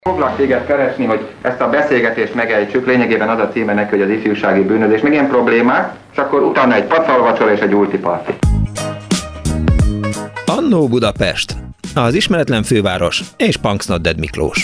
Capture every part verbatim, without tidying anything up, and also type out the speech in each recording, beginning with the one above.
Foglak téged keresni, hogy ezt a beszélgetést megejtsük, lényegében az a címe neki, hogy az ifjúsági bűnözés, meg ilyen problémák, és akkor utána egy pacalvacsora és egy ultiparti. Annó Budapest, az ismeretlen főváros és Punks Not Dead Miklós.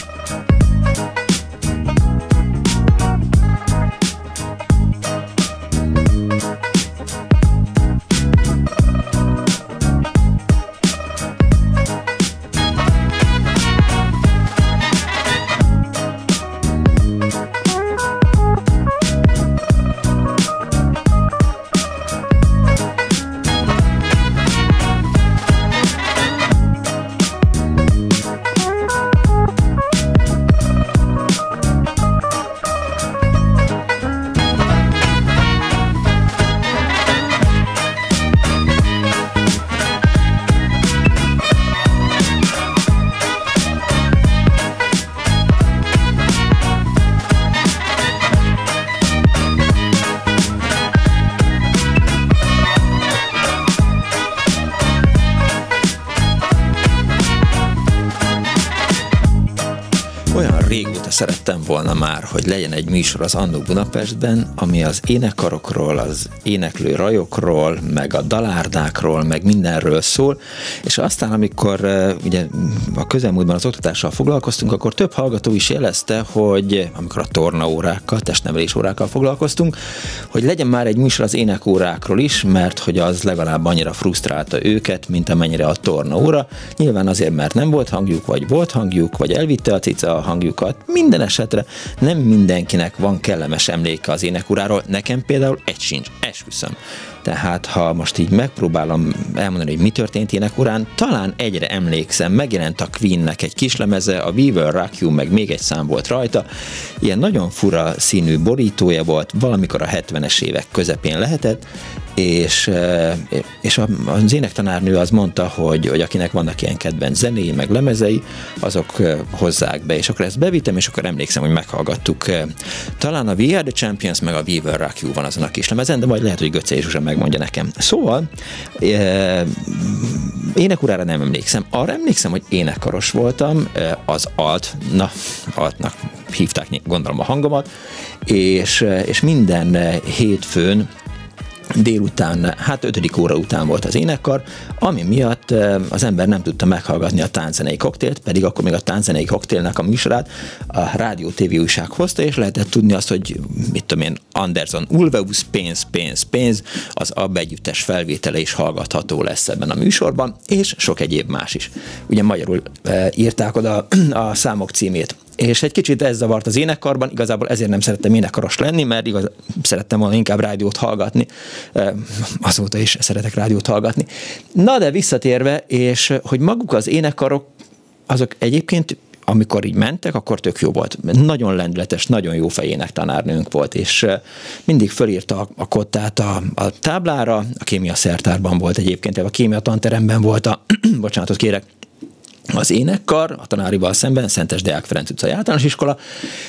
Szerettem volna már, hogy legyen egy műsor az Annó Budapestben, ami az énekkarokról, az éneklő rajokról, meg a dalárdákról, meg mindenről szól, és aztán, amikor ugye a közelmúltban az oktatással foglalkoztunk, akkor több hallgató is jelezte, hogy amikor a tornaórákkal, testnevelés órákkal foglalkoztunk, hogy legyen már egy műsor az énekórákról is, mert hogy az legalább annyira frusztrálta őket, mint amennyire a tornaóra. Nyilván azért, mert nem volt hangjuk, vagy volt hangjuk, vagy elvitte a cica a hangjukat. Minden esetre nem mindenkinek van kellemes emléke az énekóráról, nekem például egy sincs, esküszöm. Tehát ha most így megpróbálom elmondani, hogy mi történt énekórán, talán egyre emlékszem, megjelent a Queennek egy kislemeze, a We Will Rock You, meg még egy szám volt rajta, ilyen nagyon fura színű borítója volt, valamikor a hetvenes évek közepén lehetett, és, és az énektanárnő az mondta, hogy, hogy akinek vannak ilyen kedvenc zenéi, meg lemezei, azok hozzák be, és akkor ezt bevittem, és akkor emlékszem, hogy meghallgattuk. Talán a We Are The Champions, meg a We Will Rock You van azon a kislemezen, de majd lehet, hogy Göcé Zsuzsa megmondja nekem. Szóval énekórára nem emlékszem. Arra emlékszem, hogy énekkaros voltam, az alt, na, altnak hívták, gondolom, a hangomat, és, és minden hétfőn délután, hát ötödik óra után volt az énekkar, ami miatt az ember nem tudta meghallgatni a tánczenei koktélt, pedig akkor még a tánczenei koktélnek a műsorát a Rádió té vé újság hozta, és lehetett tudni azt, hogy mit tudom én, Anderson Ulvaeus, pénz, pénz, pénz, az ABBA együttes felvétele is hallgatható lesz ebben a műsorban, és sok egyéb más is. Ugye magyarul e, írták oda a számok címét. És egy kicsit ez zavart az énekkarban, igazából ezért nem szerettem énekkaros lenni, mert igaz, szerettem volna inkább rádiót hallgatni, azóta is szeretek rádiót hallgatni. Na de visszatérve, és hogy maguk az énekkarok, azok egyébként, amikor így mentek, akkor tök jó volt. Nagyon lendületes, nagyon jó fejének tanárnőnk volt, és mindig fölírta a kottát a, a táblára, a kémia szertárban volt egyébként, a kémia tanteremben volt a, bocsánatot kérek, az énekkar, a tanárival szemben, Szentes Deák Ferenc utcai általános iskola,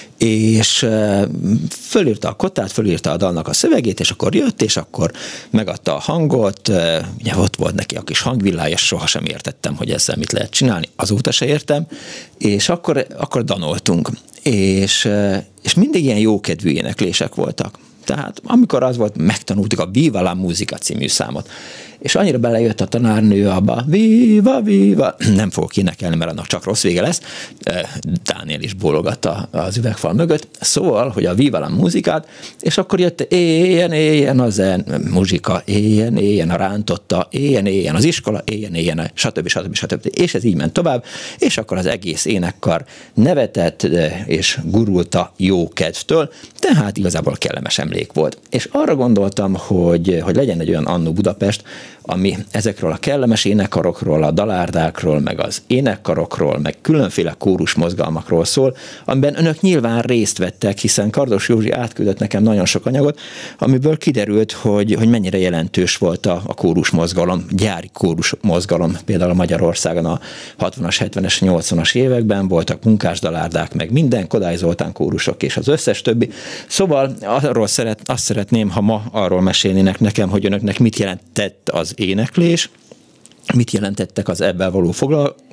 és fölírta a kottát, fölírta a dalnak a szövegét, és akkor jött, és akkor megadta a hangot, ugye ott volt neki a kis hangvillája, sohasem értettem, hogy ezzel mit lehet csinálni, azóta se értem, és akkor, akkor danoltunk, és, és mindig ilyen jókedvű éneklések voltak. Tehát amikor az volt, megtanultuk a Viva la Musica című számot. És annyira belejött a tanárnő abba, Viva, Viva, nem fogok énekelni, mert annak csak rossz vége lesz. Dániel is bólogatta az üvegfal mögött. Szóval, hogy a Viva la Musicát, és akkor jött éljen, éljen a zen, muzsika, éljen, éljen a rántotta, éljen, éljen az iskola, éljen, éljen a stb. stb. stb. És ez így ment tovább, és akkor az egész énekkar nevetett és gurulta jó kedvtől, tehát igazából kellemes emlék volt. És arra gondoltam, hogy, hogy legyen egy olyan Annó Budapest, ami ezekről a kellemes énekkarokról, a dalárdákról, meg az énekkarokról, meg különféle kórus mozgalmakról szól, amiben önök nyilván részt vettek, hiszen Kardos Józsi átküldött nekem nagyon sok anyagot, amiből kiderült, hogy, hogy mennyire jelentős volt a, a kórus mozgalom, gyári kórus mozgalom, például a Magyarországon a hatvanas, hetvenes, nyolcvanas években voltak munkásdalárdák, meg minden, Kodály Zoltán kórusok és az összes többi. Szóval arról szeret, azt szeretném, ha ma arról mesélnének nekem, hogy önöknek mit jelentett az éneklés, mit jelentettek az ebben való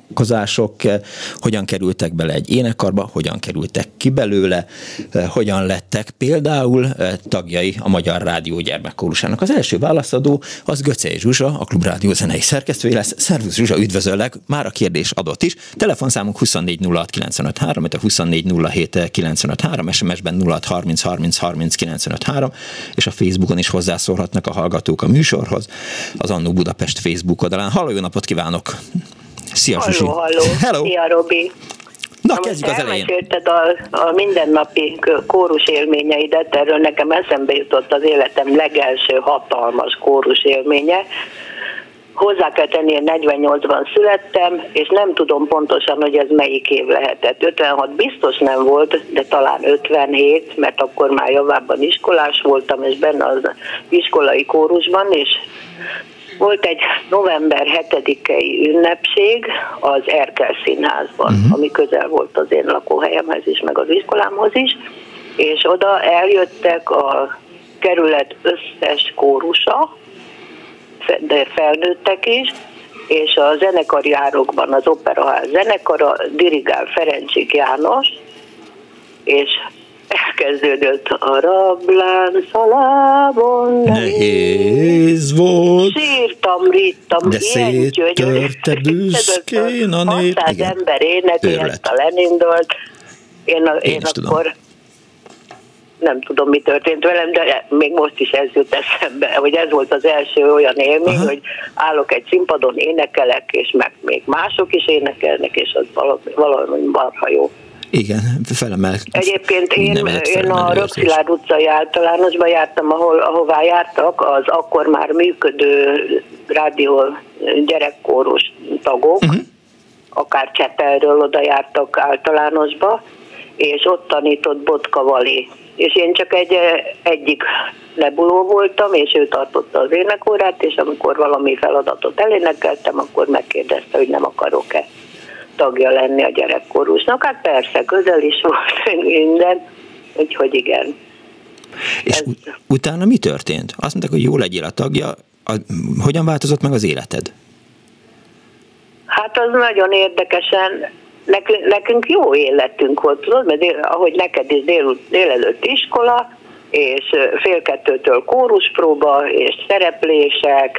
vállalkozások hogyan kerültek bele egy énekkarba, hogyan kerültek ki belőle, hogyan lettek például tagjai a Magyar Rádió gyermekkórusának. Az első válaszadó az Göcsei Zsuzsa, a Klubrádió zenei szerkesztője lesz. Szervusz Zsuzsa, üdvözöllek, már a kérdés adott is. Telefonszámunk huszonnégy nulla hat kilencvenöt három, itt a huszonnégy nulla hét kilencvenöt három, es em es-ben nulla hat harminc harminc harminc kilencvenöt három, és a Facebookon is hozzászólhatnak a hallgatók a műsorhoz, az Annó Budapest Facebook oldalán. Halló, jó napot kívánok! Szia, Zsuzsi! Halló, halló! Hello. Szia, Robi! Na, Na kezdjük az elején. Elmesélted a, a mindennapi kórus élményeidet, erről nekem eszembe jutott az életem legelső hatalmas kórus élménye. Hozzá kell tenni, én negyvennyolcban születtem, és nem tudom pontosan, hogy ez melyik év lehetett. ötvenhat biztos nem volt, de talán ötvenhét, mert akkor már javában iskolás voltam, és benne az iskolai kórusban, és volt egy november hetedikei ünnepség az Erkel Színházban, uh-huh. ami közel volt az én lakóhelyemhez is, meg az iskolámhoz is, és oda eljöttek a kerület összes kórusa, de felnőttek is, és a zenekari árokban az Operaház zenekara dirigál Ferencsik János, és elkezdődött a rablánc alábon. Nehéz volt, sírtam, ríttam, de széttörte büszkén a nép. hatszáz ember énekli ezt a Lenin-dalt. Én, a, én, én akkor tudom. Nem tudom, mi történt velem, de még most is ez jut eszembe, hogy ez volt az első olyan élmény, aha. hogy állok egy színpadon, énekelek, és meg még mások is énekelnek, és az valami marha jó. Igen, felemel. Egyébként én, én a Rökszilárd utcai általánosban jártam, ahol, ahová jártak az akkor már működő rádió gyerekkórus tagok, uh-huh. akár Csepelről oda jártak általánosba, és ott tanított Botka Vali. És én csak egy egyik nebuló voltam, és ő tartotta az énekórát, és amikor valami feladatot elénekeltem, akkor megkérdezte, hogy nem akarok-e tagja lenni a gyerekkórusnak. Hát persze, közel is volt minden, úgyhogy igen. És Ez... utána mi történt? Azt mondták, hogy jó legyél a tagja. A... Hogyan változott meg az életed? Hát az nagyon érdekesen, nekünk jó életünk volt, tudod, mert dél, ahogy neked is dél, délelőtt iskola, és fél kettőtől kóruspróba, és szereplések.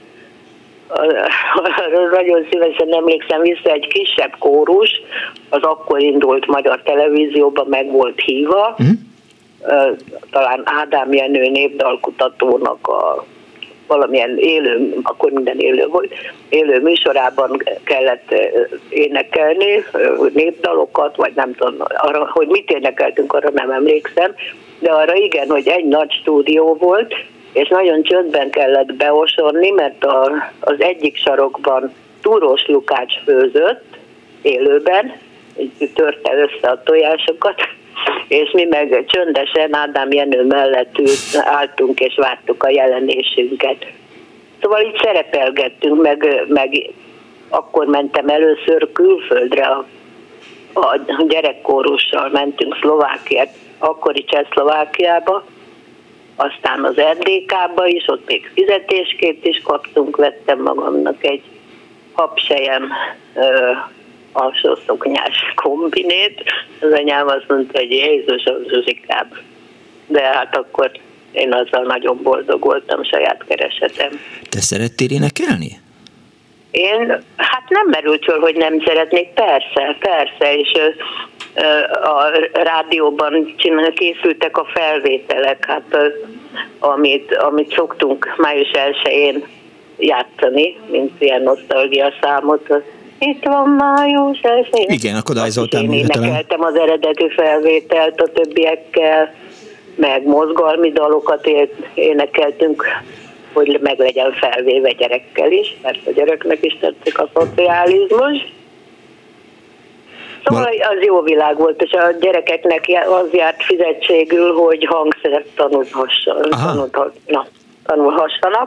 Nagyon szívesen emlékszem vissza, egy kisebb kórus, az akkor indult Magyar Televízióban, meg volt hívva, uh-huh. talán Ádám Jenő népdalkutatónak a valamilyen élő, akkor minden élő volt, élő műsorában kellett énekelni népdalokat, vagy nem tudom, arra, hogy mit énekeltünk, arra nem emlékszem, de arra igen, hogy egy nagy stúdió volt, és nagyon csöndben kellett beosorni, mert a, az egyik sarokban Túrós Lukács főzött élőben, így törte össze a tojásokat, és mi meg csöndesen Ádám Jenő mellett álltunk és vártuk a jelenésünket. Szóval így szerepelgettünk, meg, meg akkor mentem először külföldre, a, a gyerekkórussal mentünk Szlovákiát, akkori Csehszlovákiába, aztán az er dé ká-ba is, ott még fizetésként is kaptunk, vettem magamnak egy habsejem alsó szoknyás kombinét. Az anyám azt mondta, hogy Jézus, az Zsuzsikám. De hát akkor én azzal nagyon boldog voltam, saját keresetem. Te szerettél énekelni? Én, hát nem merült föl, hogy nem szeretnék, persze, persze, és a rádióban készültek a felvételek, hát amit, amit szoktunk május elsején játszani, mint ilyen nosztalgia számot. Itt van május elsején. Igen, akkor Dájzoltál Én énekeltem az eredeti felvételt a többiekkel, meg mozgalmi dalokat énekeltünk, hogy meg legyen felvéve gyerekkel is, mert a gyereknek is tetszik a szocializmus. Szóval az jó világ volt, és a gyerekeknek az járt fizetségül, hogy hangszert tanulhassanak. tanulhassanak.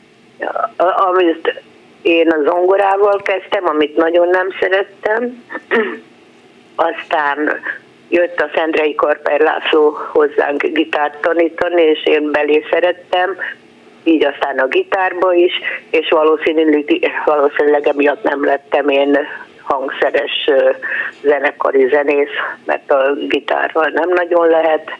Amit én a zongorával kezdtem, amit nagyon nem szerettem. Aztán jött a Szendrei Karper László hozzánk gitárt tanítani, és én belé szerettem, így aztán a gitárba is, és valószínűleg, valószínűleg emiatt nem lettem én hangszeres zenekari zenész, mert a gitárral nem nagyon lehet.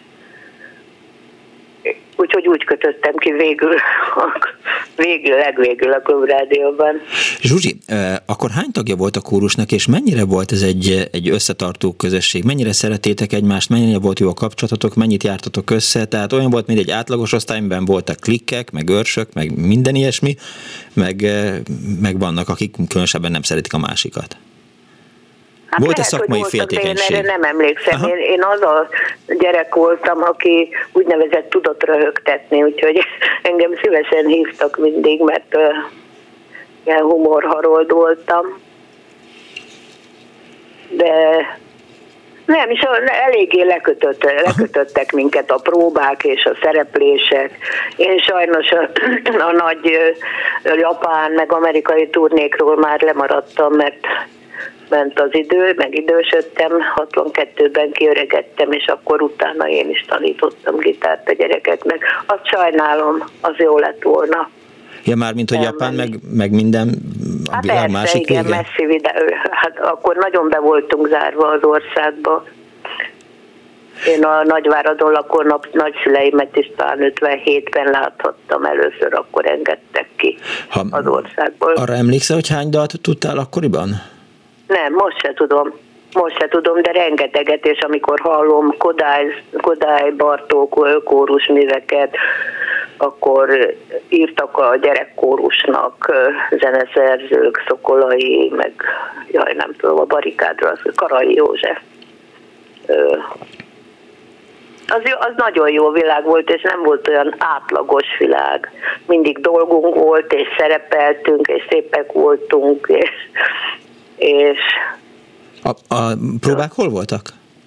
Úgyhogy úgy kötöttem ki végül, végül, legvégül a Klubrádióban. Zsuzsi, akkor hány tagja volt a kórusnak, és mennyire volt ez egy, egy összetartó közösség? Mennyire szeretétek egymást, mennyire volt jó a kapcsolatotok, mennyit jártatok össze? Tehát olyan volt, mint egy átlagos osztályban voltak klikkek, meg őrsök, meg minden ilyesmi, meg, meg vannak, akik különösebben nem szeretik a másikat. Hát volt-e lehet, szakmai féltékenység? Én erre nem emlékszem. Én, én az a gyerek voltam, aki úgynevezett tudott röhögtetni, úgyhogy engem szívesen hívtak mindig, mert uh, ilyen humorharold voltam. De nem, és eléggé lekötött, lekötöttek minket a próbák és a szereplések. Én sajnos a, a nagy japán meg amerikai turnékról már lemaradtam, mert ment az idő, meg idősödtem, hatvankettőben kiöregettem, és akkor utána én is tanítottam gitárt a gyerekeknek. Azt sajnálom, az jó lett volna. Ja, már mint hogy Japán, meg, meg minden a hát világ persze, másik igen, vége? messzi videó. Hát akkor nagyon be voltunk zárva az országba. Én a Nagyváradon lakó nap, nagyszüleimet is talán ötvenhétben láthattam először, akkor engedtek ki ha az országból. Arra emlékszel, hogy hány dalt tudtál akkoriban? Nem, most se tudom. Most se tudom, de rengeteget, és amikor hallom Kodály, Kodály Bartók kórusműveket, akkor írtak a gyerekkórusnak zeneszerzők, Szokolai, meg jaj, nem tudom, a Barikádra, az Karai József. Az, az nagyon jó világ volt, és nem volt olyan átlagos világ. Mindig dolgunk volt, és szerepeltünk, és szépek voltunk, és... és a, a próbák hol voltak?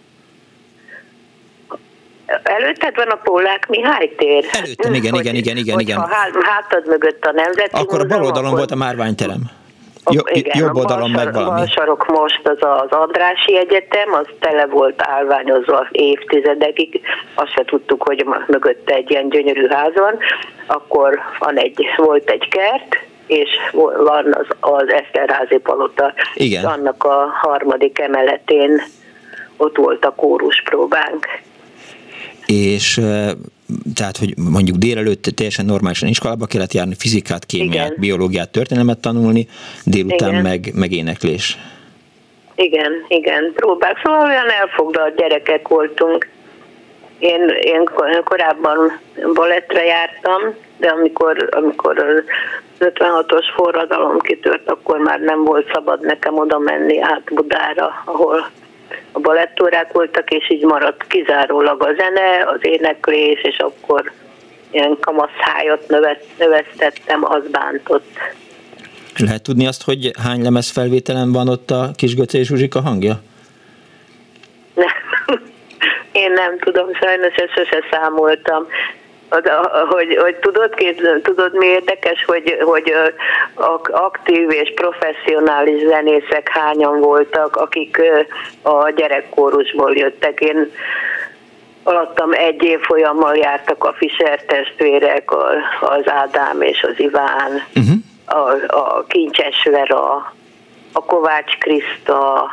Előtted van a Pollák Mihály tér. Előttem, igen, igen, igen, igen, igen. Ha hátad mögött a Nemzeti Akkor a bal oldalon volt a márványterem. Jó, igen, jobb oldalon meg valami. A sarok most az az Andrássy Egyetem, az tele volt állványozva évtizedekig, azt se tudtuk, hogy mögötte egy ilyen gyönyörű ház van. Akkor van egy, volt egy kert, és van az, az Eszterházy palota. Igen. Annak a harmadik emeletén ott volt a kóruspróbánk. És tehát, hogy mondjuk délelőtt teljesen normálisan iskolába kellett járni, fizikát, kémiát, igen, biológiát, történelmet tanulni, délután meg, meg éneklés. Igen, igen, próbák. Szóval olyan elfoglalt gyerekek voltunk. Én, én korábban balettre jártam, de amikor, amikor az ötvenhatos forradalom kitört, akkor már nem volt szabad nekem oda menni át Budára, ahol a balettórák voltak, és így maradt kizárólag a zene, az éneklés, és akkor ilyen kamaszhájat növesztettem, az bántott. Lehet tudni azt, hogy hány lemez felvételen van ott a Kis Göcé és Zsuzsika hangja? Nem. Én nem tudom, sajnos ezt sose számoltam. Hogy, hogy tudod, tudod, mi érdekes, hogy, hogy aktív és professzionális zenészek hányan voltak, akik a gyerekkórusból jöttek. Én alattam egy évfolyammal jártak a Fischer testvérek, az Ádám és az Iván, uh-huh. a, a Kincses Vera, a Kovács Kriszta.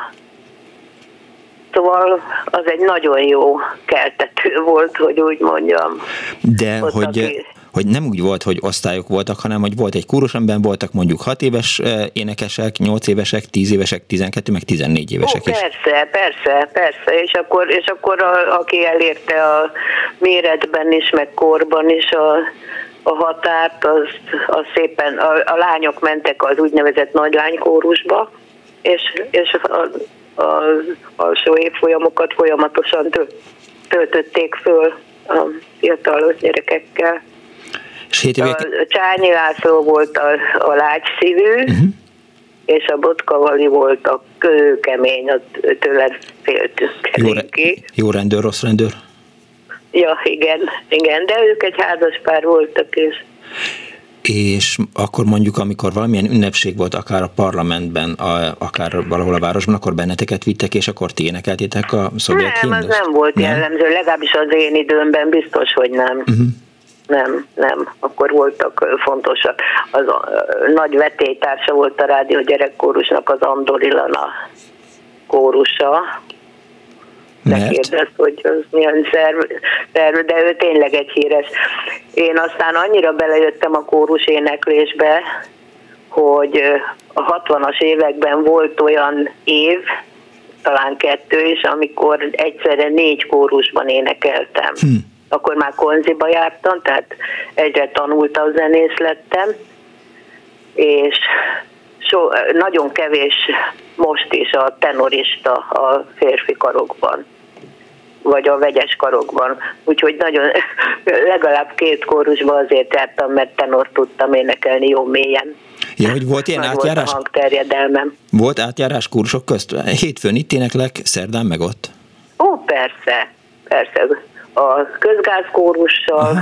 Szóval az egy nagyon jó keltető volt, hogy úgy mondjam. De ott, hogy, aki... hogy nem úgy volt, hogy osztályok voltak, hanem hogy volt egy kórus, amiben voltak mondjuk hat éves énekesek, nyolc évesek, tíz évesek, tizenkettő, meg tizennégy évesek Ó, is. Persze, persze, persze, és akkor, és akkor a, aki elérte a méretben is, meg korban is a, a határt, az, az szépen, a, a lányok mentek az úgynevezett nagylánykórusba, és, és a, az alsó évfolyamokat folyamatosan töltötték föl a fiatal gyerekekkel. A Csányi László volt a, a lágyszívű, uh-huh. és a Botkavali volt a kőkemény, tőle féltünk eléggé. Jó, jó rendőr, rossz rendőr? Ja, igen, igen, de ők egy házas pár voltak, és és akkor mondjuk, amikor valamilyen ünnepség volt, akár a parlamentben, a, akár valahol a városban, akkor benneteket vittek, és akkor ti énekeltétek a szovjet Nem, himnuszt? az nem volt nem? jellemző, legalábbis az én időmben biztos, hogy nem. Uh-huh. nem, nem. Akkor voltak fontosak. Az a, nagy vetélytársa volt a rádió gyerekkórusnak az Andor Ilona kórusa. Ne kérdezd, hogy az milyen szerv, szerv, de ő tényleg egy híres. Én aztán annyira belejöttem a kórus éneklésbe, hogy a hatvanas években volt olyan év, talán kettő is, amikor egyszerre négy kórusban énekeltem. Hm. Akkor már konziba jártam, tehát egyre tanultabb zenész lettem, és so, nagyon kevés most is a tenorista a férfi karokban, vagy a vegyes karokban. Úgyhogy nagyon, legalább két kórusban azért jártam, mert tenort tudtam énekelni jó mélyen. Ja, hogy volt ilyen Nagy átjárás? Volt a hangterjedelmem. Volt átjárás kórusok közt? Hétfőn itt éneklek, szerdán meg ott? Ó, persze, persze. A közgázkórussal, aha.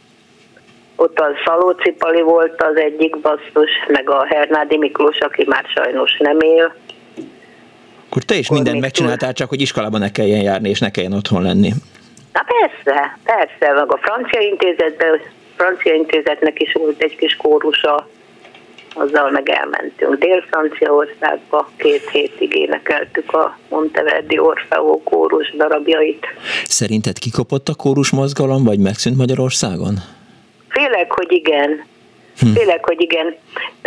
Ott a Szalóci Pali volt az egyik basszus, meg a Hernádi Miklós, aki már sajnos nem él. Akkor te is mindent megcsináltál, csak hogy iskolában ne kelljen járni, és ne kelljen otthon lenni. Na persze, persze, meg a francia intézetben, francia intézetnek is volt egy kis kórusa, azzal meg elmentünk Dél-Franciaországba, két hétig énekeltük a Monteverdi Orfeo kórus darabjait. Szerinted kikopott a kórus mozgalom, vagy megszűnt Magyarországon? Félek, hogy igen. Hm. Félek, hogy igen.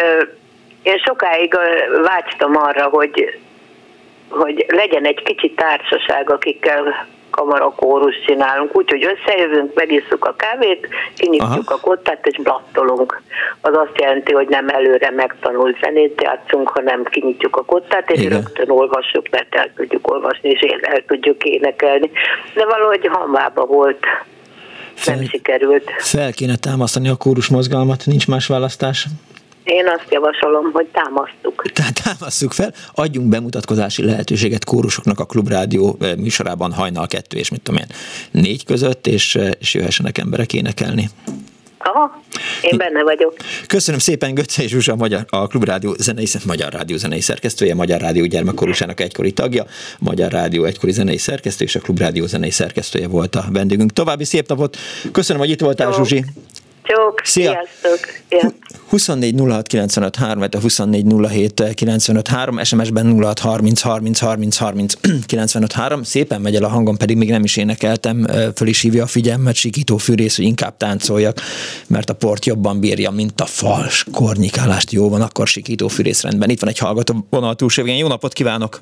Én sokáig vágytam arra, hogy, hogy legyen egy kicsi társaság, akikkel kamarakórus csinálunk, úgyhogy összejövünk, megisszuk a kávét, kinyitjuk aha. a kottát és blattolunk. Az azt jelenti, hogy nem előre megtanult zenét játszunk, hanem kinyitjuk a kottát, és igen. rögtön olvassuk, mert el tudjuk olvasni, és el tudjuk énekelni. De valahogy hamvába volt. Fel, nem sikerült. Fel kéne támasztani a kórus mozgalmat, nincs más választás? Én azt javasolom, hogy támasztuk. Tehát támasztuk fel, adjunk bemutatkozási lehetőséget kórusoknak a Klubrádió műsorában hajnal kettő és mit tudom én, négy között, és, és jöhessenek emberek énekelni. Aha, én benne vagyok. Köszönöm szépen, Götzei Zsuzsa, Magyar, a Klubrádió zenei, Magyar Rádió zenei szerkesztője, Magyar Rádió gyermekkórusának egykori tagja, Magyar Rádió egykori zenei szerkesztő, és a Klubrádió zenei szerkesztője volt a vendégünk. További szép napot, köszönöm, hogy itt voltál, Zsuzsi. Csók, sziasztok! huszonnégy nulla hat kilencvenöt három, a huszonnégy nulla hét kilencvenöt három, es em es-ben nulla hat harminc harminc harminc harminc kilencvenöt három. Szépen megy el a hangom, pedig még nem is énekeltem, föl is hívja a figyelmet sikító fűrész, hogy inkább táncoljak, mert a port jobban bírja, mint a fals kornikálást. Jó van, akkor sikító fűrész rendben. Itt van egy hallgató vonal túlsó végén. Jó napot kívánok!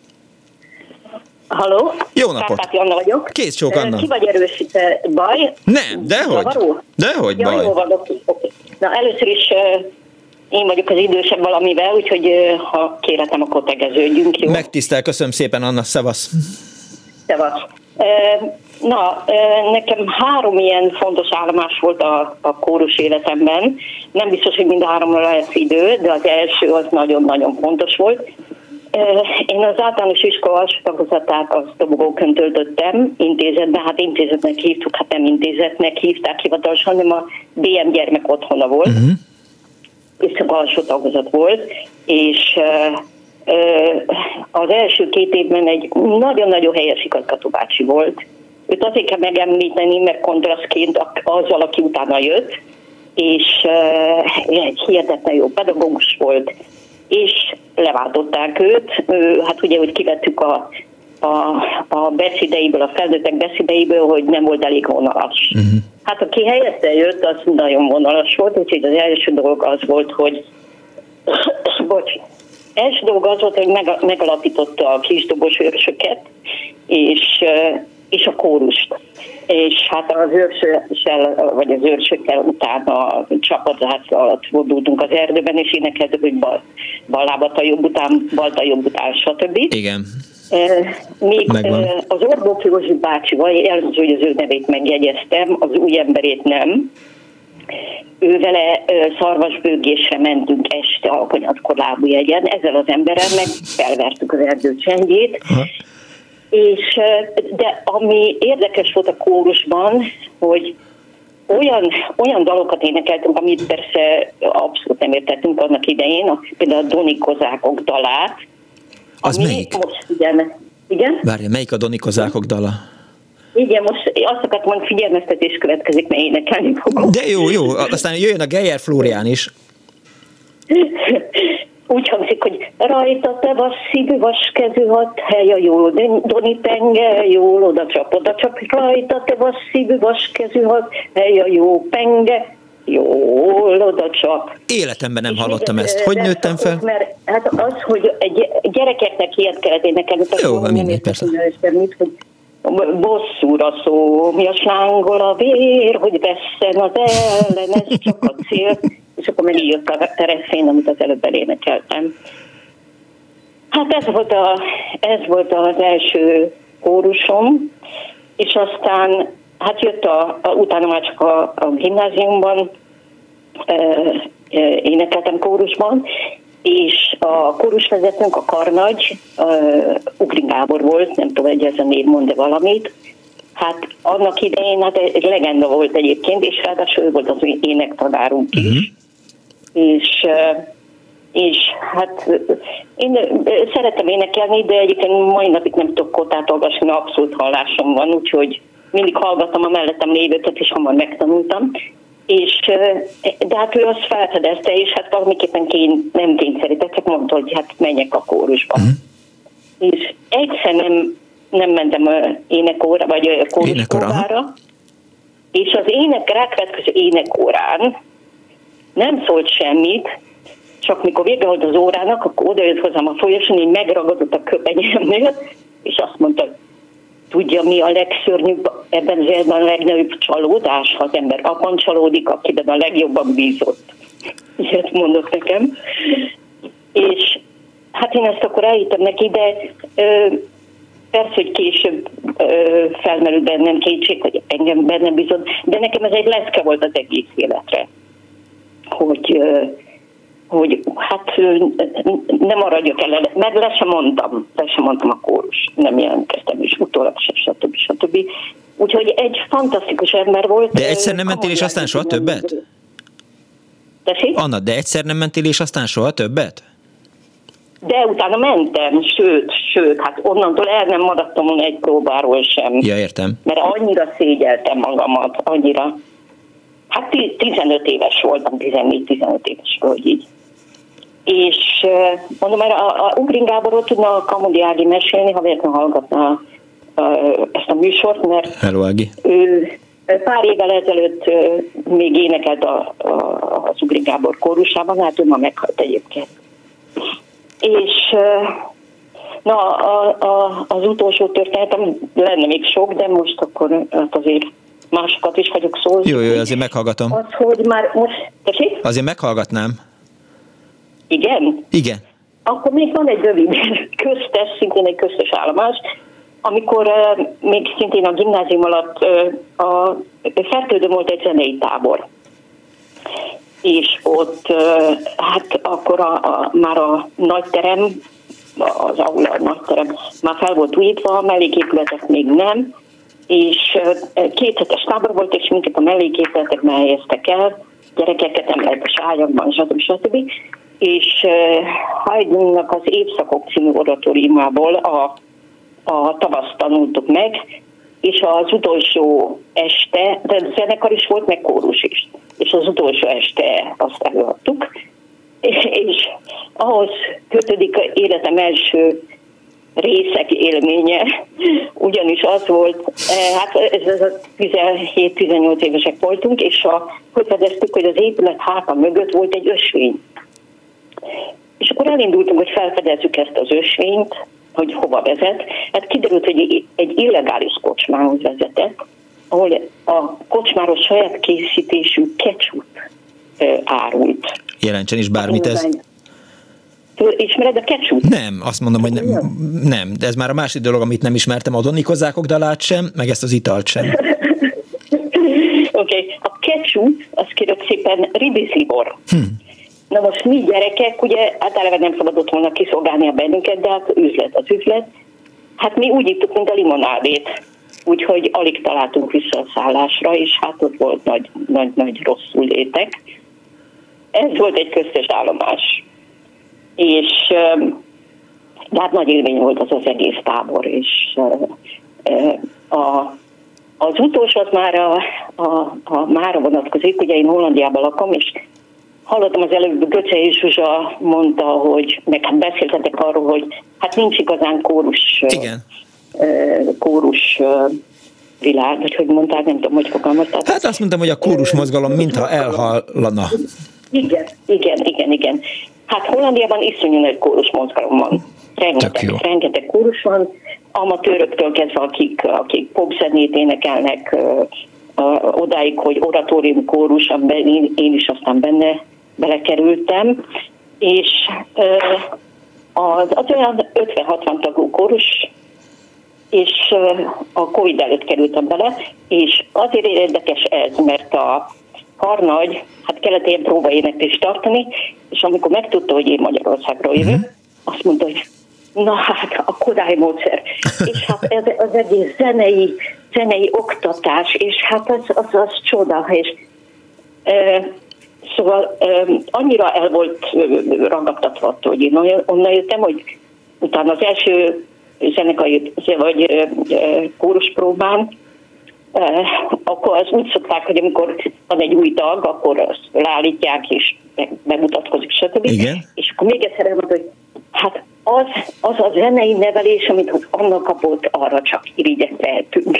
Halló? Jó napot! Kárpáti Anna vagyok. Kész csók, Anna. Ki vagy erősítve? Baj? Nem, dehogy. Zavaró? Dehogy ja, baj. Jó van, oké. Okay. Na, először is uh, én vagyok az idősebb valamivel, úgyhogy uh, ha kérhetem, akkor tegeződjünk, jó? Megtisztel, köszönöm szépen, Anna, szevasz. Szevasz. Uh, na, uh, nekem három ilyen fontos állomás volt a, a kórus életemben. Nem biztos, hogy mind a háromra lesz idő, de az első az nagyon-nagyon fontos volt. Én az általános iskola alsó tagozatát az Dobogókön töltöttem, intézetben, hát intézetnek hívtuk, hát nem intézetnek hívták hivatalosan, hanem a bé em gyermek otthona volt, uh-huh. és csak alsó tagozat volt, és az első két évben egy nagyon-nagyon helyes igazgató bácsi volt. Őt azért kell megemlíteni, mert kontrasztként azzal, aki utána jött, és egy hihetetlen jó pedagógus volt, és leváltották őt. Hát ugye, hogy kivettük a, a, a beszédeiből, a felnőttek beszédeiből, hogy nem volt elég vonalas. Uh-huh. Hát aki helyette jött, az nagyon vonalas volt, úgyhogy az első dolog az volt, hogy bocs, első dolog az volt, hogy meg, megalapította a kisdobos őrsöket, és, és a kórust. És hát az őrsökkel, vagy az őrsökkel utána csapatzászló alatt fordultunk az erdőben, és énekeltük, hogy bal, bal lábat a jobb után, balt a jobb után, stb. Igen. Még megvan. Az Orbó Józsi bácsival, jelző, hogy az ő nevét megjegyeztem, az új emberét nem. Ő vele szarvasbőgésre mentünk este alkonyatkor lábújegyen, ezzel az emberrel meg felvertük az erdő csendjét. Ha. És, de ami érdekes volt a kórusban, hogy olyan, olyan dalokat énekeltünk, amit persze abszolút nem értettünk annak idején, például a Donikozákok dalát. Az melyik? Most figyelme. Igen? Várja, melyik a Donikozákok dala? Igen, most azt akartam, hogy figyelmeztetés következik, mert énekelni fogok. De jó, jó, aztán jöjjön a Geyer Flórián is. Úgy hangzik, hogy rajta te vas szívű, vas kezű, hat hely a jól, Doni penge, jól oda csap, oda csap, rajta te vas szívű, vas kezű, hat hely a jó penge, jól oda csap. Életemben nem hallottam ezt. Hogy nőttem fel? Mert hát az, hogy egy gyerekeknek ilyet kellett énekelni, jó, mindegy, persze. Mit, hogy bosszúra szó, mi a slángol a vér, hogy vesszen az ellenes, csak a cél, és akkor meg így jött a refrén, amit az előbb elénekeltem. Hát ez volt, a, ez volt az első kórusom, és aztán hát jött a, a utána már csak a, a gimnáziumban e, e, énekeltem kórusban, és a kórusvezetőnk, a karnagy, uh, Ugrin Gábor volt, nem tudom, hogy ez a név mond-e valamit. Hát annak idején hát egy legenda volt egyébként, és ráadásul ő volt az énektanárunk is. Uh-huh. És, uh, és hát én szeretem énekelni, de egyébként mai napig nem tudok kotát olvasni, mert abszolút hallásom van, úgyhogy mindig hallgattam a mellettem lévőket, és hamar megtanultam. És, de hát ő azt felfedezte, és hát valamiképpen kény, nem kényszerített, csak mondta, hogy hát menjek a kórusba. Uh-huh. És egyszer nem, nem mentem énekóra, vagy kórusórára, és az ének, rákövetkező énekórán nem szólt semmit, csak mikor vége volt az órának, akkor odajött hozzám a folyosón, így megragadott a köpenyemnél, és azt mondta, tudja, mi a legszörnyűbb ebben az életben a legnagyobb csalódás, ha az ember abban csalódik, akiben a legjobban bízott. Ilyet mondott nekem. És hát én ezt akkor elhittem neki, de ö, persze, hogy később ö, felmerült bennem kétség, hogy engem bennem bízott, de nekem ez egy lecke volt az egész életre. Hogy... Ö, hogy hát nem maradjak el, meg le sem mondtam, le sem mondtam a kórus, nem jelentkeztem, és utólag se, stb. stb. Úgyhogy egy fantasztikus ember volt. De egyszer nem mentél, és aztán soha többet? Tessék? Anna, de egyszer nem mentél, és aztán soha többet? De utána mentem, sőt, sőt, hát onnantól el nem maradtam volna egy próbáról sem. Ja, értem. Mert annyira szégyeltem magamat, annyira. Hát tizenöt éves voltam, tizennégy-tizenöt éves, hogy így. És mondom, mert a, a Ugrin Gáborról tudna a Kamodi Ági mesélni, ha véletlenül hallgatná a, a, ezt a műsort, mert Hello, Ági. Ő pár évvel ezelőtt még énekelt a, a, az Ugrin Gábor kórusában, hát ő ma meghalt egyébként. És na, a, a, az utolsó történetem lenne még sok, de most akkor hát azért másokat is hagyok szólni. Jó, jó, azért meghallgatom. Az, hogy már most... Tessék? Azért meghallgatnám. Igen? Igen. Akkor még van egy rövid köztes, szintén egy köztes állomás, amikor uh, még szintén a gimnázium alatt uh, a Fertődön volt egy zenei tábor. És ott uh, hát akkor a, a, már a nagyterem, az aula, a nagyterem már fel volt újítva, a melléképületek még nem, és uh, kéthetes tábor volt, és minket a melléképületekben helyeztek el, gyerekeket emeletes ágyakban, stb. stb. És uh, Haydnnak az Évszakok című oratóriumából a, a tavaszt tanultuk meg, és az utolsó este, de zenekar is volt, meg kórus is, és az utolsó este azt előadtuk, és ahhoz kötődik életem első részek élménye, ugyanis az volt, hát ez a tizenhét-tizennyolc évesek voltunk, és a, hogy fedeztük, hogy az épület háta mögött volt egy ösvény. És akkor elindultunk, hogy felfedezzük ezt az ösvényt, hogy hova vezet. Hát kiderült, hogy egy illegális kocsmához vezetett, ahol a kocsmáros saját készítésű ketchup árult. Jelentsen is bármit ez. Ismered a ketchup? Nem, azt mondom, hogy nem, nem. De ez már a másik dolog, amit nem ismertem, a Donikozákok dalát sem, meg ezt az italt sem. Oké, okay. A ketchup, az kérlek szépen ribizlibor. Hm. Na most mi gyerekek, ugye általában nem szabadott volna kiszolgálni a bennünket, de hát üzlet az üzlet. Hát mi úgy ittuk, mint a limonádét. Úgyhogy alig találtunk vissza a szállásra, és hát ott volt nagy, nagy, nagy rosszul létek. Ez volt egy köztes állomás. És de hát nagy élmény volt az az egész tábor, és a, Az utolsó az már a, a, a mára vonatkozik, ugye én Hollandiában lakom, és hallottam az előbb, Göcei Zsuzsa mondta, hogy meg hát beszéltetek arról, hogy hát nincs igazán kórus, igen. kórus világ, vagy hogy mondták, nem tudom, hogy fogalmazták. Hát azt mondtam, hogy a kórus mozgalom mintha elhallana. Igen, igen, igen, igen. Hát Hollandiában iszonyú nagy kórus mozgalom van. Rengeteg, rengeteg kórus van, amatőröktől kezdve, akik, akik popzenét énekelnek, odáig, hogy oratórium kórus, amiben én, én is aztán benne belekerültem, és az, az olyan ötven-hatvan tagú kórus, és a Covid előtt kerültem bele, és azért érdekes ez, mert a Harnagy, hát kellett ilyen próbaéneket is tartani, és amikor megtudta, hogy én Magyarországról jövök, uh-huh. azt mondta, hogy na hát a Kodály módszer, és hát ez az egész zenei, zenei oktatás, és hát az, az, az csoda, és e, szóval e, annyira el volt ragadtatva, hogy én onnan jöttem, hogy utána az első zenekari, vagy e, kóruspróbán, e, akkor az úgy szokták, hogy amikor van egy új tag, akkor azt leállítják, és bemutatkozik, stb. Igen. És akkor még egyszer elmondta, hogy hát az, az a zenei nevelés, amit annak kapott, arra csak irigyet tehetünk.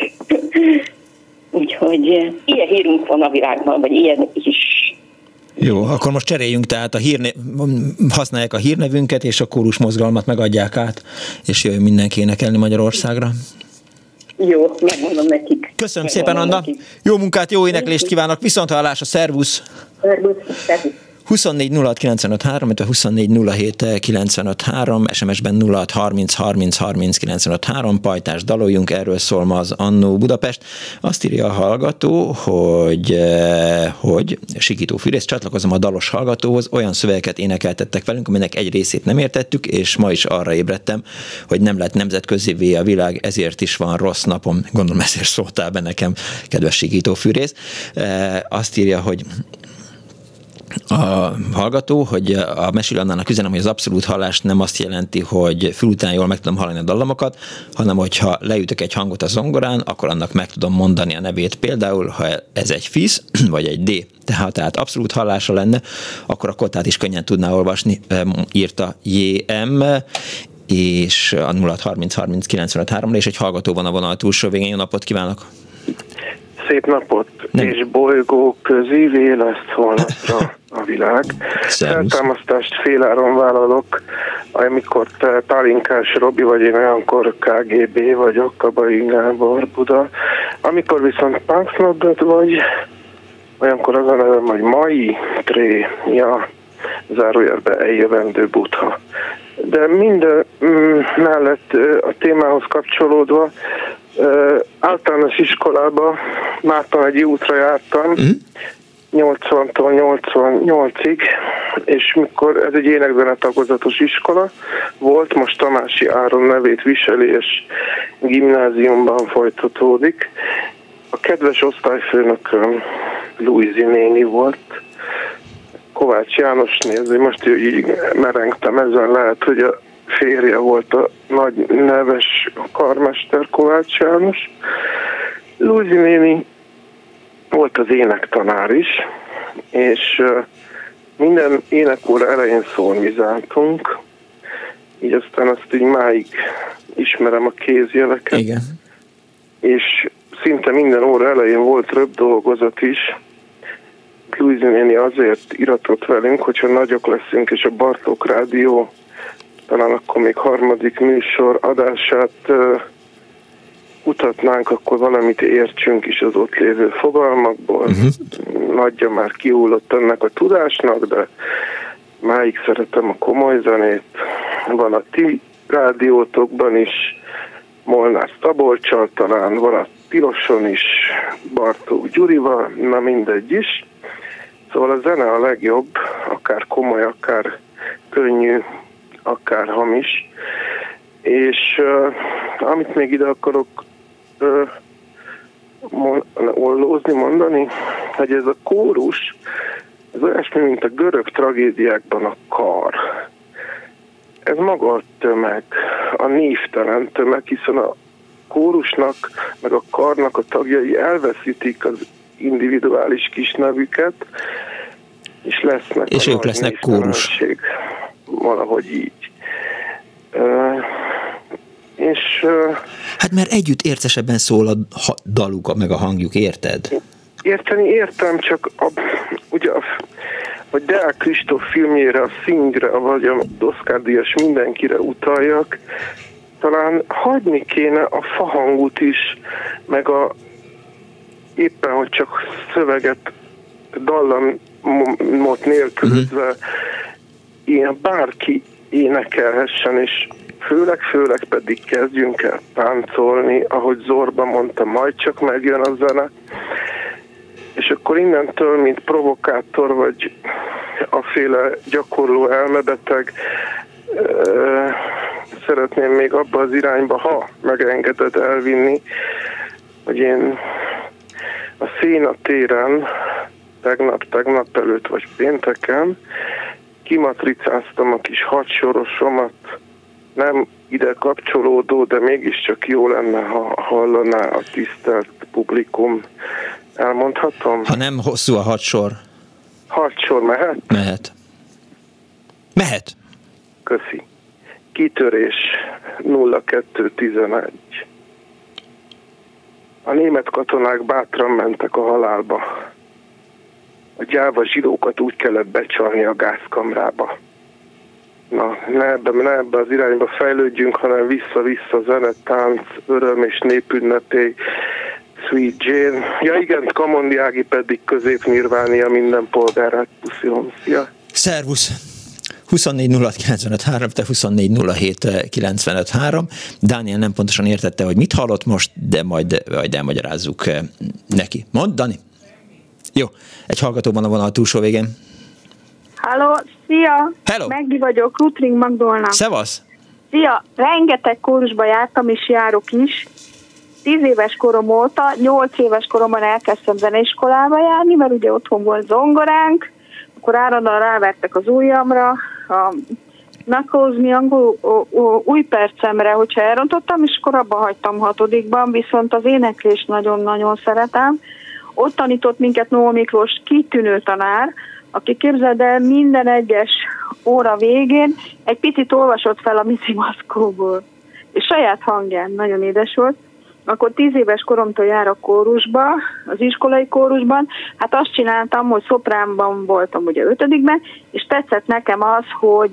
Úgyhogy ilyen hírünk van a világban, vagy ilyen is. Jó, akkor most cseréljünk, tehát a hírne- használják a hírnevünket, és a kórus mozgalmat megadják át, és jöjjön mindenki énekelni Magyarországra. Jó, megmondom nekik. Köszönöm megmondom szépen, Anna. Nekik. Jó munkát, jó éneklést kívánok, viszonthallásra, szervusz! Szervusz, szervusz! huszonnégy nulla hat kilencvenöt három, illetve huszonnégy nulla hét kilencvenöt három, es em es-ben nulla hat harminc harminc harminc kilencvenöt három, pajtás daloljunk, erről szól ma az Annó Budapest. Azt írja a hallgató, hogy, hogy Sikító Fűrész, csatlakozom a dalos hallgatóhoz, olyan szövegeket énekeltettek velünk, aminek egy részét nem értettük, és ma is arra ébredtem, hogy nem lett nemzetközivé a világ, ezért is van rossz napom. Gondolom ezért szóltál be nekem, kedves Sikító Fűrész. Azt írja, hogy a hallgató, hogy a Mesélő Annának üzenem, hogy az abszolút hallás nem azt jelenti, hogy fül után jól meg tudom hallani a dallamokat, hanem hogyha leütök egy hangot a zongorán, akkor annak meg tudom mondani a nevét. Például, ha ez egy fisz, vagy egy D, tehát, tehát abszolút hallása lenne, akkor a kotát is könnyen tudná olvasni, írta jé em, és a nulla hat harminc harminc kilencvenöt három, és egy hallgató van a vonal túlsó végén. Jó napot kívánok! Szép napot, nem. És bolygó közé lesz holnapra a világ. Feltámasztást féláron vállalok, amikor te Pálinkás Robi vagy, én olyankor ká gé bé vagyok, Kabai Gábor Buda. Amikor viszont Páncnodot vagy, olyankor az a nevem, hogy Mai Tré, ja, zárójelbe eljövendő Buddha. De minden mellett a témához kapcsolódva, Uh, általános iskolába Mártonhegyi útra jártam, mm. nyolcvantól nyolcvannyolcig, és mikor ez egy énekzene tagozatos iskola volt, most Tamási Áron nevét viseli, és gimnáziumban folytatódik. A kedves osztályfőnököm Luizi néni volt, Kovács János néző, most így merengtem ezen, lehet, hogy a férje volt a nagy neves karmester Kovács János. Luizi néni volt az énektanár is, és minden énekóra elején szormizáltunk, így aztán azt így máig ismerem a kézjeleket. Igen. És szinte minden óra elején volt röbb dolgozat is. Luizi néni azért iratott velünk, hogyha nagyok leszünk, és a Bartók Rádió talán akkor még harmadik műsor adását uh, mutatnánk, akkor valamit értsünk is az ott lévő fogalmakból. Uh-huh. Nagyja már kihullott ennek a tudásnak, de máig szeretem a komoly zenét. Van a ti rádiótokban is, Molnár Szabolccsal talán, van a Tiloson is, Bartók Gyurival, na mindegy is. Szóval a zene a legjobb, akár komoly, akár könnyű, akár hamis, és uh, amit még ide akarok uh, mol- ollózni, mondani, hogy ez a kórus, ez olyasmi, mint a görög tragédiákban a kar. Ez maga a tömeg, a névtelen tömeg, hiszen a kórusnak meg a karnak a tagjai elveszítik az individuális kis nevüket, és lesznek és ők lesznek kórus. Valahogy így. Uh, és... Uh, hát mert együtt értesebben szól a daluk, meg a hangjuk, érted? Érteni értem, csak a, ugye a, a Deák Kristóf filmjére, a Szingre, vagy a Oscar-díjas mindenkire utaljak, talán hagyni kéne a fahangut is, meg a éppen, hogy csak szöveget, dallamot nélkülözve uh-huh. ilyen bárki énekelhessen, és főleg-főleg pedig kezdjünk el táncolni, ahogy Zorba mondta, majd csak megjön a zene, és akkor innentől, mint provokátor, vagy aféle gyakorló elmebeteg, szeretném még abba az irányba, ha megengeded elvinni, hogy én a Széna téren tegnap, tegnap előtt vagy pénteken kimatricáztam a kis hadsorosomat, nem ide kapcsolódó, de mégiscsak jó lenne, ha hallaná a tisztelt publikum. Elmondhatom? Ha nem hosszú a hadsor. Hadsor mehet? Mehet. Mehet. Köszi. Kitörés nulla kettő tizenegy. A német katonák bátran mentek a halálba. A gyáva zsidókat úgy kellett becsalni a gázkamrába. Na, ne ebbe, ne ebbe az irányba fejlődjünk, hanem vissza-vissza zene, tánc, öröm és népünnepély, Sweet Jane. Ja igen, Kamondi Ági pedig középnirvánia minden polgárát. Puszilom, szia! Szervusz! huszonnégy nulla kilencvenöt három, te huszonnégy nulla hét kilencvenöt három. Dániel nem pontosan értette, hogy mit hallott most, de majd, majd elmagyarázzuk neki. Mondd, Dani! Jó, egy hallgató van a vonal túlsó végén. Halló, szia! Hello! Meggi vagyok, Rutring Magdolna. Szevasz! Szia! Rengeteg kórusba jártam, és járok is. Tíz éves korom óta, nyolc éves koromban elkezdtem zeneiskolába járni, mert ugye otthon volt zongoránk, akkor állandóan rávertek az ujjamra, a knuckles-mi angol új percemre, hogyha elrontottam, és akkor abba hagytam hatodikban, viszont az éneklést nagyon-nagyon szeretem. Ott tanított minket Nóa Miklós kitűnő tanár, aki, képzeld el, minden egyes óra végén egy picit olvasott fel a Missy Maszkóból. És saját hangján, nagyon édes volt. Akkor tíz éves koromtól járok kórusba, az iskolai kórusban. Hát azt csináltam, hogy szopránban voltam ugye ötödikben, és tetszett nekem az, hogy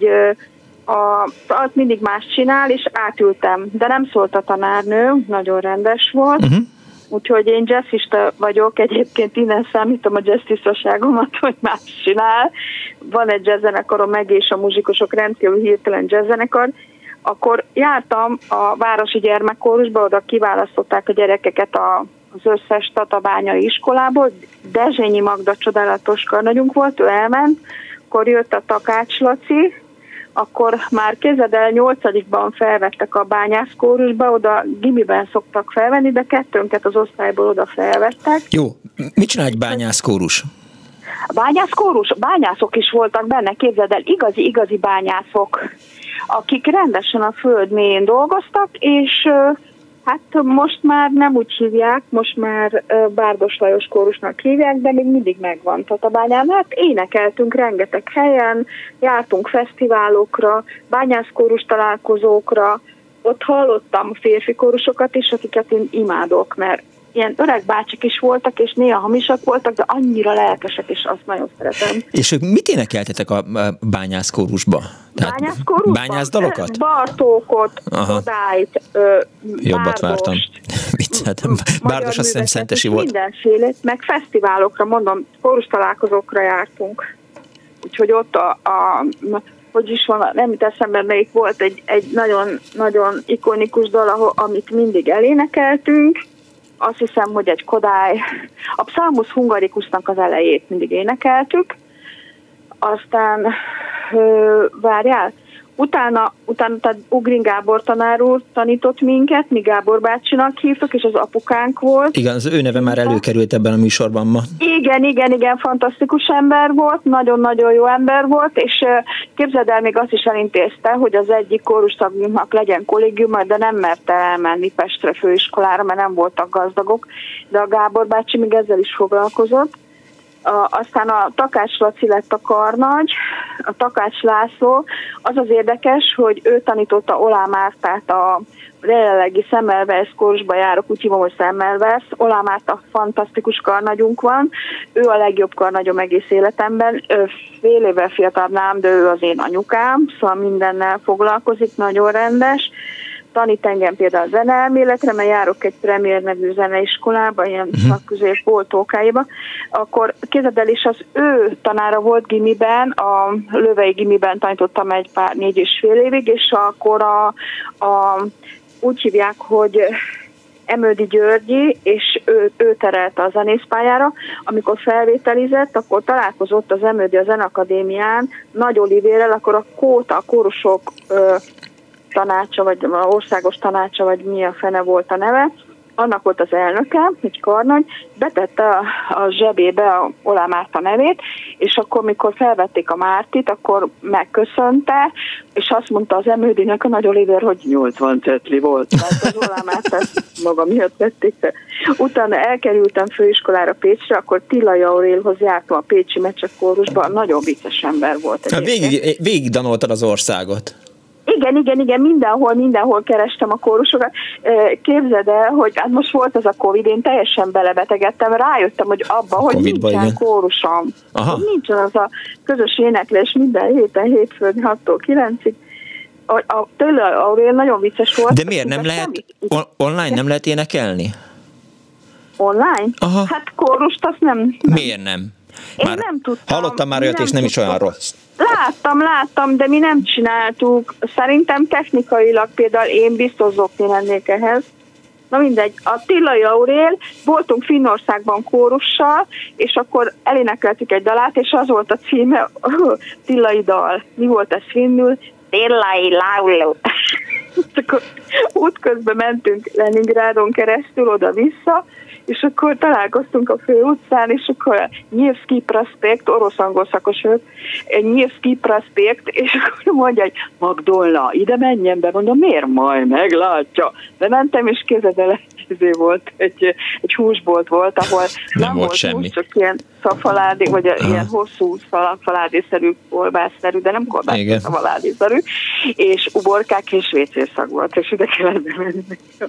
a, az mindig más csinál, és átültem. De nem szólt a tanárnő, nagyon rendes volt. Uh-huh. Úgyhogy én jazzista vagyok, egyébként innen számítom a jazztisztaságomat, hogy más csinál. Van egy jazzzenekarom, meg és a muzsikusok rendkívül hirtelen jazzzenekar. Akkor jártam a városi gyermekkórusba, oda kiválasztották a gyerekeket a, az összes tatabányai iskolából. Dezsényi Magda csodálatos karnagyunk volt, ő elment, akkor jött a Takács Laci, akkor már képzeld el, nyolcadikban felvettek a bányászkórusba, oda gimiben szoktak felvenni, de kettőnket az osztályból oda felvettek. Jó, mit csinál egy bányászkórus? A bányászkórus? Bányászok is voltak benne, képzeld el, igazi-igazi bányászok, akik rendesen a föld mélyén dolgoztak, és hát most már nem úgy hívják, most már Bárdos Lajos kórusnak hívják, de még mindig megvan Tatabányán. Hát énekeltünk rengeteg helyen, jártunk fesztiválokra, bányászkórus találkozókra, ott hallottam férfi kórusokat is, akiket én imádok, mert ilyen öreg bácsik is voltak, és néha hamisak voltak, de annyira lelkesek, és azt nagyon szeretem. És ők mit énekeltetek a bányászkórusba? Bányászkórusban? Bányászdalokat? Bartókot, Kodályt, Jobbat vártam. Bárdos azt hiszem szentesi volt. Mindenféle, meg fesztiválokra, mondom, kórus találkozókra jártunk. Úgyhogy ott a, a hogy is van, nem jut eszembe, melyik volt egy, egy nagyon, nagyon ikonikus dal, ahol, amit mindig elénekeltünk. Azt hiszem, hogy egy Kodály. A Psalmus Hungarikusnak az elejét mindig énekeltük. Aztán, ö, várjál, Utána, utána tehát Ugrin Gábor tanár úr tanított minket, mi Gábor bácsinak hívtuk, és az apukánk volt. Igen, az ő neve már előkerült ebben a műsorban ma. Igen, igen, igen, fantasztikus ember volt, nagyon-nagyon jó ember volt, és képzeld el, még azt is elintézte, hogy az egyik kórustagunknak legyen kollégiuma, de nem merte elmenni Pestre főiskolára, mert nem voltak gazdagok, de a Gábor bácsi még ezzel is foglalkozott. A, aztán a Takács Laci lett a karnagy, a Takács László. Az az érdekes, hogy ő tanította Olá Mártát, a jelenlegi Semmelweis kórusba járok, úgy hívom, hogy Semmelweis. Olá Márta fantasztikus karnagyunk van. Ő a legjobb karnagyom egész életemben. Ő fél évvel fiatalabb nálam, de ő az én anyukám, szóval mindennel foglalkozik, nagyon rendes. Tanít engem például a zeneelméletre, mert járok egy Premier nevű zeneiskolába, ilyen uh-huh. szakközép Boltókáiba, akkor képzeld el, és az ő tanára volt gimiben, a Lövei gimiben tanítottam egy pár, négy és fél évig, és akkor a, a, úgy hívják, hogy Emődi Györgyi, és ő, ő terelte a zenészpályára. Amikor felvételizett, akkor találkozott az Emődi a Zenakadémián Nagy Olivérrel, akkor a Kóta, a kórusok ö, tanácsa, vagy országos tanácsa, vagy mi a fene volt a neve, annak volt az elnöke, egy karnagy, betette a, a zsebébe a Olá Márta nevét, és akkor, mikor felvették a Mártit, akkor megköszönte, és azt mondta az Emődinek a Nagy Oliver, hogy nyolcvan cetli volt. Tehát az Olá Márta maga miatt vették fel. Utána elkerültem főiskolára Pécsre, akkor Tillai Aurélhoz jártam a pécsi Mecsek kórusban, nagyon vicces ember volt. Végig, végig danoltad az országot. Igen, igen, igen, mindenhol, mindenhol kerestem a kórusokat. Képzeld el, hogy hát most volt az a Covid, én teljesen belebetegedtem, rájöttem, hogy abba, hogy Covid-ba, nincsen igen. kórusom. Nincsen az a közös éneklés minden héten, hétfőn, hattól kilencig. A, a, tőle Aurél nagyon vicces volt. De miért nem lehet, on- online nem lehet énekelni? Online? Aha. Hát kórust azt nem. nem. Miért nem? Már Én nem tudtam. Hallottam már olyat, és nem is olyan rossz. Láttam, láttam, de mi nem csináltuk. Szerintem technikailag például én biztos zokni lennék ehhez. Na mindegy, a Tillai Aurél, voltunk Finnországban kórussal, és akkor elénekeltük egy dalát, és az volt a címe, Tillai dal. Mi volt ez finnül? Tillai lauló. Akkor útközben mentünk Leningrádon keresztül oda-vissza, és akkor találkoztunk a főutcán, és akkor Nyírszki Prospekt, orosz-angol szakos ők, Nyírszki Prospekt, és akkor mondja, hogy Magdolna, ide menjen be, mondom, miért majd meglátja. De mentem, és képzeld el, ezé volt, egy, egy húsbolt volt, ahol nem, nem volt volt semmi. hús, csak ilyen szafaládé, vagy Aha. ilyen hosszú szafaládészerű, kolbászszerű, de nem kolbász, szafaládészerű, és uborkák és vécészag volt, és ide kellett bemenni.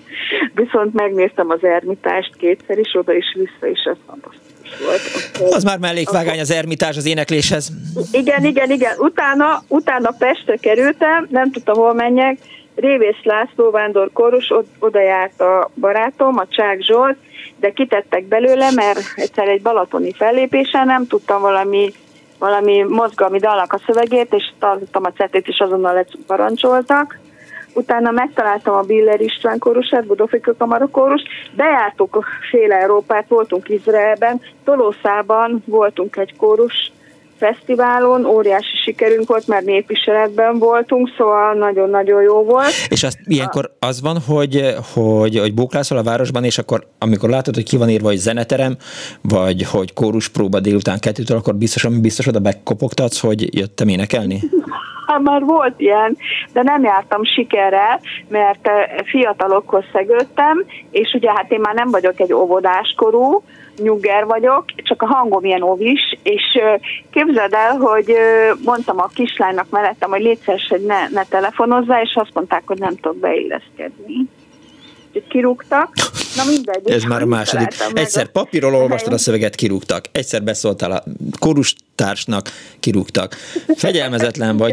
Viszont megnéztem az Ermitást kétszer is, oda is vissza, és ez fantasztikus volt. Az már mellékvágány az Ermitás az énekléshez. Igen, igen, igen. Utána, utána Pestre kerültem, nem tudtam, hol menjek. Révész László vándor kórus, oda járt a barátom, a Csák Zsolt, de kitettek belőle, mert egyszer egy balatoni fellépésen nem tudtam valami, valami mozgalmi dalnak a szövegét, és tartottam a cetét, és azonnal leparancsoltak. Utána megtaláltam a Biller István kórusát, Budofiki Kamara kórus, bejártuk fél Európát, voltunk Izraelben, Toloszában voltunk egy kórus fesztiválon, óriási sikerünk volt, mert népviseletben voltunk, szóval nagyon-nagyon jó volt. És azt ilyenkor az van, hogy, hogy, hogy bóklászol a városban, és akkor amikor látod, hogy ki van írva, hogy zeneterem, vagy hogy kóruspróba délután kettőtől, akkor biztosan biztos oda bekopogtatsz, hogy jöttem énekelni? Hát már volt ilyen, de nem jártam sikerrel, mert fiatalokhoz szegődtem, és ugye hát én már nem vagyok egy óvodáskorú, nyugger vagyok, csak a hangom ilyen óvis, és képzeld el, hogy mondtam a kislánynak mellettem, hogy légy szíves, hogy ne, ne telefonozzá, és azt mondták, hogy nem tudok beilleszkedni. Úgyhogy kirúgtak. Na mindegy. Ez már a második. Egyszer papírról olvastad a szöveget, kirúgtak. Egyszer beszóltál a kórustársnak, kirúgtak. Fegyelmezetlen vagy.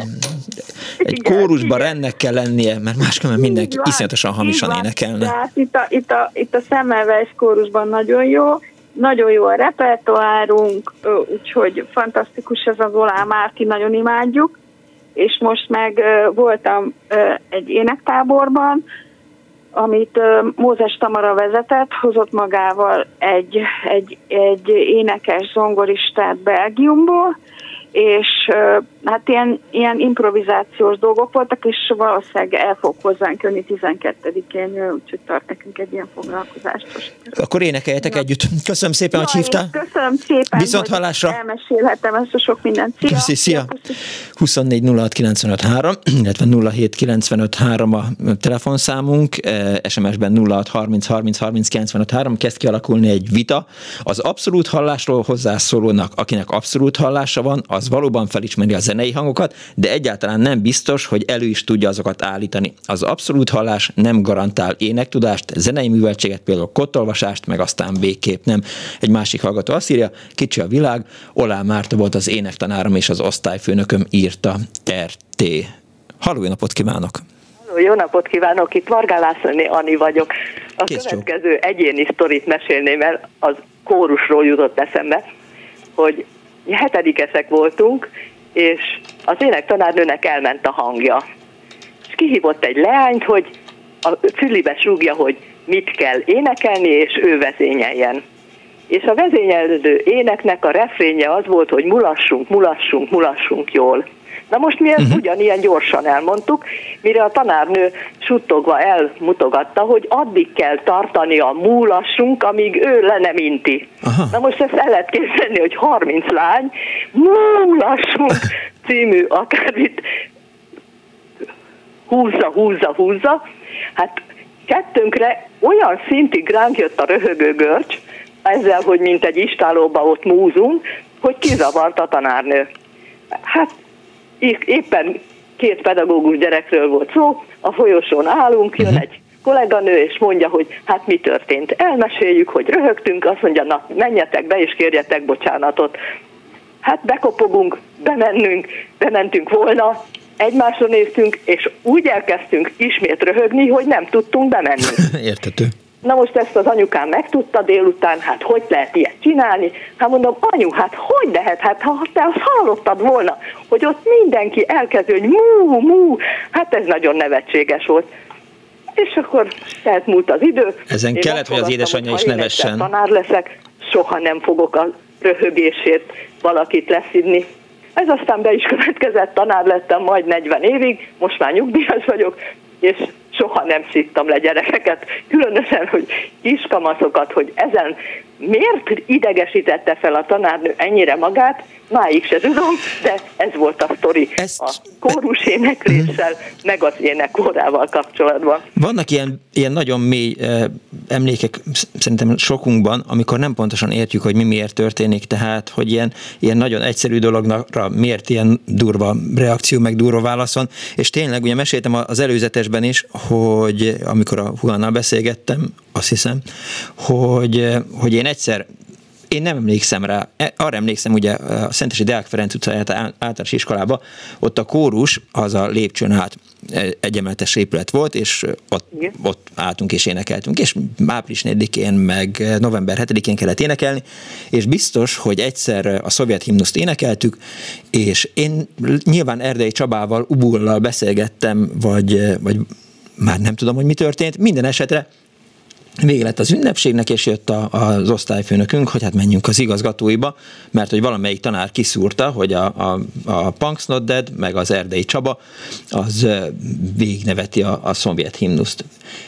Egy kórusban rendnek kell lennie, mert máskülönben mindenki iszonyatosan hamisan énekelne. Tehát itt a, itt a, itt a Semmelweis kórusban nagyon jó, nagyon jó a repertoárunk, úgyhogy fantasztikus ez az Olá Márti, nagyon imádjuk, és most meg voltam egy énektáborban, amit Mózes Tamara vezetett, hozott magával egy, egy, egy énekes zongoristát Belgiumból, és hát ilyen, ilyen improvizációs dolgok voltak, és valószínűleg el fog hozzánk jönni tizenkettedikén, úgyhogy tart nekünk egy ilyen foglalkozást. Akkor énekeljetek ja. együtt. Köszönöm szépen, ja, hogy hívtál. Köszönöm szépen, viszont hallásra. Elmesélhettem ezt a sok mindent. Szia! Köszi, szia! huszonnégy nulla hat kilencvenöt három, illetve nulla hét kilencvenöt három a telefonszámunk, es em es-ben nulla hat harminc harminc harminc kilencvenöt három, kezd kialakulni egy vita. Az abszolút hallásról hozzászólónak, akinek abszolút hallása van, az valóban felismeri a zenei hangokat, de egyáltalán nem biztos, hogy elő is tudja azokat állítani. Az abszolút hallás nem garantál énektudást, zenei műveltséget, például kottolvasást, meg aztán végképp nem. Egy másik hallgató azt írja, kicsi a világ, Olá Márta volt az énektanárom és az osztályfőnököm, írta er té. Halló, jó napot kívánok! Jó napot kívánok, itt Vargál Lászlóné Ani vagyok. A Kész következő csók. Egyéni sztorit mesélném el, az kórusról jutott eszembe, hogy hetedikesek voltunk, és az énektanárnőnek elment a hangja. És kihívott egy leányt, hogy a fülibe súgja, hogy mit kell énekelni, és ő vezényeljen. És a vezényelő éneknek a refrénje az volt, hogy mulassunk, mulassunk, mulassunk jól. Na most mi ezt uh-huh. ugyanilyen gyorsan elmondtuk, mire a tanárnő suttogva elmutogatta, hogy addig kell tartani a múlassunk, amíg ő le nem inti. Aha. Na most ezt el lehet képzelni, hogy harminc lány múlassunk című akármit húzza, húzza, húzza. Hát kettőnkre olyan szintig ránk jött a röhögő görcs, ezzel, hogy mint egy istálóba ott múzunk, hogy kizavart a tanárnő. Hát éppen két pedagógus gyerekről volt szó, a folyosón állunk, jön egy kolléganő, és mondja, hogy hát mi történt. Elmeséljük, hogy röhögtünk, azt mondja, na menjetek be, és kérjetek bocsánatot. Hát bekopogunk, bemennünk, bementünk volna, egymásra néztünk, és úgy elkezdtünk ismét röhögni, hogy nem tudtunk bemenni. Értető. Na most ezt az anyukám megtudta délután, hát hogy lehet ilyet csinálni? Hát mondom, anyu, hát hogy lehet? Hát ha te azt hallottad volna, hogy ott mindenki elkezd, hogy mú, mú, hát ez nagyon nevetséges volt. És akkor tehát múlt az idő. Ezen én kellett, hogy az édesanyja is nevessen. Tanár leszek, soha nem fogok a röhögésért valakit leszidni. Ez aztán be is következett, tanár lettem majd negyven évig, most már nyugdíjas vagyok, és soha nem szittam le gyerekeket, különösen, hogy kiskamaszokat, hogy ezen miért idegesítette fel a tanárnő ennyire magát, máig se tudom, de ez volt a sztori Ezt... a kórus énekléssel, meg az énekórával kapcsolatban. Vannak ilyen, ilyen nagyon mély eh, emlékek szerintem sokunkban, amikor nem pontosan értjük, hogy mi miért történik, tehát, hogy ilyen, ilyen nagyon egyszerű dologra miért ilyen durva reakció, meg durva válasz van, és tényleg ugye meséltem az előzetesben is, hogy amikor a Hugánnal beszélgettem, azt hiszem, hogy, hogy én egyszer, én nem emlékszem rá, arra emlékszem, ugye a Szentesi Deák Ferenc utca általános iskolába, ott a kórus, az a lépcsőn át egy emeletes épület volt, és ott, ott álltunk és énekeltünk, és április negyedikén, meg november hetedikén kellett énekelni, és biztos, hogy egyszer a szovjet himnuszt énekeltük, és én nyilván Erdei Csabával, Ubullal beszélgettem, vagy, vagy már nem tudom, hogy mi történt, minden esetre vége lett az ünnepségnek, és jött a, az osztályfőnökünk, hogy hát menjünk az igazgatóiba, mert hogy valamelyik tanár kiszúrta, hogy a, a, a Punks Not Dead, meg az Erdei Csaba, az végigneveti a, a szovjet himnuszt.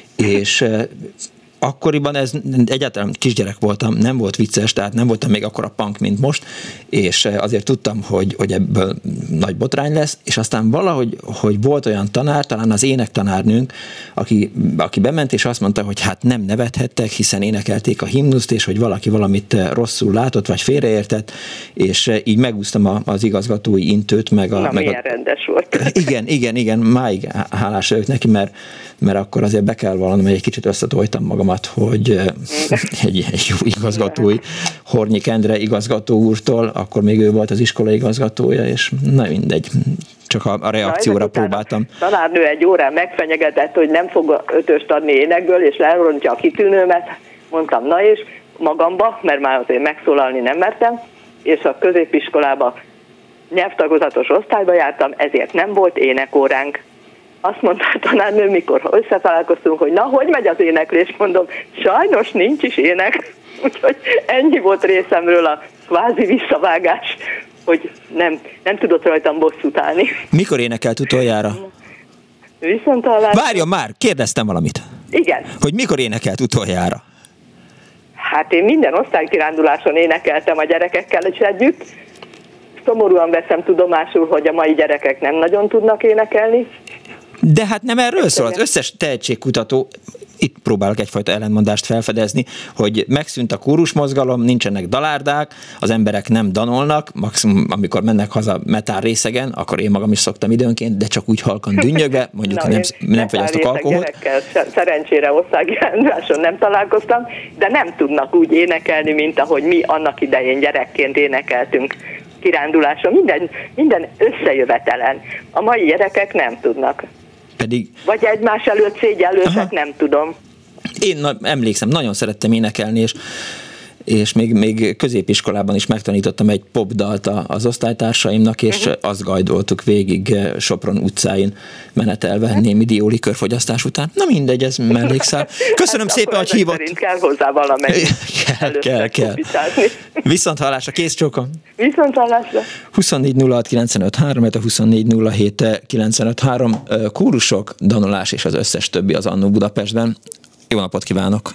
És akkoriban ez egyáltalán kisgyerek voltam, nem volt vicces, tehát nem voltam még akkora punk, mint most, és azért tudtam, hogy, hogy ebből nagy botrány lesz, és aztán valahogy, hogy volt olyan tanár, talán az énektanárnőnk, aki, aki bement, és azt mondta, hogy hát nem nevethettek, hiszen énekelték a himnuszt, és hogy valaki valamit rosszul látott, vagy félreértett, és így megúsztam az igazgatói intőt, meg a... Na, meg milyen a, rendes volt. Igen, igen, igen, máig hálás vagyok neki, mert, mert akkor azért be kell vallanom, hogy egy kicsit összetoltam magamat, hogy egy, egy jó igazgatói, Hornyik Endre igazgató úrtól, akkor még ő volt az iskola igazgatója, és na mindegy, csak a, a reakcióra na, próbáltam. A tanárnő egy órán megfenyegetett, hogy nem fog ötöst adni énekből, és lerontja a kitűnőmet. Mondtam, na és magamba, mert már azért megszólalni nem mertem, és a középiskolába nyelvtagozatos osztályba jártam, ezért nem volt énekóránk. Azt mondta a tanárnő, mikor összetalálkoztunk, hogy na, hogy megy az éneklés? Mondom, sajnos nincs is ének. Úgyhogy ennyi volt részemről a kvázi visszavágás hogy nem, nem tudott rajtam bosszút állni. Mikor énekelt utoljára? Viszont hallásra. Várjon már, kérdeztem valamit. Igen. Hogy mikor énekelt utoljára? Hát én minden osztálykiránduláson énekeltem a gyerekekkel is együtt. Szomorúan veszem tudomásul, hogy a mai gyerekek nem nagyon tudnak énekelni. De hát nem erről szól. Az összes tehetségkutató, itt próbálok egyfajta ellentmondást felfedezni, hogy megszűnt a kórusmozgalom, nincsenek dalárdák, az emberek nem danolnak, maximum amikor mennek haza metál részegen, akkor én magam is szoktam időnként, de csak úgy halkan dünnyögve, mondjuk Na, nem, nem fogyasztok alkoholt. Szerencsére osztálykirándulásson nem találkoztam, de nem tudnak úgy énekelni, mint ahogy mi annak idején gyerekként énekeltünk kiránduláson. Minden, minden összejövetelen. A mai gyerekek nem tudnak. Pedig... Vagy egymás előtt szégyellősek, nem tudom. Én na, emlékszem, nagyon szerettem énekelni, és, és még, még középiskolában is megtanítottam egy popdalt az osztálytársaimnak, és uh-huh. azt gajdoltuk végig Sopron utcáin menetelve némi diólikörfogyasztás után. Na mindegy, ez mellékszál. Köszönöm hát szépen, hogy hívott. Szerint kell hozzá valamennyi. kell, kell, kell. Viszont hallásra, kész csókom. Viszont hallásra. huszonnégy nulla hat kilencvenöt három, a huszonnégy nulla hét kilencvenöt három, kórusok, danolás és az összes többi az Annó Budapestben. Jó napot kívánok!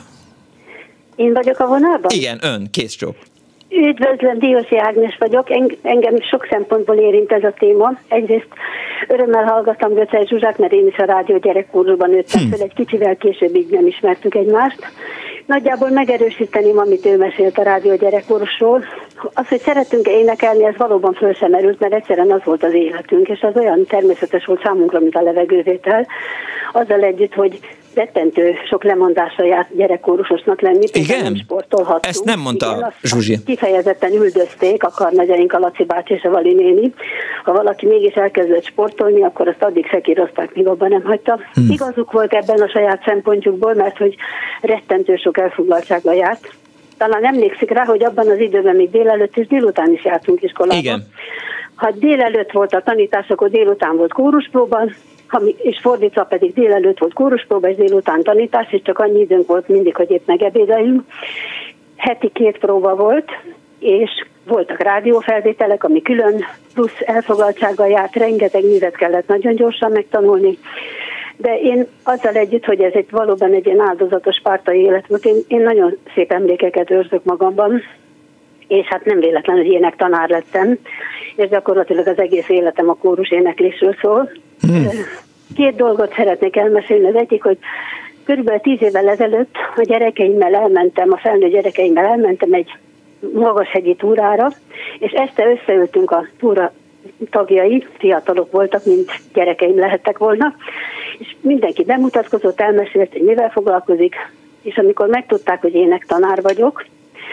Én vagyok a vonalban? Igen, ön, kész csók. Üdvözlöm, Diósi Ágnes vagyok. Engem sok szempontból érint ez a téma. Egyrészt örömmel hallgattam Göcej Zsuzsát, mert én is a rádió gyerekkórusban nőttem hmm. föl, egy kicsivel később így nem ismertük egymást. Nagyjából megerősíteném, amit ő mesélt a rádió gyerekkórusról. Az, hogy szeretünk énekelni, ez valóban föl sem merült, mert egyszerűen az volt az életünk, és az olyan természetes volt számunkra, mint a levegővétel. Azzal együtt, hogy rettentő sok lemondással járt gyerekkórusosnak lenni, igen? Nem sportolhattunk. Ezt nem mondta igen, Zsuzsi. Kifejezetten üldözték a karnagyaink, a Laci bácsi és a Vali néni. Ha valaki mégis elkezdett sportolni, akkor azt addig szekírozták, míg abban nem hagyta. Hmm. Igazuk volt ebben a saját szempontjukból, mert hogy rettentő sok elfoglaltsággal járt. Talán emlékszik rá, hogy abban az időben még délelőtt és délután is jártunk iskolában. Igen. Ha délelőtt volt a tanítás, akkor délután volt kóruspróba, és fordítva pedig délelőtt volt kóruspróba, és délután tanítás, és csak annyi időnk volt mindig, hogy épp megebédeljünk. Heti két próba volt, és voltak rádiófelvételek, ami külön plusz elfoglaltsággal járt, rengeteg művet kellett nagyon gyorsan megtanulni. De én azzal együtt, hogy ez egy valóban egy ilyen áldozatos pártai élet volt, én, én nagyon szép emlékeket őrzök magamban, és hát nem véletlen, hogy énektanár lettem, és gyakorlatilag az egész életem a kórus éneklésről szól. Hmm. Két dolgot szeretnék elmesélni. Az egyik, hogy körülbelül tíz évvel ezelőtt a gyerekeimmel elmentem, a felnőtt gyerekeimmel elmentem egy magashegyi túrára, és este összeültünk a túra tagjai, fiatalok voltak, mint gyerekeim lehettek volna, és mindenki bemutatkozott, elmesélt, hogy mivel foglalkozik, és amikor megtudták, hogy énektanár vagyok,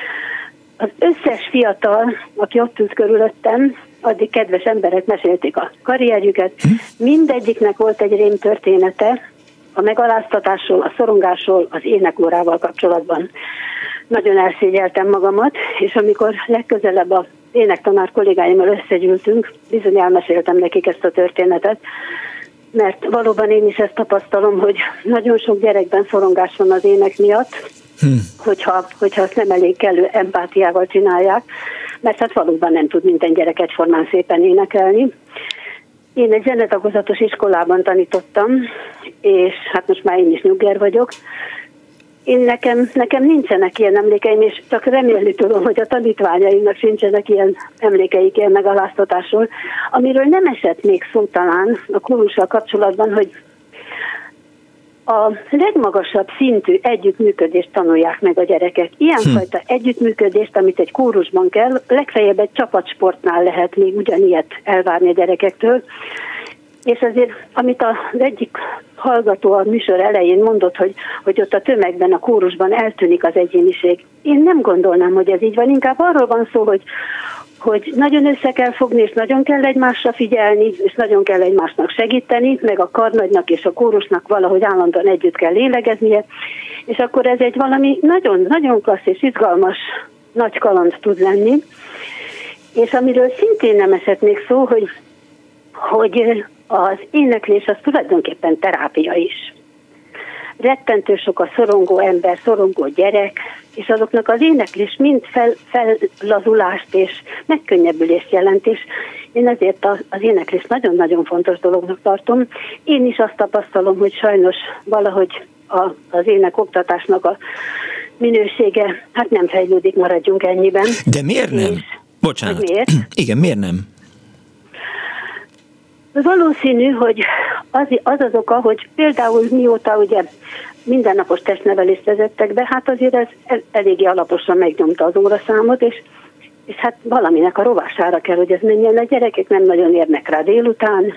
az összes fiatal, aki ott ült körülöttem, addig kedves emberek mesélték a karrierjüket, mindegyiknek volt egy rém története a megaláztatásról, a szorongásról, az énekórával kapcsolatban. Nagyon elszégyeltem magamat, és amikor legközelebb a énektanár kollégáimmal összegyűltünk, bizony elmeséltem nekik ezt a történetet, mert valóban én is ezt tapasztalom, hogy nagyon sok gyerekben szorongás van az ének miatt, hmm. hogyha, hogyha azt nem elég kellő empátiával csinálják, mert hát valóban nem tud minden gyerek egyformán szépen énekelni. Én egy zenetagozatos iskolában tanítottam, és hát most már én is nyugger vagyok. Én nekem, nekem nincsenek ilyen emlékeim, és csak remélni tudom, hogy a tanítványaimnak sincsenek ilyen emlékeik ilyen megaláztatásról, amiről nem esett még szó talán a kórussal kapcsolatban, hogy a legmagasabb szintű együttműködést tanulják meg a gyerekek. Ilyenfajta hm. együttműködést, amit egy kórusban kell, legfeljebb egy csapatsportnál lehet még ugyanilyet elvárni a gyerekektől. És azért, amit az egyik hallgató a műsor elején mondott, hogy, hogy ott a tömegben, a kórusban eltűnik az egyéniség. Én nem gondolnám, hogy ez így van. Inkább arról van szó, hogy, hogy nagyon össze kell fogni, és nagyon kell egymásra figyelni, és nagyon kell egymásnak segíteni, meg a karnagynak és a kórusnak valahogy állandóan együtt kell lélegeznie, és akkor ez egy valami nagyon-nagyon klassz és izgalmas nagy kaland tud lenni. És amiről szintén nem esett még szó, hogy, hogy az éneklés az tulajdonképpen terápia is. rettentő sok a szorongó ember, szorongó gyerek, és azoknak az éneklés mind fel, fellazulást és megkönnyebbülést jelent, és én ezért az éneklést nagyon-nagyon fontos dolognak tartom. Én is azt tapasztalom, hogy sajnos valahogy a, az énekoktatásnak a minősége, hát nem fejlődik, maradjunk ennyiben. De miért nem? És, Bocsánat. Miért? Igen, miért nem? Valószínű, hogy az, az az oka, hogy például mióta ugye mindennapos testnevelést vezettek be, hát azért ez eléggé alaposan megnyomta az óraszámot, és, és hát valaminek a rovására kell, hogy ez menjen. A gyerekek nem nagyon érnek rá délután,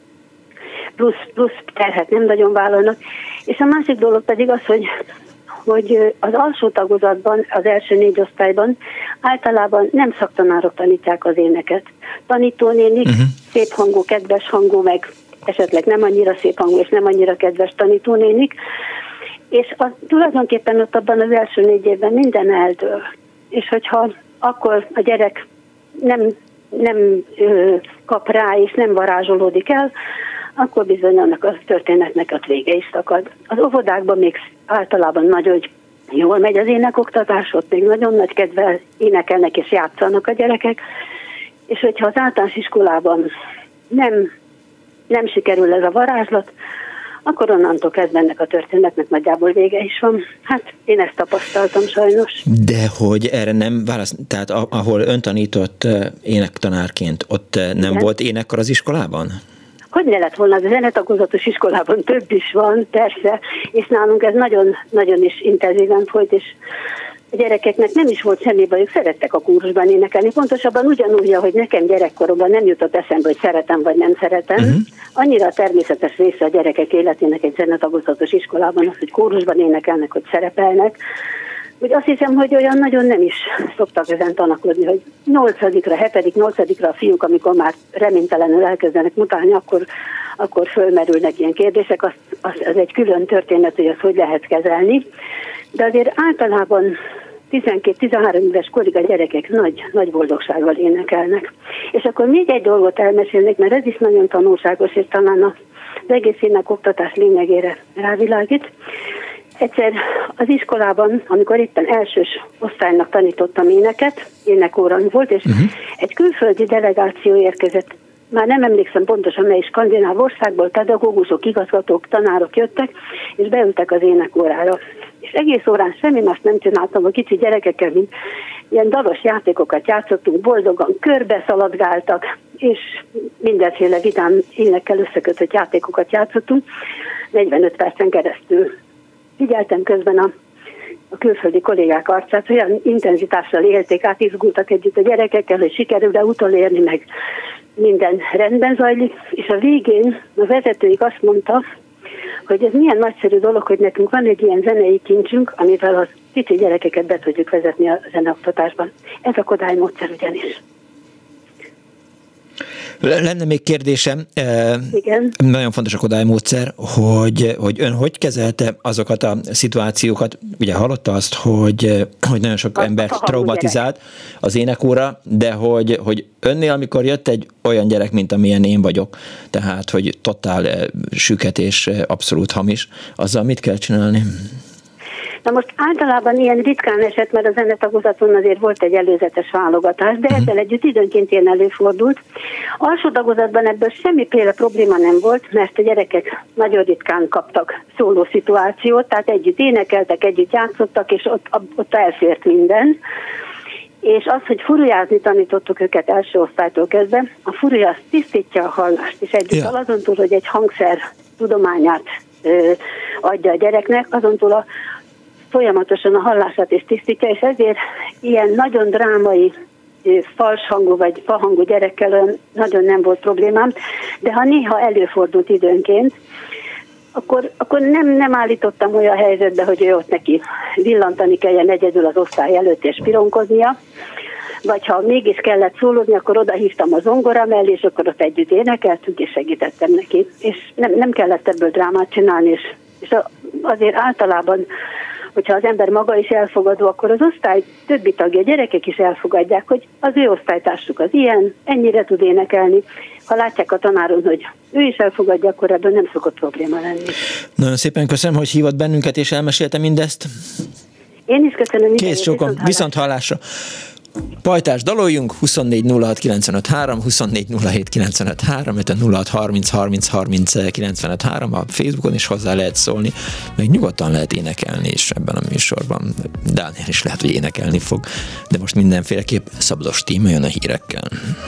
plusz, plusz terhet nem nagyon vállalnak. És a másik dolog pedig az, hogy hogy az alsó tagozatban, az első négy osztályban általában nem szaktanárok tanítják az éneket. Tanítónénik, uh-huh. szép hangú, kedves hangú, meg esetleg nem annyira szép hangú és nem annyira kedves tanítónénik, és az, tulajdonképpen ott abban az első négy évben minden eldől. És hogyha akkor a gyerek nem, nem ö, kap rá és nem varázsolódik el, akkor bizony annak a történetnek a vége is szakad. Az óvodákban még általában nagyon jól megy az énekoktatás, ott még nagyon nagy kedvel énekelnek és játszanak a gyerekek, és hogyha az általános iskolában nem, nem sikerül ez a varázslat, akkor onnantól kezdve ennek a történetnek nagyjából vége is van. Hát én ezt tapasztaltam sajnos. De hogy erre nem válasz, tehát ahol ön tanított énektanárként, ott nem Igen. volt énekkar az iskolában? Hogy ne lett volna, az zenetagozatos iskolában több is van, persze, és nálunk ez nagyon, nagyon is intenzíven folyt, és a gyerekeknek nem is volt semmi bajuk, szerettek a kórusban énekelni. Pontosabban ugyanúgy, hogy nekem gyerekkoromban nem jutott eszembe, hogy szeretem vagy nem szeretem. Uh-huh. Annyira természetes része a gyerekek életének egy zenetagozatos iskolában az, hogy kórusban énekelnek, hogy szerepelnek. Úgy azt hiszem, hogy olyan nagyon nem is szoktak ezen tanakodni, hogy nyolcadikra, hetedik, nyolcadikra a fiúk, amikor már reménytelenül elkezdenek mutatni, akkor, akkor fölmerülnek ilyen kérdések, az, az, az egy külön történet, hogy azt hogy lehet kezelni. De azért általában tizenkét-tizenhárom éves korig a gyerekek nagy, nagy boldogsággal énekelnek. És akkor még egy dolgot elmesélnék, mert ez is nagyon tanulságos, és talán az egész énekoktatás lényegére rávilágít. Egyszer az iskolában, amikor éppen elsős osztálynak tanítottam éneket, énekórán volt, és uh-huh. egy külföldi delegáció érkezett, már nem emlékszem pontosan, mely skandináv országból, pedagógusok, igazgatók, tanárok jöttek, és beültek az énekórára. És egész órán semmi más nem csináltam a kicsi gyerekekkel, mint ilyen dalos játékokat játszottunk, boldogan körbe szaladgáltak, és mindenféle vidám énekkel összekötött játékokat játszottunk, negyvenöt percen keresztül. Figyeltem közben a, a külföldi kollégák arcát, olyan intenzitással élték át, izgultak együtt a gyerekekkel, hogy sikerül-e utolérni, meg minden rendben zajlik, és a végén a vezetőik azt mondta, hogy ez milyen nagyszerű dolog, hogy nekünk van egy ilyen zenei kincsünk, amivel az kicsi gyerekeket be tudjuk vezetni a zeneoktatásban. Ez a Kodály módszer ugyanis. Lenne még kérdésem, Igen. Nagyon fontos a Kodály módszer, hogy, hogy ön hogy kezelte azokat a szituációkat, ugye hallotta azt, hogy, hogy nagyon sok embert traumatizált az énekóra, de hogy, hogy önnél, amikor jött egy olyan gyerek, mint amilyen én vagyok, tehát, hogy totál süket és abszolút hamis, azzal mit kell csinálni? Na most általában ilyen ritkán esett, mert a zenetagozaton azért volt egy előzetes válogatás, de ezzel együtt időnként ilyen előfordult. Alsó tagozatban ebből semmiféle probléma nem volt, mert a gyerekek nagyon ritkán kaptak szóló szituációt, tehát együtt énekeltek, együtt játszottak, és ott, ott elfért minden. És az, hogy furujázni tanítottuk őket első osztálytól kezdve, a furuja tisztítja a hallást, és együtt ja. azon túl, hogy egy hangszer tudományát ö, adja a gyereknek, azon túl a folyamatosan a hallását is tisztítja, és ezért ilyen nagyon drámai, falshangú vagy fahangú gyerekkel olyan nagyon nem volt problémám, de ha néha előfordult időnként, akkor, akkor nem, nem állítottam olyan helyzetbe, hogy ő ott neki villantani kelljen egyedül az osztály előtt és pironkoznia, vagy ha mégis kellett szólódni, akkor oda hívtam a zongora mellé, és akkor ott együtt énekeltünk, és segítettem neki. És nem, nem kellett ebből drámát csinálni, és, és azért általában hogyha az ember maga is elfogadó, akkor az osztály többi tagja, gyerekek is elfogadják, hogy az ő osztálytársuk az ilyen, ennyire tud énekelni. Ha látják a tanáron, hogy ő is elfogadja, akkor ebben nem szokott probléma lenni. Nagyon szépen köszönöm, hogy hívott bennünket, és elmesélte mindezt. Én is köszönöm. Kész sokan, viszont hallásra. Pajtás, daloljunk, huszonnégy nulla hat kilencvenöt három, huszonnégy nulla hét kilencvenöt három, illetve nulla hat harminc harminc harminc kilencvenöt három, a Facebookon is hozzá lehet szólni, meg nyugodtan lehet énekelni is ebben a műsorban. Dániel is lehet, hogy énekelni fog, de most mindenféleképp Szabados Tíme jön a hírekkel.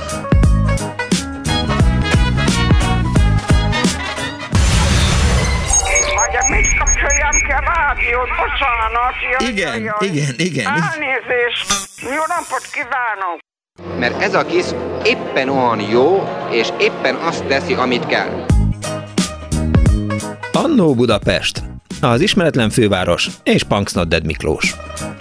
Mit kapcsoljam ki a rádiót? Bocsánat. Jaj, igen, jaj. igen, igen. Elnézést. Jó napot kívánok. Mert ez a kis éppen olyan jó, és éppen azt teszi, amit kell. Annó Budapest, az ismeretlen főváros és Punks Not Dead Miklós.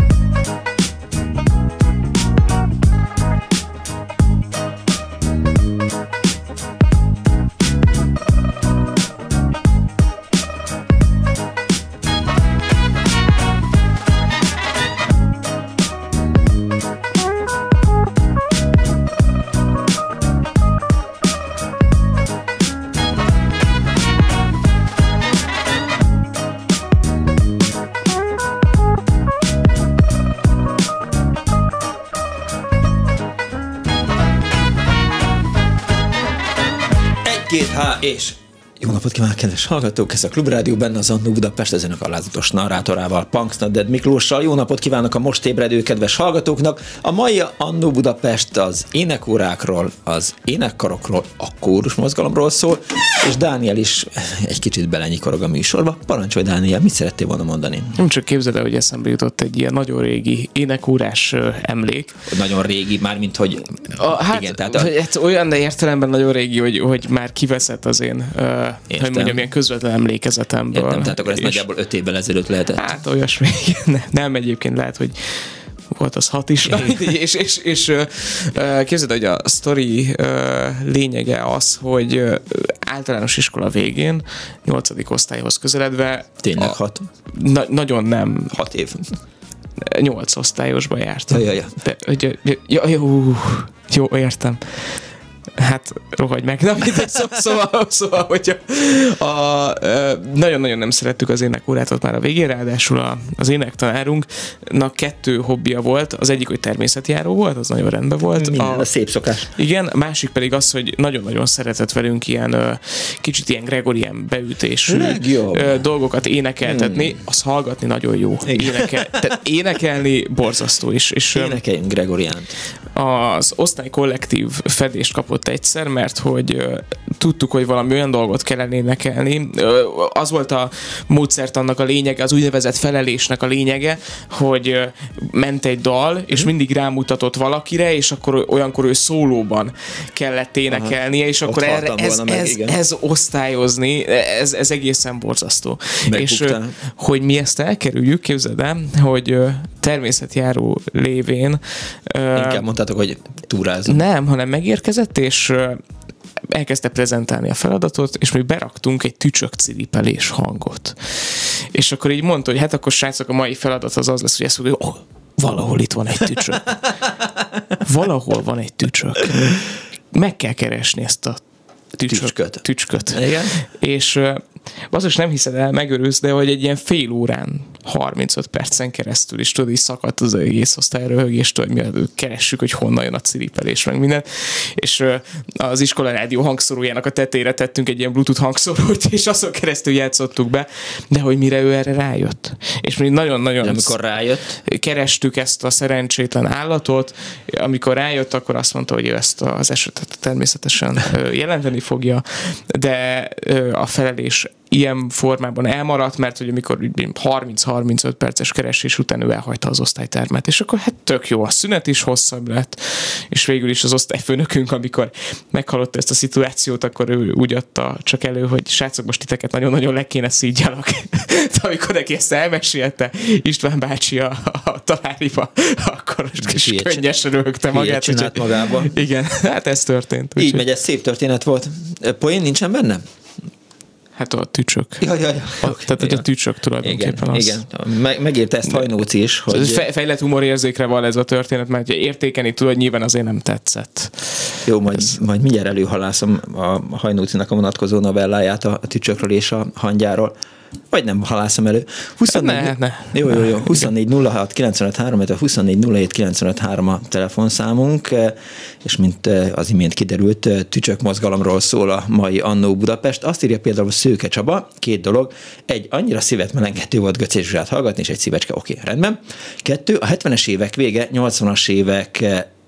Két H és jó napot kívánok, kedves hallgatók! Ez a Klubrádió, benne az Annó Budapest, az önök alázatos narrátorával, Punks Not Dead Miklóssal. Jó napot kívánok a most ébredő kedves hallgatóknak! A mai Annó Budapest az énekórákról, az énekkarokról, a kórusmozgalomról szól, és Dániel is egy kicsit belenyikorog a műsorba. Parancsolj, Dániel, mit szerettél volna mondani? Nem csak képzeld el, hogy eszembe jutott egy ilyen nagyon régi énekórás emlék. Nagyon régi, mármint hogy... A, hát, igen, tehát a... hát olyan értelemben nagyon régi, hogy, hogy már kiveszett az én... Értem. Hogy mondjam, ilyen közvetlen emlékezetemből. Értem, tehát akkor ez és... nagyjából öt évvel ezelőtt lehetett. Hát olyasmi, nem, nem egyébként lehet, hogy volt az hat is. és és, és uh, képzeld, hogy a sztori uh, lényege az, hogy uh, általános iskola végén, nyolcadik osztályhoz közeledve... Tényleg a, hat? Na, nagyon nem. Hat év. Nyolc osztályosba jártam. Ja, ja, ja. De, hogy, ja, jó, jó, értem. Hát rohagy meg, na, szó, szóval, szóval, hogy a, a, nagyon-nagyon nem szerettük az énekórát ott már a végén, ráadásul a, az énektanárunknak kettő hobbija volt, az egyik, hogy természetjáró volt, az nagyon rendben volt. Minden, a, a szép szokás. Igen, a másik pedig az, hogy nagyon-nagyon szeretett velünk ilyen kicsit ilyen gregorián beütésű Legjobb. dolgokat énekeltetni, hmm. az hallgatni nagyon jó. Énekel, tehát énekelni borzasztó is. És, énekeljünk gregoriánt. Az osztály kollektív fedést kapott egyszer, mert hogy uh, tudtuk, hogy valami olyan dolgot kellene énekelni. Uh, az volt a módszert annak a lényege, az úgynevezett felelésnek a lényege, hogy uh, ment egy dal, és mindig rámutatott valakire, és akkor olyankor ő szólóban kellett énekelnie, és akkor erre, ez, meg, ez, ez osztályozni, ez, ez egészen borzasztó. És uh, hogy mi ezt elkerüljük, képzeld el, hogy uh, természetjáró lévén uh, inkább mondtátok, hogy túrázunk. Nem, hanem megérkezett, és elkezdte prezentálni a feladatot, és mi beraktunk egy tücsökciripelés hangot. És akkor így mondta, hogy hát akkor srácok, a mai feladat az az lesz, hogy ezt mondja, hogy oh, valahol itt van egy tücsök. Valahol van egy tücsök. Meg kell keresni ezt a tücsök, tücsköt. tücsköt. Igen. És uh, azos nem hiszed el, megörülsz, de hogy egy ilyen fél órán, harmincöt percen keresztül is tudod, így szakadt az egész osztály röhögés, tudod, mi keressük, hogy honnan jön a ciripelés, meg minden. És uh, az iskola rádió hangszorójának a tetejére tettünk egy ilyen Bluetooth hangszorót, és azon keresztül játszottuk be, de hogy mire ő erre rájött. És mi nagyon-nagyon amikor rájött, kerestük ezt a szerencsétlen állatot, amikor rájött, akkor azt mondta, hogy ő ezt az esetet természetesen jelenteni fogja, de a felelés ilyen formában elmaradt, mert hogy amikor harminc-harmincöt perces keresés után ő elhagyta az osztálytermet, és akkor hát tök jó, a szünet is hosszabb lett, és végül is az osztályfőnökünk, amikor meghallotta ezt a szituációt, akkor ő úgy adta csak elő, hogy srácok, most titeket nagyon-nagyon le kéne szígyalak. amikor neki ezt elmesélte István bácsi a, a taláriba, akkor is könnyesen röhögte magát. Csinált magába. Igen, hát ez történt. Így úgy, megy, ez szép történet volt. Poén nincsen benne? Hát a tücsök. Ja, ja, ja. A, tehát ja. a tücsök tulajdonképpen igen, az. Igen, Meg, megírta ezt Hajnóci is. Hogy... Fe, fejlett humorérzékre van ez a történet, mert értékeni tudod, nyilván azért nem tetszett. Jó, majd, majd mindjárt előhalászom a Hajnócinak a vonatkozó novelláját a tücsökről és a hangyáról. Vagy nem halászom elő. huszonnégy ne, ne. Jó, jó, jó. huszonnégy nulla hat kilencvenöt három, illetve huszonnégy nulla hét kilencvenöt három a telefonszámunk, és mint az imént kiderült, tücsök mozgalomról szól a mai Annó Budapest. Azt írja például Szőke Csaba, két dolog. Egy, annyira szívet melengető volt Göcés Zsuzsát hallgatni, és egy szívecske, oké, okay, rendben. Kettő, a hetvenes évek vége, nyolcvanas évek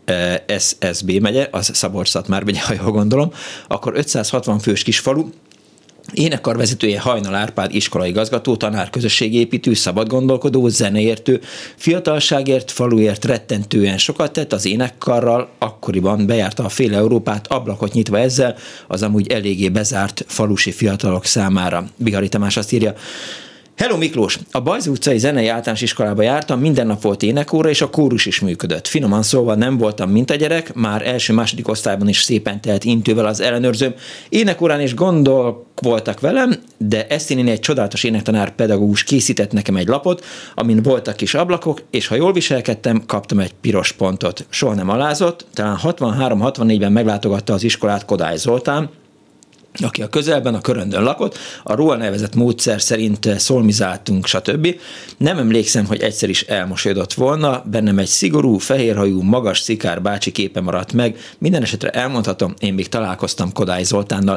es es bé megye, az Szabolcs-Szatmár megye, ha jól gondolom, akkor ötszázhatvan fős kisfalu, énekkarvezetője Hajnal Árpád iskolaigazgató, tanár, közösségépítő, szabadgondolkodó, zeneértő, fiatalságért, faluért rettentően sokat tett az énekkarral, akkoriban bejárta a fél Európát, ablakot nyitva ezzel az amúgy eléggé bezárt falusi fiatalok számára. Bihari Tamás azt írja: Hello Miklós! A Bajza utcai zenei általános iskolába jártam, minden nap volt énekóra, és a kórus is működött. Finoman szólva nem voltam mint a gyerek, már első-második osztályban is szépen telt intővel az ellenőrzőm. Énekórán is gondol voltak velem, de Eszti egy csodálatos énektanár pedagógus készített nekem egy lapot, amin voltak kis ablakok, és ha jól viselkedtem, kaptam egy piros pontot. Soha nem alázott, talán hatvanhárom hatvannégyben meglátogatta az iskolát Kodály Zoltán, aki a közelben, a Köröndön lakott, a róla nevezett módszer szerint szolmizáltunk, stb. Nem emlékszem, hogy egyszer is elmosolyodott volna, bennem egy szigorú, fehérhajú, magas szikár bácsi képe maradt meg. Minden esetre elmondhatom, én még találkoztam Kodály Zoltánnal,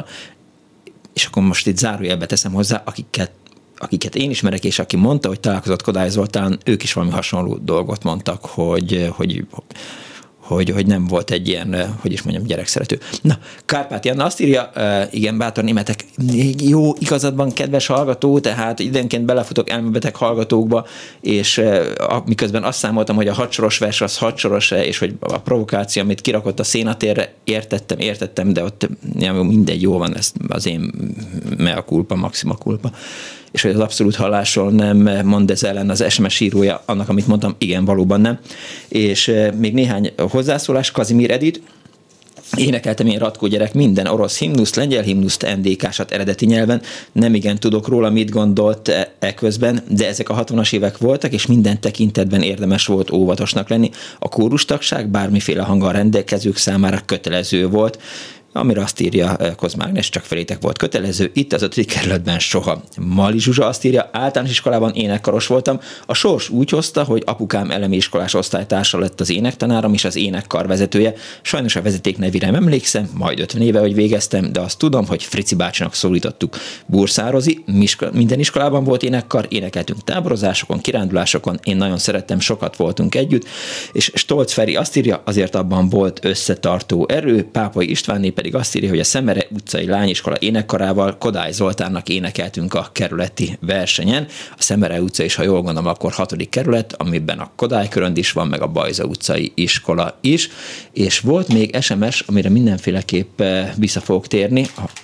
és akkor most itt zárójelbe teszem hozzá, akiket, akiket én ismerek, és aki mondta, hogy találkozott Kodály Zoltán, ők is valami hasonló dolgot mondtak, hogy, hogy Hogy, hogy nem volt egy ilyen, hogy is mondjam, gyerekszerető. Na, Kárpáti Anna azt írja, igen, bátor németek, jó, igazadban kedves hallgató, tehát időnként belefutok elmebeteg hallgatókba, és miközben azt számoltam, hogy a hatsoros vers az hatsoros, és hogy a provokáció, amit kirakott a szénatérre, értettem, értettem, de ott mindegy, jó van, ez az én mea culpa, maxima culpa. És hogy az abszolút hallásról nem mond ez ellen az es em es írója annak, amit mondtam, igen, valóban nem. És még néhány hozzászólás, Kazimír Edith, énekeltem én Ratkó gyerek minden orosz himnuszt, lengyel himnuszt, en dé ká-sat eredeti nyelven, nem igen tudok róla, mit gondolt eközben, de ezek a hatvanas évek voltak, és minden tekintetben érdemes volt óvatosnak lenni. A kórustagság bármiféle hanggal rendelkezők számára kötelező volt, amire azt írja Kozmágnes, csak felétek volt kötelező, itt az ötödik kerületben soha. Mali Zsuzsa azt írja, általános iskolában énekkaros voltam, a sors úgy hozta, hogy apukám elemi iskolás osztálytársa lett az énektanárom és az énekkar vezetője. Sajnos a vezeték nevére nem emlékszem, majd ötven éve, hogy végeztem, de azt tudom, hogy Frici bácsinak szólítottuk. Burszározi, minden iskolában volt énekkar, énekeltünk táborozásokon, kirándulásokon, én nagyon szerettem, sokat voltunk együtt, és Stolz Feri azt írja, azért abban volt összetartó erő, Pápai Istvánné pedig azt írja, hogy a Szemere utcai lányiskola énekkarával Kodály Zoltánnak énekeltünk a kerületi versenyen. A Szemere utca is, ha jól gondolom, akkor hatodik kerület, amiben a Kodály Körönd is van, meg a Bajza utcai iskola is. És volt még es em es, amire mindenféleképp vissza fogok térni,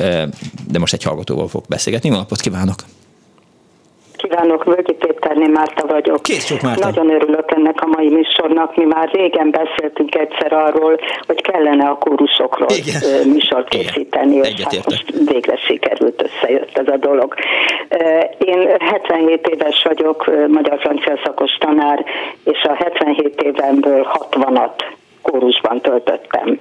de most egy hallgatóval fogok beszélgetni. Jó napot kívánok! Kívánok, Völgyi Péterné Márta vagyok. Kész sok, Márta. Nagyon örülök ennek a mai műsornak. Mi már régen beszéltünk egyszer arról, hogy kellene a kórusokról Igen. műsort készíteni, Igen. és hát most végre sikerült, összejött ez a dolog. Én hetvenhét éves vagyok, magyar-francia szakos tanár, és a hetvenhét évemből hatvanat kórusban töltöttem.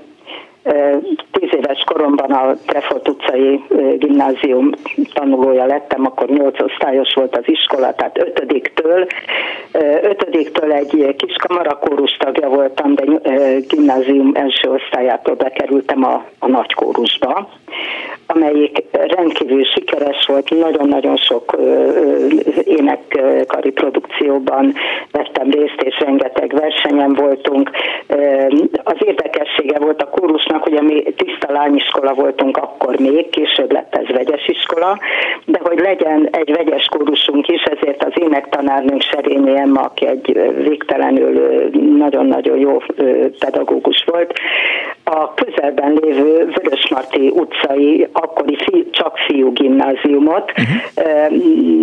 Tíz éves koromban a Trefort utcai gimnázium tanulója lettem, akkor nyolc osztályos volt az iskola, tehát ötödiktől. Ötödiktől egy kis kamarakórus tagja voltam, de gimnázium első osztályától bekerültem a, a nagy kórusba, amelyik rendkívül sikeres volt, nagyon-nagyon sok énekkari produkcióban vettem részt, és rengeteg versenyen voltunk. Az érdekessége volt a kórusnak, hogy mi tiszta lányiskola voltunk akkor még, később lett ez vegyes iskola, de hogy legyen egy vegyes kórusunk is, ezért az énektanárnőnk Serényi Emma, aki egy végtelenül nagyon-nagyon jó pedagógus volt, a közelben lévő Vörösmarty utcai akkori fi, csak fiú gimnáziumot uh-huh.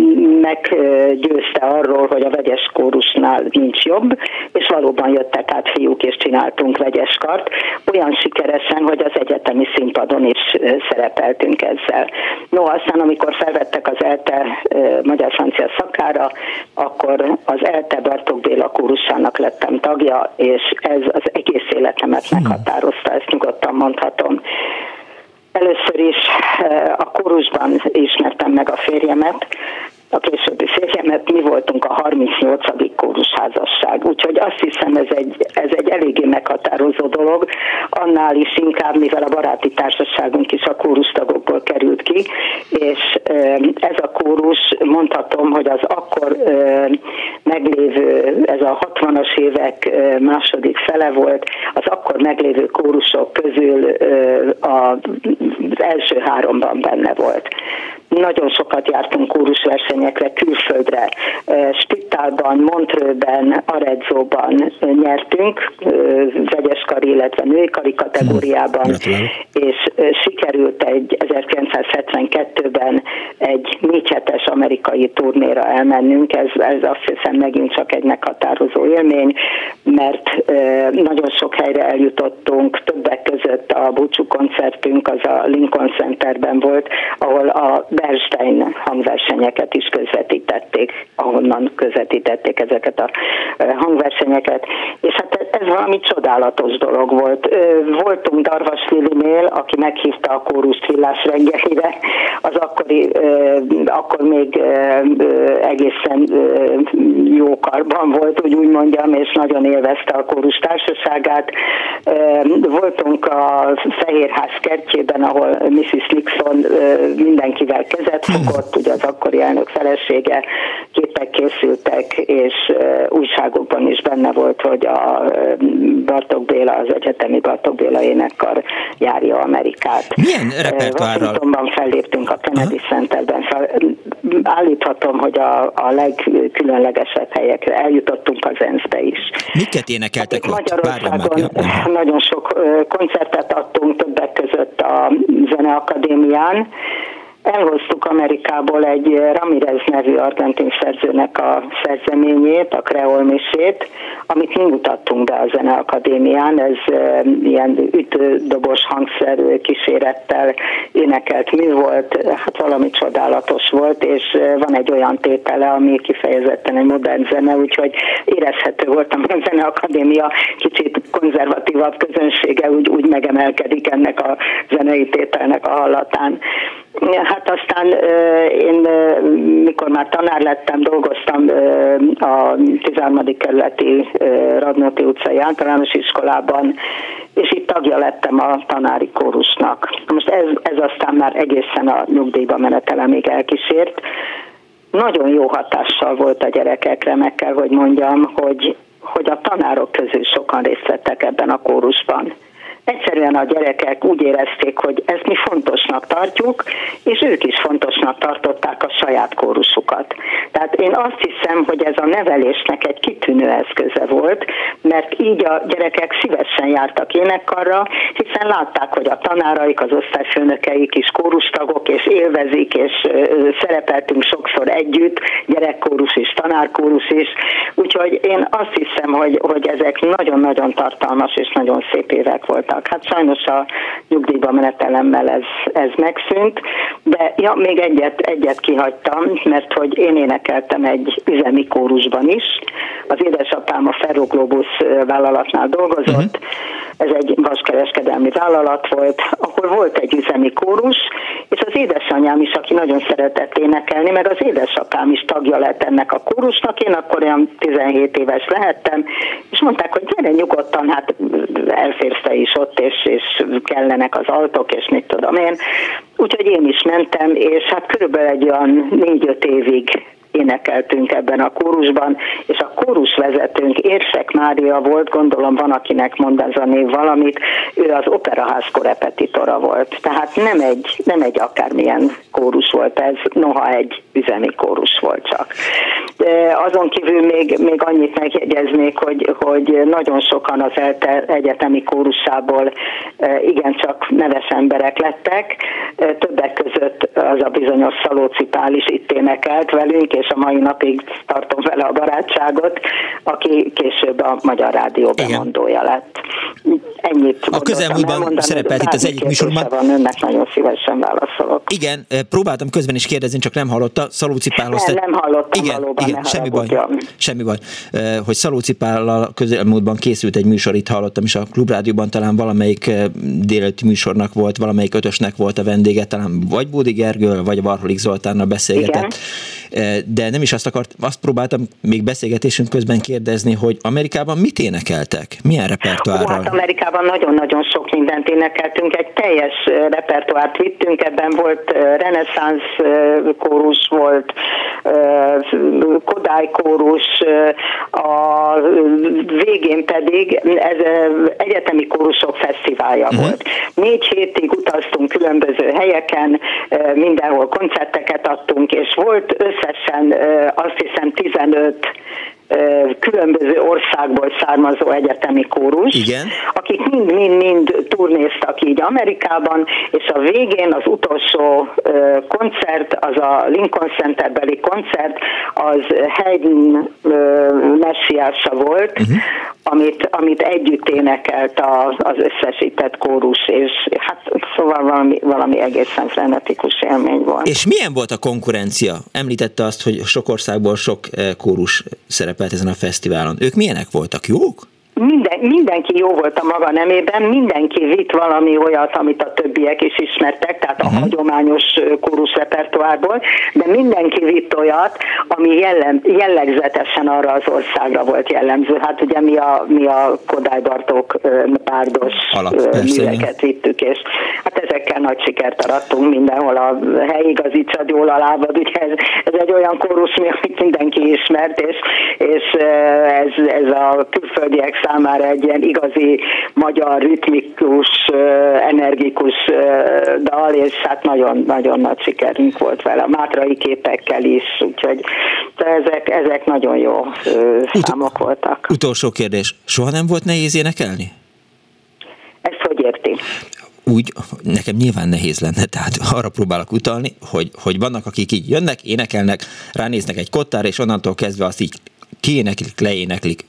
meggyőzte arról, hogy a vegyes kórusnál nincs jobb, és valóban jöttek át fiúk, és csináltunk vegyeskart, olyan sikeresen, hogy az egyetemi színpadon is szerepeltünk ezzel. No, aztán amikor felvettek az ELTE magyar-francia szakára, akkor az ELTE Bartók Béla kórusának lettem tagja, és ez az egész életemet meghatározta, ezt nyugodtan mondhatom. Először is a kórusban ismertem meg a férjemet, a későbbi férjemet, mi voltunk a harmincnyolcadik kórusházasság, úgyhogy azt hiszem ez egy, ez egy eléggé meghatározó dolog, annál is inkább, mivel a baráti társaságunk is a kórustagokból került ki, és ez a kórus, mondhatom, hogy az akkor meglévő, ez a hatvanas évek második fele volt, az akkor meglévő kórusok közül az első háromban benne volt. Nagyon sokat jártunk kórusversenyekre, külföldre. Spittálban, Montreuxben, Arezzoban nyertünk, vegyeskari, illetve nőikari kategóriában, és sikerült egy ezerkilencszázhetvenkettőben egy négyhetes amerikai turnéra elmennünk. Ez, ez azt hiszem megint csak egy meghatározó élmény, mert nagyon sok helyre eljutottunk, többek között a búcsú koncertünk az a Lincoln Centerben volt, ahol a Bernstein hangversenyeket is közvetítették, ahonnan közvetítették ezeket a hangversenyeket, és hát ez valami csodálatos dolog volt. Voltunk Darvas Lilinél, aki meghívta a kórust villás reggelire, az akkori, akkor még egészen jó karban volt, úgy úgy mondjam, és nagyon élvezte a kórus társaságát. Voltunk a Fehérház kertjében, ahol missziz Nixon mindenkivel kezet fogott, ugye az akkori elnök felesége, képek készültek, és újságokban is benne volt, hogy a Bartók Béla, az egyetemi Bartók Béla énekkar járja Amerikát. Milyen repertoárral? Washingtonban felléptünk a Kennedy Aha. Centerben. Fel, állíthatom, hogy a, a legkülönlegesebb helyekre eljutottunk az e en es zé-be is. Miket énekeltek ott? Magyarországon nagyon sok koncertet adtunk, többek között a Zeneakadémián. Elhoztuk Amerikából egy Ramirez nevű argentin szerzőnek a szerzeményét, a Kreol misét, amit mi mutattunk be a Zeneakadémián. Ez e, ilyen ütődobos hangszer kísérettel énekelt mű volt, hát valami csodálatos volt, és van egy olyan tétele, ami kifejezetten egy modern zene, úgyhogy érezhető voltam, hogy a Zeneakadémia kicsit konzervatívabb közönsége úgy, úgy megemelkedik ennek a zenei tételnek a hallatán. Hát aztán én, mikor már tanár lettem, dolgoztam a tizenharmadik kerületi Radnóti utcai általános iskolában, és itt tagja lettem a tanári kórusnak. Most ez, ez aztán már egészen a nyugdíjba menetelemig elkísért. Nagyon jó hatással volt a gyerekekre, meg kell, hogy mondjam, hogy, hogy a tanárok közül sokan részt vettek ebben a kórusban. Egyszerűen a gyerekek úgy érezték, hogy ezt mi fontosnak tartjuk, és ők is fontosnak tartották a saját kórusukat. Tehát én azt hiszem, hogy ez a nevelésnek egy kitűnő eszköze volt, mert így a gyerekek szívesen jártak énekkarra, hiszen látták, hogy a tanáraik, az osztályfőnökeik is kórustagok, és élvezik, és szerepeltünk sokszor együtt, gyerekkórus is, tanárkórus is. Úgyhogy én azt hiszem, hogy, hogy ezek nagyon-nagyon tartalmas és nagyon szép évek voltak. Hát sajnos a nyugdíjba menetelemmel ez, ez megszűnt, de ja, még egyet, egyet kihagytam, mert hogy én énekeltem egy üzemi kórusban is. Az édesapám a Ferroglobus vállalatnál dolgozott, uh-huh. Ez egy vaskereskedelmi vállalat volt, ahol volt egy üzemi kórus, és az édesanyám is, aki nagyon szeretett énekelni, meg az édesapám is tagja lett ennek a kórusnak, én akkor olyan tizenhét éves lehettem, és mondták, hogy gyere nyugodtan, hát elférsz te is ott, és, és kellenek az altok, és mit tudom én. Úgyhogy én is mentem, és hát körülbelül egy olyan négy-öt évig énekeltünk ebben a kórusban, és a kórusvezetőnk Érsek Mária volt, gondolom van, akinek mond ez a név valamit, ő az Operaház korepetitora volt. Tehát nem egy, nem egy akármilyen kórus volt ez, noha egy üzemi kórus volt csak. De azon kívül még, még annyit megjegyeznék, hogy, hogy nagyon sokan az ELTE egyetemi kórusából igencsak neves emberek lettek, többek között az a bizonyos Szalóci Pál is itt énekelt velünk, és a mai napig tartom vele a barátságot, aki később a Magyar Rádió bemondója lett. Ennyit a közelmúltban szerepelt itt az egyik műsorban. Van, önnek nagyon szívesen válaszolok. Igen, próbáltam közben is kérdezni, csak nem hallotta. Szalóci Pálhoz. Nem, nem hallottam igen, valóban, igen, semmi baj, semmi baj. Hogy Szalóci Pállal közelmúltban készült egy műsor, itt hallottam, és a Klubrádióban talán valamelyik délelőtti műsornak volt, valamelyik ötösnek volt a vendége, talán vagy Bódi Gergő, vagy Varholik Zoltánnal beszélgetett. Igen. De nem is azt akart, azt próbáltam még beszélgetésünk közben kérdezni, hogy Amerikában mit énekeltek? Milyen repertoárral? Hát Amerikában nagyon-nagyon sok mindent énekeltünk, egy teljes repertoárt vittünk, ebben volt reneszánsz kórus, volt Kodály kórus, a végén pedig ez egyetemi kórusok fesztiválja uh-huh. volt. Négy hétig utaztunk különböző helyeken, mindenhol koncerteket adtunk, és volt összesen azt hiszem tizenöt különböző országból származó egyetemi kórus, igen. akik mind-mind-mind turnéztak így Amerikában, és a végén az utolsó koncert, az a Lincoln Centerbeli koncert, az Haydn messiása volt, uh-huh. amit, amit együtt énekelt az összesített kórus, és hát szóval valami, valami egészen frenetikus élmény volt. És milyen volt a konkurencia? Említette azt, hogy sok országból sok kórus szerepelt ezen a fesztiválon. Ők milyenek voltak? Jók? Minden, mindenki jó volt a maga nemében, mindenki vitt valami olyat, amit a többiek is ismertek, tehát uh-huh. a hagyományos kórus repertoárból, de mindenki vitt olyat, ami jellem, jellegzetesen arra az országra volt jellemző. Hát ugye mi a, mi a Kodály Bartók párdos műveket vittük, és hát ezekkel nagy sikert arattunk mindenhol, a helyigazítsad jól a lábad, ugye ez, ez egy olyan kórus, amit mindenki ismert, és, és ez, ez a külföldiek számára egy ilyen igazi magyar, ritmikus, energikus dal, és hát nagyon-nagyon nagy sikerünk volt vele. A mátrai képekkel is, úgyhogy ezek, ezek nagyon jó Ut- számok voltak. Utolsó kérdés. Soha nem volt nehéz énekelni? Ezt hogy érti? Úgy, nekem nyilván nehéz lenne, tehát arra próbálok utalni, hogy, hogy vannak, akik így jönnek, énekelnek, ránéznek egy kottára, és onnantól kezdve azt így kiéneklik, leéneklik,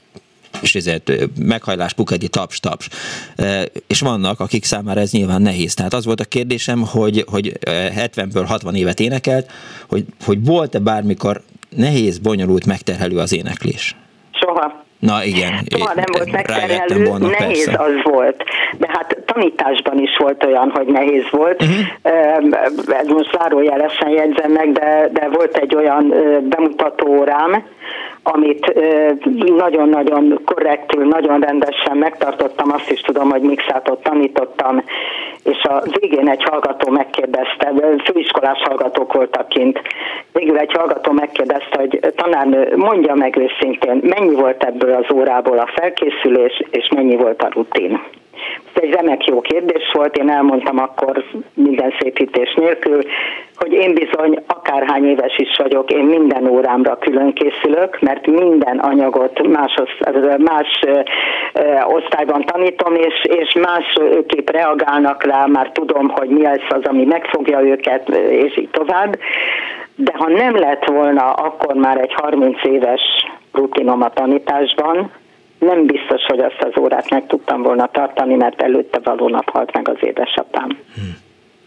és ezért meghajlás, pukedi, taps, taps. És vannak, akik számára ez nyilván nehéz. Tehát az volt a kérdésem, hogy, hogy hetvenből hatvan évet énekelt, hogy, hogy volt-e bármikor nehéz, bonyolult, megterhelő az éneklés? Soha. Na igen. Soha nem volt megterhelő, volna, nehéz persze. Az volt. De hát tanításban is volt olyan, hogy nehéz volt. Uh-huh. Ez most zárójelesen jegyzem meg, de, de volt egy olyan bemutató órám, amit nagyon-nagyon korrektül, nagyon rendesen megtartottam, azt is tudom, hogy mixátot tanítottam, és a végén egy hallgató megkérdezte, főiskolás hallgatók voltak kint, végül egy hallgató megkérdezte, hogy tanárnő, mondja meg őszintén, mennyi volt ebből az órából a felkészülés, és mennyi volt a rutin. Ez egy remek jó kérdés volt, én elmondtam akkor minden szépítés nélkül, hogy én bizony akárhány éves is vagyok, én minden órámra külön készülök, mert minden anyagot más, más osztályban tanítom, és, és másképp reagálnak rá, már tudom, hogy mi lesz az, ami megfogja őket, és így tovább. De ha nem lett volna akkor már egy harminc éves rutinom a tanításban, nem biztos, hogy azt az órát meg tudtam volna tartani, mert előtte való nap halt meg az édesapám. Hmm.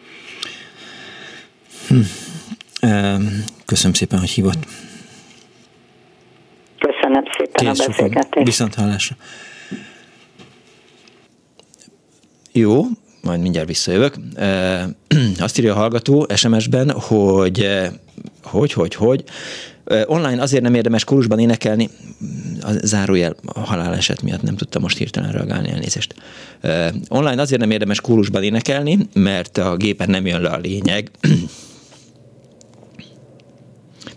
Hmm. Köszönöm szépen, hogy hívott. Köszönöm szépen Kész a beszélgetést. Viszont hallásra. Jó, majd mindjárt visszajövök. Azt írja a hallgató es em es-ben, hogy hogy, hogy, hogy online azért nem érdemes kórusban énekelni, a zárójel a haláleset miatt nem tudtam most hirtelen reagálni, elnézést. Online azért nem érdemes kórusban énekelni, mert a gépen nem jön le a lényeg.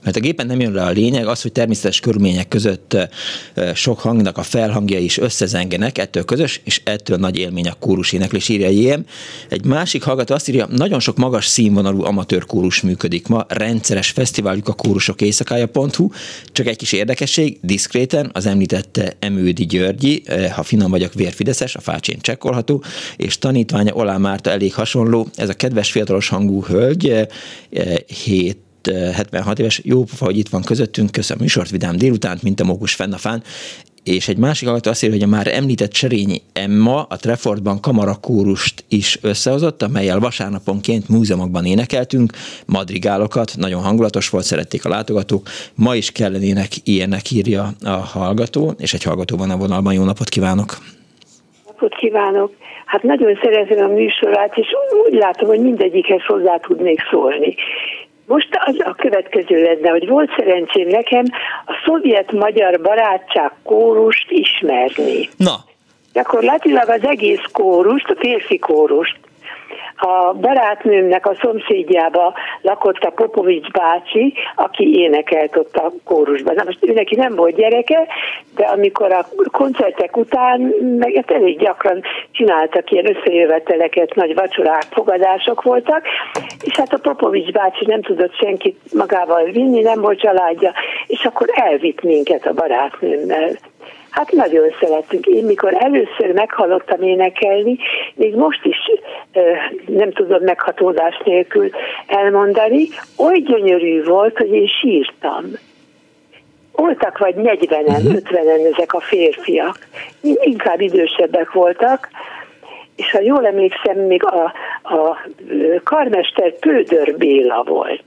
mert a gépen nem jön le a lényeg, az, hogy természetes körülmények között sok hangnak a felhangja is összezengenek, ettől közös, és ettől nagy élmény a kórus éneklés, írja J M. Egy másik hallgató azt írja, nagyon sok magas színvonalú amatőr kórus működik ma, rendszeres fesztiváljuk a kórusok éjszakája pont hu, csak egy kis érdekesség, diszkréten az említett Emődi Györgyi, ha finom vagyok vérfideszes, a fácsén csekkolható, és tanítványa Olá Márta elég hasonló, ez a kedves fiatalos hangú hölgy, hét hetvenhat éves, jó pofa, hogy itt van közöttünk, köszönöm a műsort, vidám délutánt, mint a mókus fenn a fán. És egy másik hallgató azt írja, hogy a már említett Serényi Emma a Trefordban kamarakórust is összehozott, amellyel vasárnaponként múzeumokban énekeltünk, madrigálokat, nagyon hangulatos volt, szerették a látogatók, ma is kellenének ilyenek, írja a hallgató, és egy hallgató van a vonalban, jó napot kívánok! Napot kívánok! Hát nagyon szeretem a műsorát, és úgy látom, hogy mindegyikhez hozzá tudnék szólni. Most az a következő lenne, hogy volt szerencsém nekem a szovjet-magyar barátság kórust ismerni. Na. Gyakorlatilag az egész kórust, a férfi kórust. A barátnőmnek a szomszédjába lakott a Popovics bácsi, aki énekelt ott a kórusban. Na most ő neki nem volt gyereke, de amikor a koncertek után, meg hát elég gyakran csináltak ilyen összejöveteleket, nagy vacsorák, fogadások voltak, és hát a Popovics bácsi nem tudott senkit magával vinni, nem volt családja, és akkor elvitt minket a barátnőmmel. Hát nagyon szerettünk. Én mikor először meghallottam énekelni, még most is nem tudom meghatódás nélkül elmondani, oly gyönyörű volt, hogy én sírtam. Voltak vagy negyvenen, ötvenen ezek a férfiak. Inkább idősebbek voltak, és ha jól emlékszem, még a, a karmester Pődör Béla volt.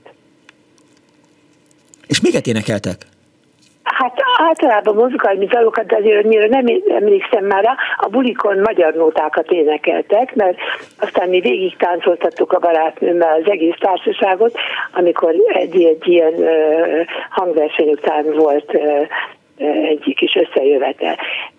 És miket énekeltek? Hát általában muzikálni dalokat, de azért annyira nem emlékszem már rá, a bulikon magyar nótákat énekeltek, mert aztán mi végig táncoltattuk a barátnőmmel az egész társaságot, amikor egy, egy ilyen uh, hangverseny után volt uh, egy kis összejövetel.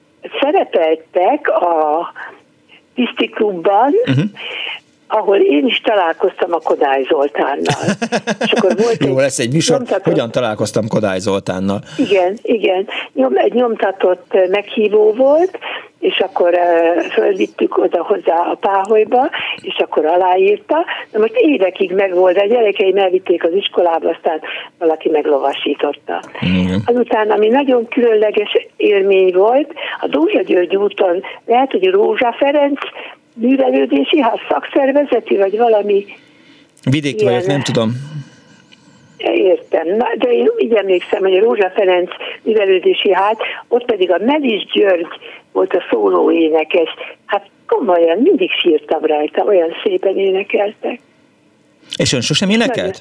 Szerepeltek a Tiszti Klubban, uh-huh. ahol én is találkoztam a Kodály Zoltánnal. És akkor volt Jó, egy lesz egy műsor, nyomtatott... hogyan találkoztam Kodály Zoltánnal. Igen, igen. Nyom, egy nyomtatott meghívó volt, és akkor uh, fölvittük oda hozzá a Páholyba, és akkor aláírta. Na most évekig megvolt, a gyerekeim elvitték az iskolába, aztán valaki meglovasította. Igen. Azután, ami nagyon különleges élmény volt, a Dózsa György úton, lehet, hogy Rózsa Ferenc művelődési ház szakszervezeti, vagy valami... Vidéki ilyen... vagyok, nem tudom. Értem, na, de én így emlékszem, hogy a Rózsa Ferenc művelődési ház, ott pedig a Melis György volt a szóló énekes. Hát komolyan, mindig sírtam rajta, olyan szépen énekeltek. És ön sosem énekelt?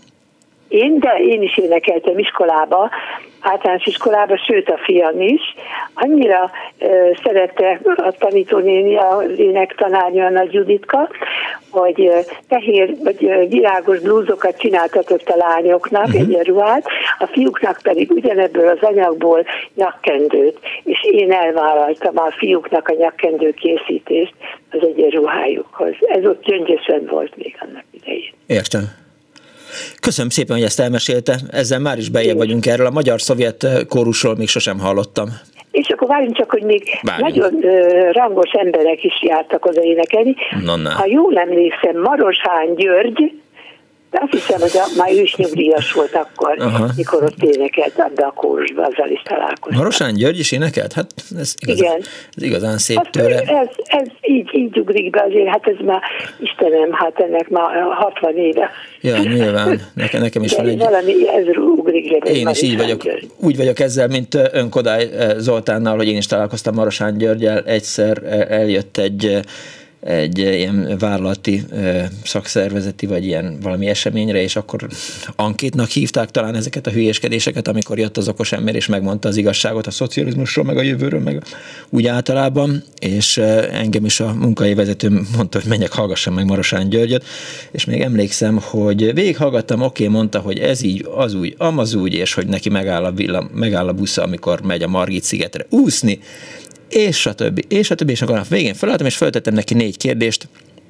Én, de én is énekeltem iskolába, általános iskolába, sőt a fiam is. Annyira uh, szerette a tanítónéni, az énektanárnő, a Nagy Juditka, hogy uh, fehér vagy uh, virágos blúzokat csináltatott a lányoknak, uh-huh. egyenruhát, a fiúknak pedig ugyanebből az anyagból nyakkendőt, és én elvállaltam a fiúknak a nyakkendő készítést az egyenruhájukhoz. Ez ott gyöngyösen volt még annak idején. Értem. Köszönöm szépen, hogy ezt elmesélte. Ezzel már is bejebb vagyunk erről. A magyar-szovjet kórusról még sosem hallottam. És akkor várjunk csak, hogy még várjunk. Nagyon uh, rangos emberek is jártak oda énekelni. No, no. Ha jól emlékszem, Marosán György, de azt hiszem, hogy a, már ő is nyugdíjas volt akkor, Aha. mikor ott énekelt abba a kórusba, azzal is találkoztam. Marosán György is énekelt? Hát ez igazán, Igen. ez igazán szép Azt, tőle. Ez, ez így, így ugrik be azért, hát ez már, Istenem, hát ennek már hatvan éve. Ja, nyilván, Neke, nekem is de van egy... valami ez ugrik be. Én is így vagyok, úgy vagyok ezzel, mint ön Kodály Zoltánnal, hogy én is találkoztam Marosán Györggyel, egyszer eljött egy egy ilyen vállalati szakszervezeti, vagy ilyen valami eseményre, és akkor ankétnak hívták talán ezeket a hülyéskedéseket, amikor jött az okos ember, és megmondta az igazságot a szocializmusról, meg a jövőről, meg úgy általában, és engem is a munkahelyi vezetőm mondta, hogy menjek, hallgassam meg Marosán Györgyöt, és még emlékszem, hogy végighallgattam, oké, okay, mondta, hogy ez így, az úgy, amaz úgy, és hogy neki megáll a, villam, megáll a busza, amikor megy a Margit szigetre úszni, és a többi, és a többi, és akkor a végén felálltam, és feltettem neki négy kérdést,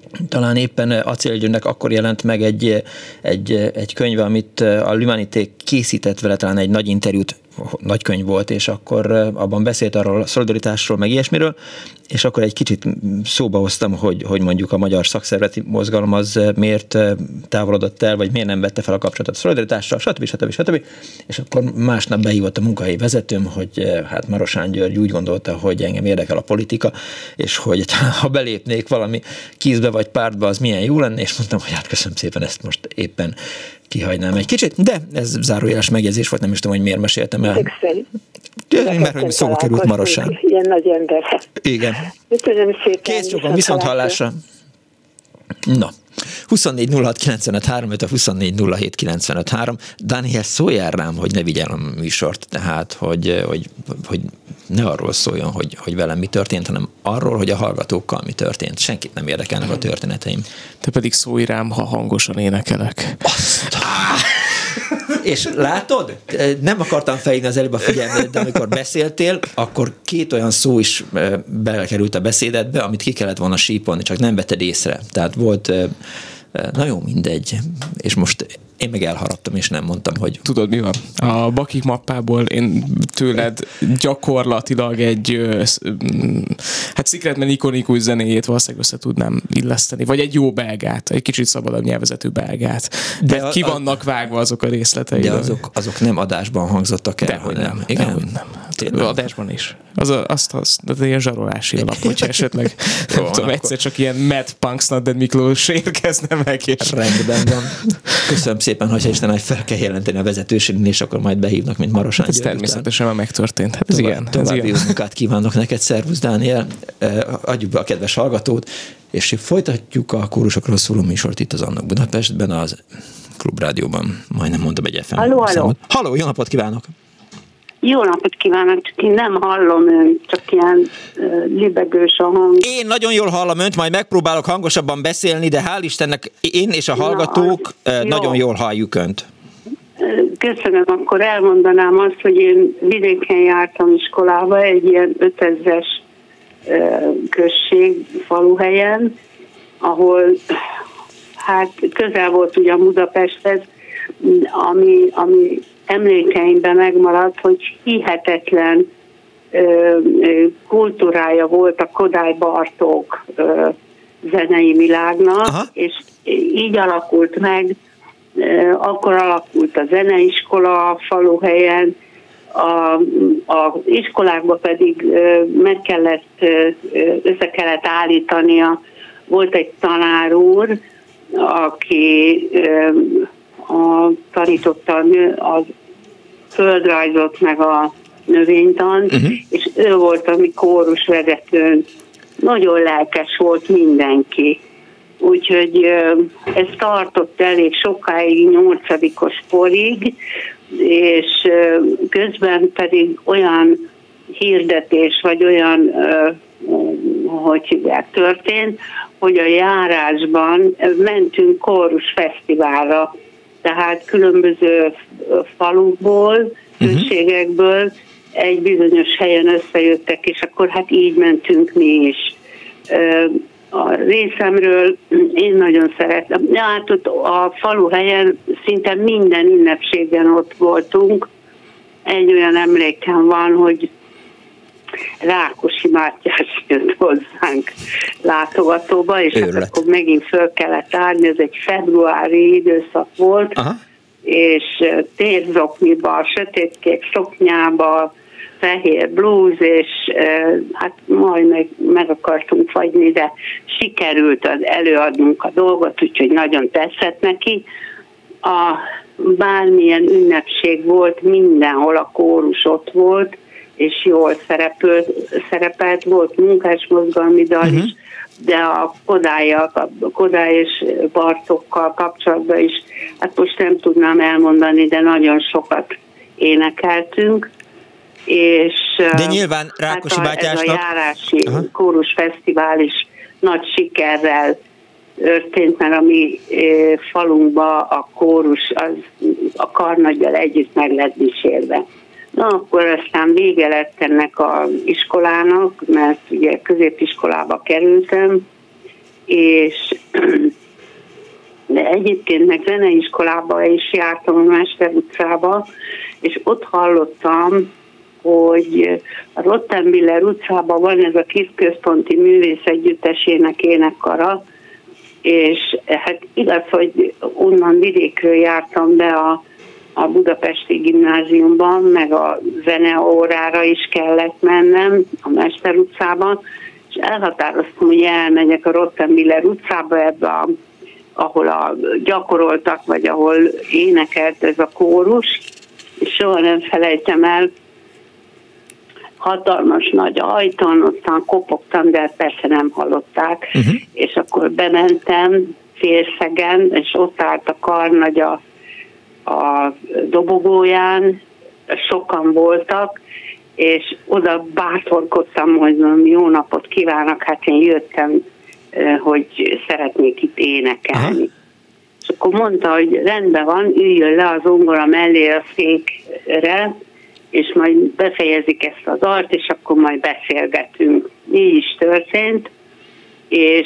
talán éppen Acél Györgynek akkor jelent meg egy, egy, egy könyv, amit a L'Humanité készített vele, talán egy nagy interjút, nagy könyv volt, és akkor abban beszélt arról a szolidaritásról, meg ilyesmiről, és akkor egy kicsit szóba hoztam, hogy, hogy mondjuk a magyar szakszervezeti mozgalom az miért távolodott el, vagy miért nem vette fel a kapcsolatot a szolidaritással, stb. stb. stb. És akkor másnap behívott a munkahelyi vezetőm, hogy hát Marosán György úgy gondolta, hogy engem érdekel a politika, és hogy ha belépnék valami kízbe vagy pártba, az milyen jó lenne, és mondtam, hogy hát köszönöm szépen, ezt most éppen kihagynám egy kicsit, de ez zárójeles megjegyzés volt, nem is tudom, hogy miért meséltem el. Köszönöm. Mert hogy szóba került Marosán. Ilyen nagy ember. Igen. Köszönöm szépen. Kész csókom, viszont hallásra. Na, huszonnégy nulla hat kilencvenöt három, öt a huszonnégy nulla hét kilencvenöt három. Dániel, szólj rám, hogy ne vigyel a műsort, tehát, hogy, hogy, hogy ne arról szóljon, hogy, hogy velem mi történt, hanem arról, hogy a hallgatókkal mi történt. Senkit nem érdekelnek a történeteim. Te pedig szólj rám, ha hangosan énekelek. Azt. És látod? Nem akartam felhívni az előbb a figyelmet, de amikor beszéltél, akkor két olyan szó is belekerült a beszédedbe, amit ki kellett volna sípolni, csak nem vetted észre. Tehát volt, na jó, mindegy. És most én meg elharaptam, és nem mondtam, hogy... Tudod, mi van? A Bakik mappából én tőled gyakorlatilag egy hát Secretman ikonikus zenéjét valószínűleg össze tudnám illeszteni. Vagy egy jó belgát, egy kicsit szabadabb nyelvezetű belgát. De ki vannak vágva azok a részletei. De azok, azok nem adásban hangzottak el. Dehogy nem. Igen? Dehogy nem. Tényleg. Adásban is. Az a, azt az, de ilyen zsarolási alap, hogyha esetleg nem tudom, akkor... egyszer csak ilyen Mad Punks Nadded Miklós érkezne meg, és... Rendben van. Köszönöm szépen, hogyha Isten, hogy fel kell jelenteni a vezetőségnél, és akkor majd behívnak, mint Marosán György. Ez természetesen már megtörtént. Hát ez tovább, igen. További jó munkát kívánok neked, szervusz Dániel. Adjuk be a kedves hallgatót, és folytatjuk a kórusokról szóló műsort itt az Annok Budapestben, az Klubrádióban. Majdnem mondtam egy ef em. Halló, halló. Halló, jó napot kívánok! Jó napot kívánok, csak én nem hallom önt, csak ilyen uh, libegős a hang. Én nagyon jól hallom önt, majd megpróbálok hangosabban beszélni, de hál' Istennek én és a hallgatók Na, uh, nagyon jó. jól halljuk önt. Köszönöm, akkor elmondanám azt, hogy én vidéken jártam iskolába, egy ilyen ötezres uh, község, faluhelyen, ahol hát közel volt ugyan Budapesthez, ami, ami emlékeimben megmaradt, hogy hihetetlen ö, ö, kultúrája volt a Kodály Bartók ö, zenei világnak, Aha. és így alakult meg, ö, akkor alakult a zeneiskola a faluhelyen, a, a iskolákba pedig ö, meg kellett, ö, össze kellett állítania. Volt egy tanár úr, aki ö, a, tanította a földrajzot meg a növénytan, uh-huh. és ő volt a mi kórusvezetőn. Nagyon lelkes volt mindenki. Úgyhogy ez tartott elég sokáig, nyolcadikos korig, és közben pedig olyan hirdetés, vagy olyan, hogy hívják, történt, hogy a járásban mentünk kórusfesztiválra, tehát különböző falukból, községekből egy bizonyos helyen összejöttek, és akkor hát így mentünk mi is. A részemről én nagyon szeretem. Hát ott a faluhelyen szinte minden ünnepségen ott voltunk. Egy olyan emlékem van, hogy Rákosi Mátyás jött hozzánk látogatóba, és hát akkor megint föl kellett állni, ez egy februári időszak volt, Aha. és térzokniba, sötétkék szoknyába, fehér blúz, és hát majd meg, meg akartunk fagyni, de sikerült az előadnunk a dolgot, úgyhogy nagyon tetszett neki. A bármilyen ünnepség volt, mindenhol a kórus ott volt, és jól szerepelt, szerepelt volt munkásmozgalmi dal is, uh-huh. de a Kodályjal, a Kodály és Bartókkal kapcsolatban is, hát most nem tudnám elmondani, de nagyon sokat énekeltünk, és de nyilván Rákosi hát a, Bátyásnak... ez a járási uh-huh. kórusfesztivál is nagy sikerrel történt, mert a mi falunkba a kórus az a karnaggyal együtt meg lett dísérve. Na, akkor aztán vége lett ennek az iskolának, mert ugye középiskolába kerültem, és de egyébként meg zeneiskolába is jártam, a Mester utcába, és ott hallottam, hogy a Rottenbiller utcában van ez a kis központi művészegyüttes énekkara, és hát igaz, hogy onnan vidékről jártam be a, a budapesti gimnáziumban, meg a zeneórára is kellett mennem a Mester utcában, és elhatároztam, hogy elmegyek a Rottenbiller utcába, ebbe a, ahol a, gyakoroltak, vagy ahol énekelt ez a kórus, és soha nem felejtem el, hatalmas nagy ajtón, ottan kopogtam, de persze nem hallották, uh-huh. és akkor bementem félszegen, és ott állt a karnagy a, a dobogóján, sokan voltak, és oda bátorkodtam, hogy jó napot kívánok, hát én jöttem, hogy szeretnék itt énekelni. Uh-huh. És akkor mondta, hogy rendben van, üljön le az zongora mellé a székre, és majd befejezik ezt a dalt, és akkor majd beszélgetünk. Így is történt, és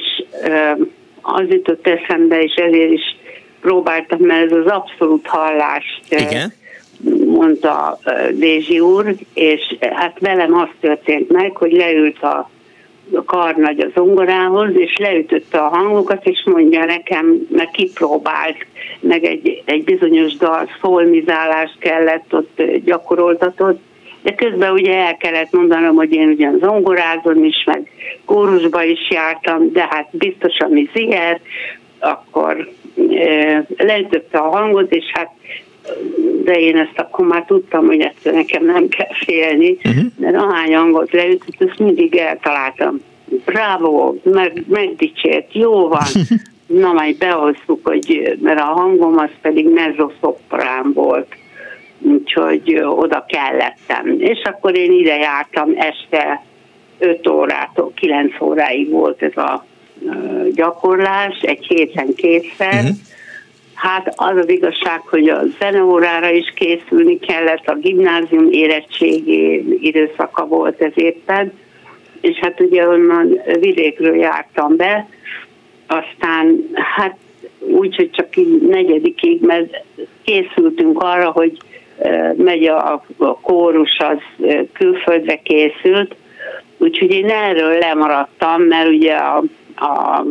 az jutott eszembe, és ezért is próbáltam, mert ez az abszolút hallást Igen. mondta Dézsi úr, és hát velem az történt meg, hogy leült a karnagy a zongorához, és leütötte a hangokat, és mondja nekem, mert kipróbált, meg egy, egy bizonyos dal, szolmizálást kellett ott gyakoroltatott, de közben ugye el kellett mondanom, hogy én ugyan zongorázom is, meg kórusba is jártam, de hát biztosan mi ziher, akkor e, leütötte a hangot, és hát de én ezt akkor már tudtam, hogy ezt nekem nem kell félni, uh-huh. mert ahány hangot leütött, ezt mindig eltaláltam. Bravo, meg, megdicsért, jó van. Na, majd behoztuk, hogy, mert a hangom az pedig mezzoszoprán volt, úgyhogy oda kellettem. És akkor én ide jártam este öt órától kilenc óráig volt ez a gyakorlás, egy héten kétszer. Uh-huh. Hát az az igazság, hogy a zeneórára is készülni kellett, a gimnázium érettségi időszaka volt ez éppen, és hát ugye onnan vidékről jártam be, aztán hát úgy, hogy csak negyedikig, mert készültünk arra, hogy megy a, a kórus, az külföldre készült, úgyhogy én erről lemaradtam, mert ugye a, a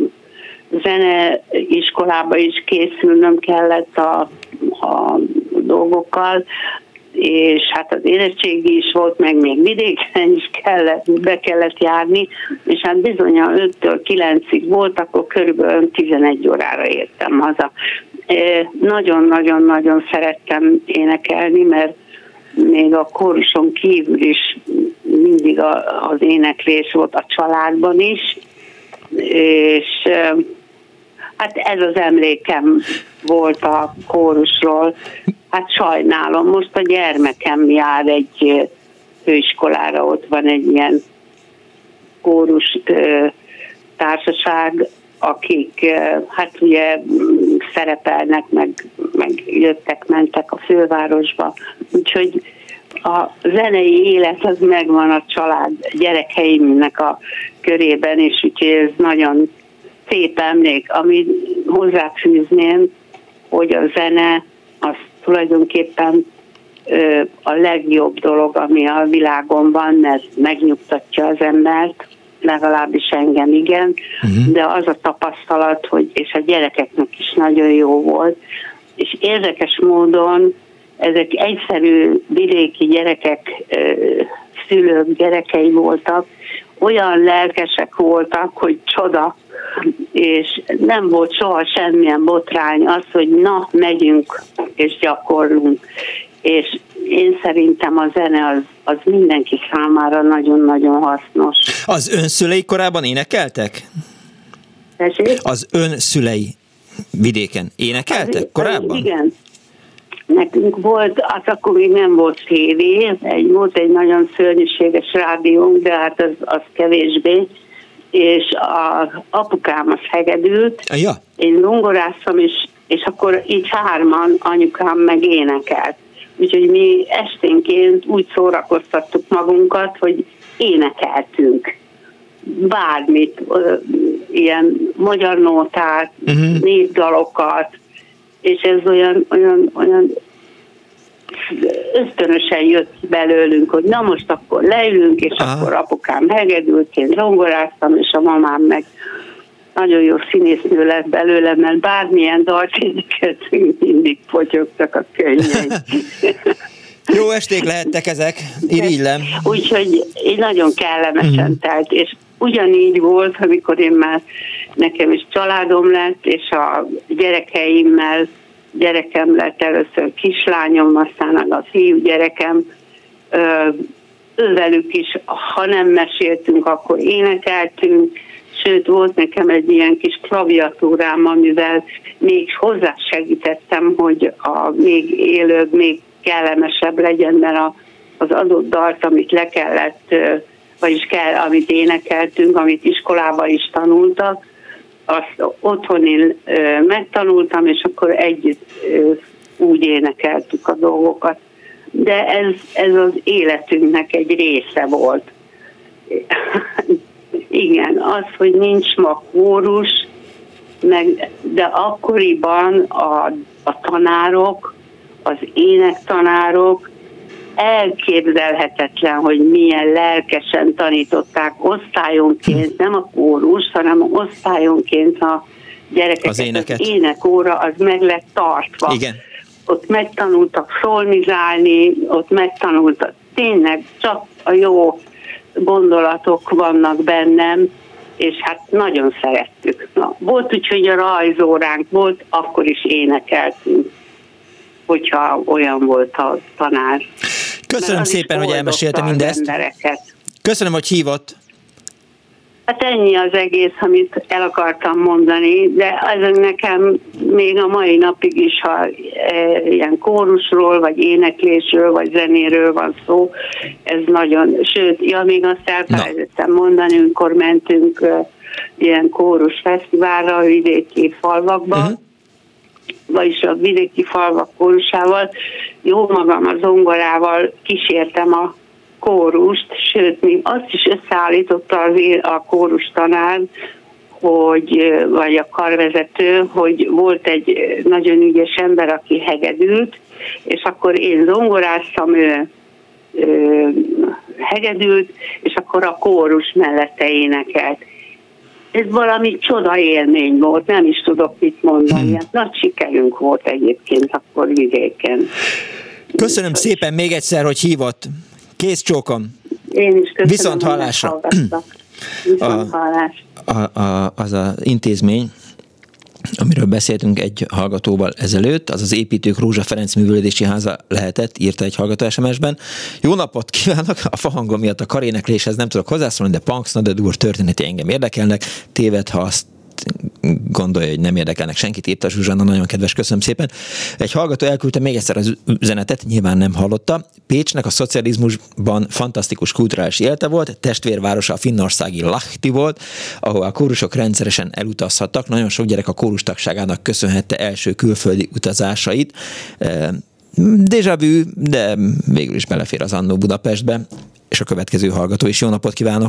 zeneiskolába is készülnöm kellett a, a dolgokkal, és hát az érettségi is volt, meg még vidéken is kellett, be kellett járni, és hát bizony a öttől kilencig volt, akkor körülbelül tizenegy órára értem haza. Nagyon-nagyon-nagyon szerettem énekelni, mert még a kóruson kívül is mindig az éneklés volt a családban is, és hát ez az emlékem volt a kórusról. Hát sajnálom, most a gyermekem jár egy főiskolára, ott van egy ilyen kórus társaság, akik hát ugye szerepelnek, meg, meg jöttek, mentek a fővárosba. Úgyhogy a zenei élet az megvan a család gyerekeimnek a körében, és úgyhogy ez nagyon szép emlék. Amit hozzáfűzném, hogy a zene az tulajdonképpen ö, a legjobb dolog, ami a világon van, mert megnyugtatja az embert, legalábbis engem igen, uh-huh. de az a tapasztalat, hogy és a gyerekeknek is nagyon jó volt, és érdekes módon ezek egyszerű vidéki gyerekek, ö, szülők gyerekei voltak, olyan lelkesek voltak, hogy csoda, és nem volt soha semmilyen botrány az, hogy na, megyünk és gyakorlunk. És én szerintem a zene az, az mindenki számára nagyon-nagyon hasznos. Az ön szülei korában énekeltek? Tessék? Az ön szülei vidéken énekeltek az, korábban? Igen. Nekünk volt, az akkor még nem volt tévé, egy, volt egy nagyon szörnyűséges rádiónk, de hát az, az kevésbé, és az apukám az hegedült, ja. én zongoráztam, és, és akkor így hárman anyukám meg énekelt. Úgyhogy mi esténként úgy szórakoztattuk magunkat, hogy énekeltünk. bármit, ilyen magyar nótát, uh-huh. népdalokat, és ez olyan, olyan, olyan ösztönösen jött belőlünk, hogy na most akkor leülünk, és Aha. akkor apukám hegedült, én zongoráztam, és a mamám meg nagyon jó színésznő lett belőle, mert bármilyen dalt énekeltünk, mindig potyogtak a könnyei. Jó esték lehettek ezek, irigylem. Úgyhogy így nagyon kellemesen mm. telt, és ugyanígy volt, amikor én már, nekem is családom lett, és a gyerekeimmel, gyerekem lett először kislányom, aztán a fiú gyerekem, ővelük is, ha nem meséltünk, akkor énekeltünk, sőt, volt nekem egy ilyen kis klaviatúrám, amivel még hozzásegítettem, hogy a még élőbb, még kellemesebb legyen, mert a, az adott dalt, amit le kellett, vagyis kell, amit énekeltünk, amit iskolában is tanultak, azt otthon én megtanultam, és akkor együtt úgy énekeltük a dolgokat. De ez, ez az életünknek egy része volt. Igen, az, hogy nincs ma kórus, meg, de akkoriban a, a tanárok, az énektanárok elképzelhetetlen, hogy milyen lelkesen tanították osztályonként, nem a kórus, hanem osztályonként a gyerekeket. Az éneket. Az énekóra az meg lett tartva. Igen. Ott megtanultak szolmizálni, ott megtanultak, tényleg csak a jó gondolatok vannak bennem, és hát nagyon szerettük. Na, volt úgy, hogy a rajzóránk volt, akkor is énekeltünk, hogyha olyan volt a tanár. Köszönöm szépen, hogy elmesélte mindezt. Embereket. Köszönöm, hogy hívott. Hát ennyi az egész, amit el akartam mondani, de ez nekem még a mai napig is, ha e, ilyen kórusról, vagy éneklésről, vagy zenéről van szó, ez nagyon, sőt, ja, még azt elfelejtettem mondani, amikor mentünk e, ilyen kórus fesztiválra a vidéki falvakba, uh-huh. vagyis a vidéki falvak kórusával, jó magam a zongorával kísértem a kórust, sőt, még azt is összeállította az a kórus tanár, hogy, vagy a karvezető, hogy volt egy nagyon ügyes ember, aki hegedült, és akkor én zongoráztam, ő, ő hegedült, és akkor a kórus mellette énekelt. Ez valami csoda élmény volt, nem is tudok mit mondani. Hmm. Nagy sikerünk volt egyébként akkor vidéken. Köszönöm Úgy, szépen még egyszer, hogy hívott. Kész csókom. Én is köszönöm. Viszont hallásra. Viszont hallás. A, a, az az intézmény, amiről beszéltünk egy hallgatóval ezelőtt, az az Építők Rózsa Ferenc Művelődési Háza lehetett, írta egy hallgató es em es-ben. Jó napot kívánok! A fahangom miatt a karénekléshez nem tudok hozzászólni, de Punks Nadedur történeti engem érdekelnek. Téved, ha azt gondolja, hogy nem érdekelnek senkit, írta Zsuzsanna, nagyon kedves, köszönöm szépen. Egy hallgató elküldte még egyszer az üzenetet, nyilván nem hallotta. Pécsnek a szocializmusban fantasztikus kulturális élete volt, testvérvárosa a finnországi Lahti volt, ahol a kórusok rendszeresen elutazhattak. Nagyon sok gyerek a kórus tagságának köszönhette első külföldi utazásait. Déjà vu, de végül is belefér az annó Budapestbe. És a következő hallgató is. Jó napot kívánok!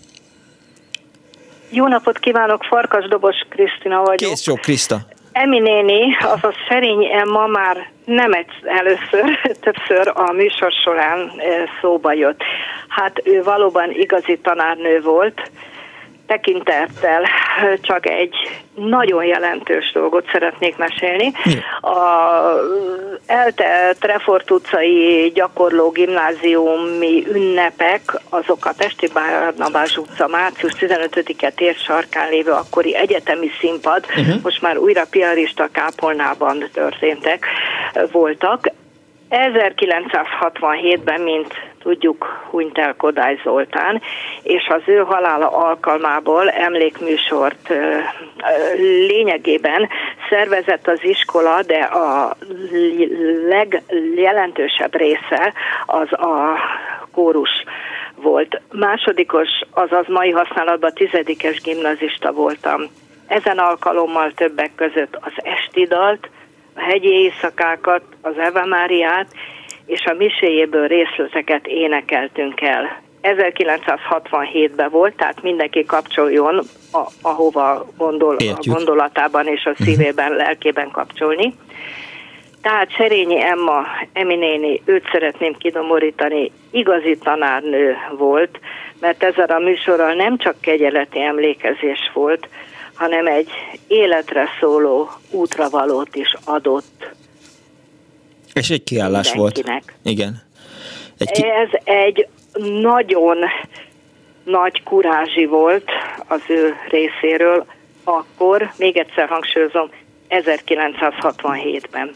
Jó napot kívánok, Farkas Dobos Krisztina vagyok. Kész sok, Kriszta. Emi néni, azaz Szerény Emma már nem egy először, többször a műsor során szóba jött. Hát ő valóban igazi tanárnő volt, tekintettel csak egy nagyon jelentős dolgot szeretnék mesélni. A eltelt Trefort utcai gyakorló gimnáziumi ünnepek, azok a Pesti Barnabás utca március tizenötödike térsarkán lévő akkori egyetemi színpad, uh-huh. most már újra piarista kápolnában történtek, voltak. ezerkilencszázhatvanhétben, mint tudjuk, hunyt el Kodály Zoltán, és az ő halála alkalmából emlékműsort lényegében szervezett az iskola, de a legjelentősebb része az a kórus volt. Másodikos, azaz mai használatban tizedikes gimnazista voltam. Ezen alkalommal többek között az esti dalt, a hegyi éjszakákat, az Ave Máriát és a miséjéből részleteket énekeltünk el. ezerkilencszázhatvanhétben volt, tehát mindenki kapcsoljon, a, ahova gondol, a gondolatában és a szívében, lelkében kapcsolni. Tehát Serényi Emma, Emi néni, őt szeretném kidomorítani, igazi tanárnő volt, mert ezzel a műsorral nem csak kegyeleti emlékezés volt, hanem egy életre szóló útravalót is adott. És egy kiállás mindenkinek. Volt. Igen. Egy ki... Ez egy nagyon nagy kurázsi volt az ő részéről, akkor, még egyszer hangsúlyozom, ezerkilencszázhatvanhétben.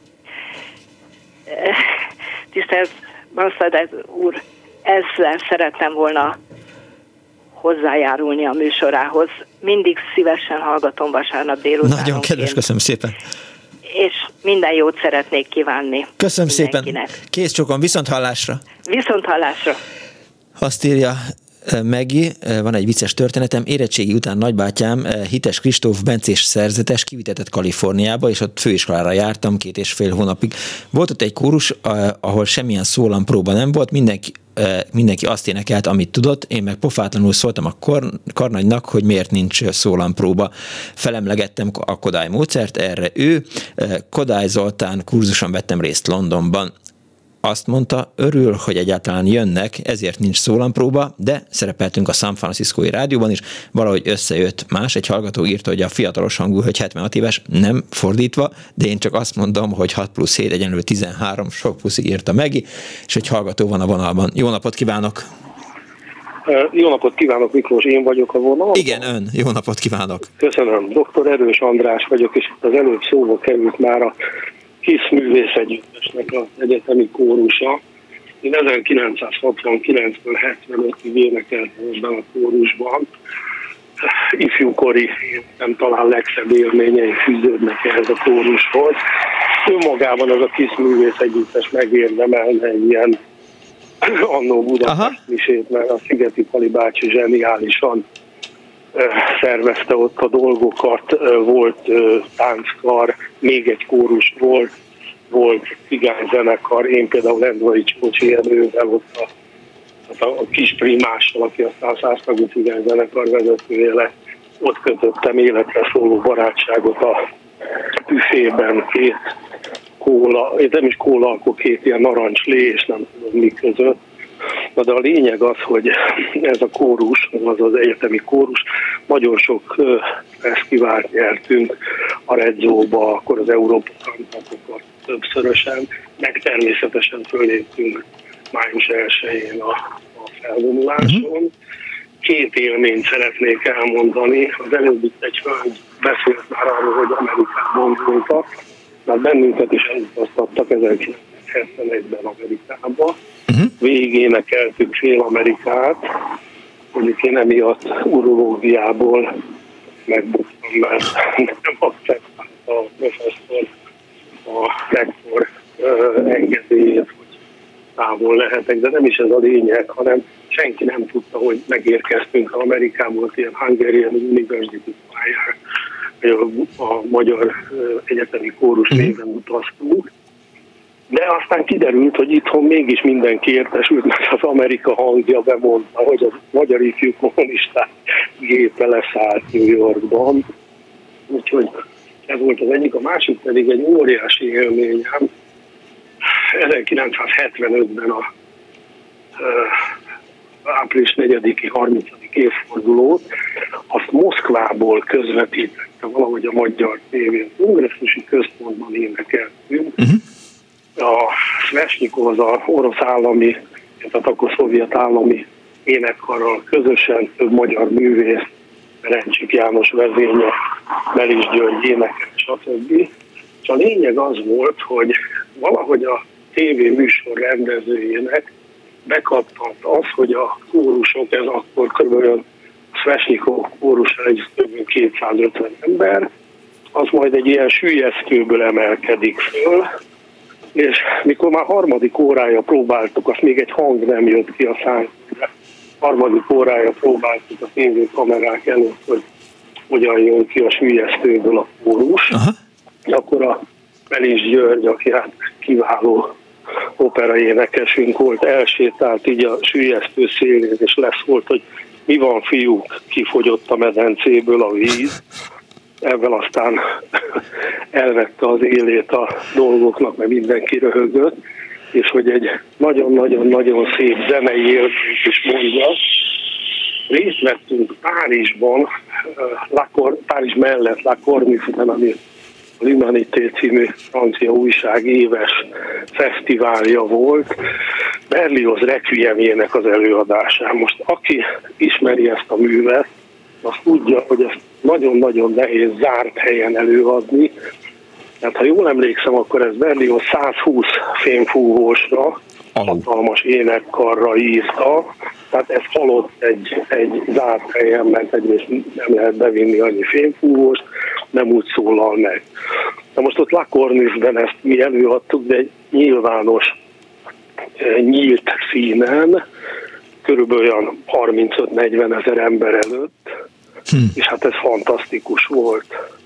Tisztelt Banszladek úr, ezzel szerettem volna hozzájárulni a műsorához. Mindig szívesen hallgatom vasárnap délután. Nagyon kedves, köszönöm szépen. És minden jót szeretnék kívánni. Köszönöm szépen. Kész csókon, viszont hallásra. Viszont hallásra. Azt írja Meggi, van egy vicces történetem, érettségi után nagybátyám Hites Kristóf bencés szerzetes kivitetett Kaliforniába, és ott főiskolára jártam két és fél hónapig. Volt ott egy kórus, ahol semmilyen szólampróba nem volt, mindenki, mindenki azt énekelt, amit tudott, én meg pofátlanul szóltam a kor, karnagynak, hogy miért nincs szólampróba. Felemlegettem a Kodály módszert, erre ő, Kodály Zoltán kurzuson vettem részt Londonban. Azt mondta, örül, hogy egyáltalán jönnek, ezért nincs szólampróba, de szerepeltünk a San Franciscói rádióban is, valahogy összejött. Más egy hallgató írta, hogy a fiatalos hangú hölgy hetvenhat éves, nem fordítva, de én csak azt mondom, hogy hat plusz hét egyenlő tizenhárom, sok puszi írta Megi, és egy hallgató van a vonalban. Jó napot kívánok! Jó napot kívánok, Miklós, én vagyok a vonalban. Igen, ön. Jó napot kívánok! Köszönöm. doktor Erős András vagyok, és az előbb szóba került már a KISZ művészegyüttesnek az egyetemi kórusa. Én ezerkilencszázhatvankilencből hetvenötig énekeltem ebben a kórusban. Ifjúkori, nem talán legszebb élményei fűződnek ehhez a kórushoz. Önmagában az a KISZ művészegyüttes megérdemelne egy ilyen annó Budapest misét, mert a Szigeti Pali bácsi zseniálisan szervezte ott a dolgokat, volt tánckar, még egy kórus volt, volt cigányzenekar, én például Endvai Csócsi Ernővel ott a, a, a kis primással, aki aztán a száztagú cigányzenekar vezetője lett, ott kötöttem életre szóló barátságot a büfében, két kóla, nem is kóla, akkor két ilyen narancslé, és nem tudom mi között. Na de a lényeg az, hogy ez a kórus, az az egyetemi kórus, nagyon sok fesztivált nyertünk a Redzóba, akkor az Európa Kantátokat többszörösen, meg természetesen föléptünk május elsején a, a felvonuláson. Két élményt szeretnék elmondani. Az előbb itt egy hölgy beszélt már arról, hogy Amerikában voltak, mert bennünket is elutaztattak ezerkilencszázhetvenegyben Amerikába. Uh-huh. Végénekeltük fél Amerikát, mondjuk én emiatt urológiából megbuktam, mert nem akceptált a professzor a rektor uh, engedélyét, hogy távol lehetek, de nem is ez a lényeg, hanem senki nem tudta, hogy megérkeztünk Amerikából, ilyen Hungarian University pályán, a, a magyar uh, egyetemi kórus néven utaztunk. De aztán kiderült, hogy itthon mégis mindenki értesült, mert az Amerika hangja bemondta, hogy a magyar ifjú kommunisták gépe leszállt New Yorkban. Úgyhogy ez volt az egyik, a másik pedig egy óriási élményem. ezerkilencszázhetvenötben a uh, április negyediki harmincadik évfordulót, azt Moszkvából közvetítette valahogy a magyar tévén. Kongresszusi központban énekeltünk. Uh-huh. A Svesnyikov, az a orosz állami, tehát akkor szovjet állami énekkarral közösen több magyar művész, Rencsik János vezénye, Melis György énekel, stb. És a lényeg az volt, hogy valahogy a tévé műsor rendezőjének bekattant az, hogy a kórusok, ez akkor kb. Svesnyikov kórusra egy kb. kétszázötven ember, az majd egy ilyen süllyesztőből emelkedik föl, és mikor már harmadik órája próbáltuk, azt még egy hang nem jött ki a szájból, harmadik órája próbáltuk a tévékamerák előtt, hogy hogyan jön ki a süllyesztőből a kórus. Aha. Akkor a Melis György, aki hát kiváló operaénekesünk volt, elsétált így a süllyesztő szélén, és leszólt, hogy mi van, fiúk, kifogyott a medencéből a víz. Ebben aztán elvette az élét a dolgoknak, mert mindenki röhögött, és hogy egy nagyon-nagyon-nagyon szép zenei élményt is mondja. Részt vettünk Párizsban, Párizs mellett La Cornice-ben, ami a L'Humanité című francia újság éves fesztiválja volt, Berlioz Requiemjének az előadásán. Most aki ismeri ezt a művet, az tudja, hogy ezt nagyon-nagyon nehéz zárt helyen előadni. Tehát ha jól emlékszem, akkor ez Berlioz százhúsz fémfúvósra, hatalmas énekkarra írta, tehát ez halott egy, egy zárt helyen, mert egyrészt nem lehet bevinni annyi fémfúvóst, nem úgy szólal meg. Na most ott La Cornice-ben ezt mi előadtuk, de egy nyilvános, nyílt színen, körülbelül olyan harmincöt-negyven ezer ember előtt, hm. és hát ez fantasztikus volt.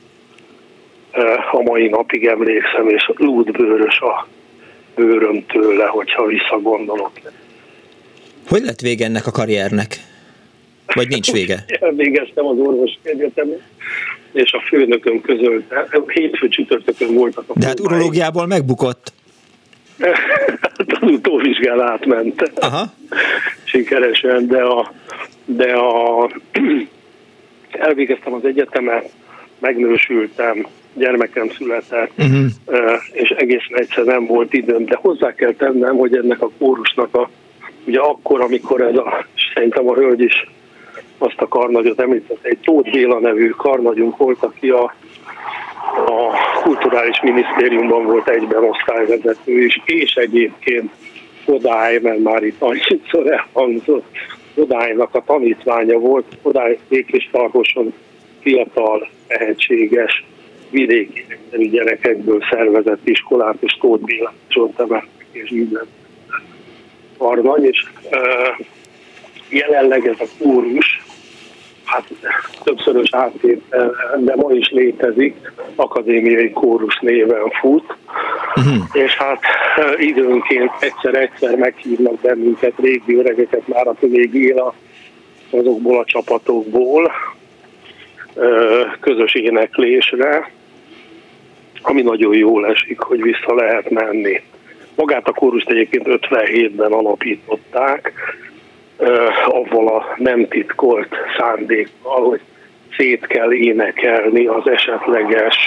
A mai napig emlékszem, és lúdbőrös a bőröm tőle, hogyha visszagondolok. Hogy lett vége ennek a karriernek? Vagy nincs vége? Elvégeztem az orvosi egyetemet, és a főnököm közölte, hétfő csütörtökön voltak a De hát urológiából megbukott. Az utóvizsgán átment. Aha. Sikeresen, de a, de a elvégeztem az egyetemet, megnősültem, gyermekem született, uh-huh. és egészen egyszer nem volt időm, de hozzá kell tennem, hogy ennek a kórusnak a, ugye akkor, amikor ez a, szerintem a hölgy is azt a karnagyot említett, egy Tóth Béla nevű karnagyunk volt, aki a, a Kulturális Minisztériumban volt egyben osztályvezető is, és egyébként Kodály, mert már itt annyiszor elhangzott, Kodálynak a tanítványa volt, Kodály Békéstarhoson fiatal, tehetséges, vidéki gyerekekből szervezett iskolát, és Tóth Béla is ott emeltek, és minden karnagy, és uh, jelenleg ez a kórus, hát többszörös áttétel, de ma is létezik, akadémiai kórus néven fut, uh-huh. és hát időnként egyszer-egyszer meghívnak bennünket, régi öregeket már, aki még él azokból a csapatokból, közös éneklésre, ami nagyon jól esik, hogy vissza lehet menni. Magát a kórust egyébként ötvenhétben alapították, avval a nem titkolt szándékkal, hogy szét kell énekelni az esetleges,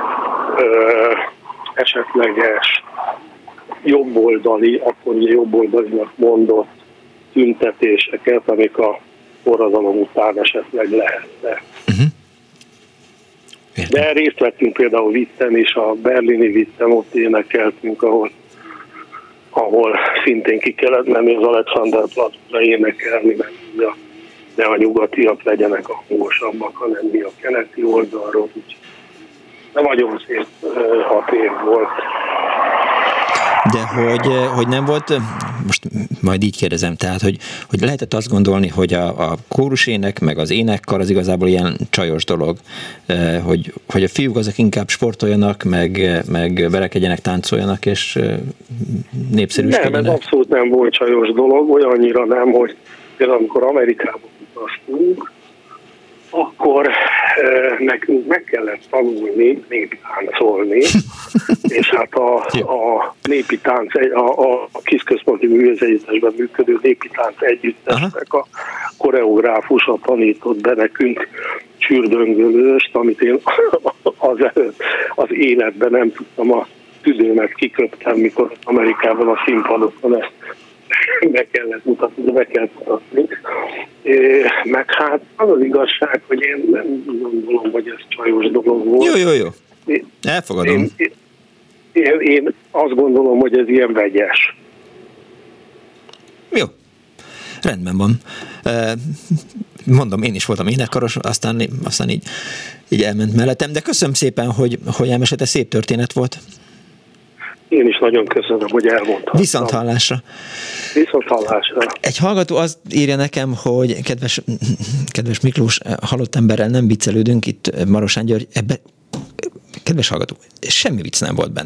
esetleges jobboldali, akkor ugye jobboldalinak mondott tüntetéseket, amik a forradalom után esetleg lehetne. Uh-huh. De részt vettünk például Witten is, a berlini Witten, ott énekeltünk, ahol, ahol szintén ki kellett menni az Alexanderplatzra énekelni, mert a, ne a nyugatiak legyenek a hangosabbak, hanem mi a keleti oldalról. De nagyon szép hat év volt. De hogy, hogy nem volt, most majd így kérdezem, tehát, hogy, hogy lehetett azt gondolni, hogy a, a kórusének, meg az énekkar az igazából ilyen csajos dolog, hogy, hogy a fiúk azok inkább sportoljanak, meg, meg verekedjenek, táncoljanak, és népszerűsködjenek. Nem, ez abszolút nem volt csajos dolog, olyannyira nem, hogy például amikor Amerikában utaztunk, akkor e, nekünk meg kellett tanulni népi táncolni, és hát a, a népi tánc, a, a Kisközponti Művészegyüttesben működő népi tánc együttesnek a koreográfusa tanított be nekünk csürdöngölőst, amit én az, az életben nem tudtam, a tüdőmet kiköptem, mikor Amerikában a színpadokon ezt be kellett mutatni, de be kellett mutatni. É, meg hát az az igazság, hogy én nem gondolom, hogy ez csajos dolog volt. Jó, jó, jó. Elfogadom. Én, én, én, én azt gondolom, hogy ez ilyen vegyes. Jó. Rendben van. Mondom, én is voltam énekkaros, aztán, aztán így, így elment mellettem, de köszönöm szépen, hogy, hogy elmesélte, szép történet volt. Én is nagyon köszönöm, hogy elmondtam. Viszont hallásra. Viszont hallásra. Egy hallgató azt írja nekem, hogy kedves, kedves Miklós, halott emberrel nem viccelődünk, itt Marosán György, ebbe, kedves hallgató, semmi vicc nem volt benne.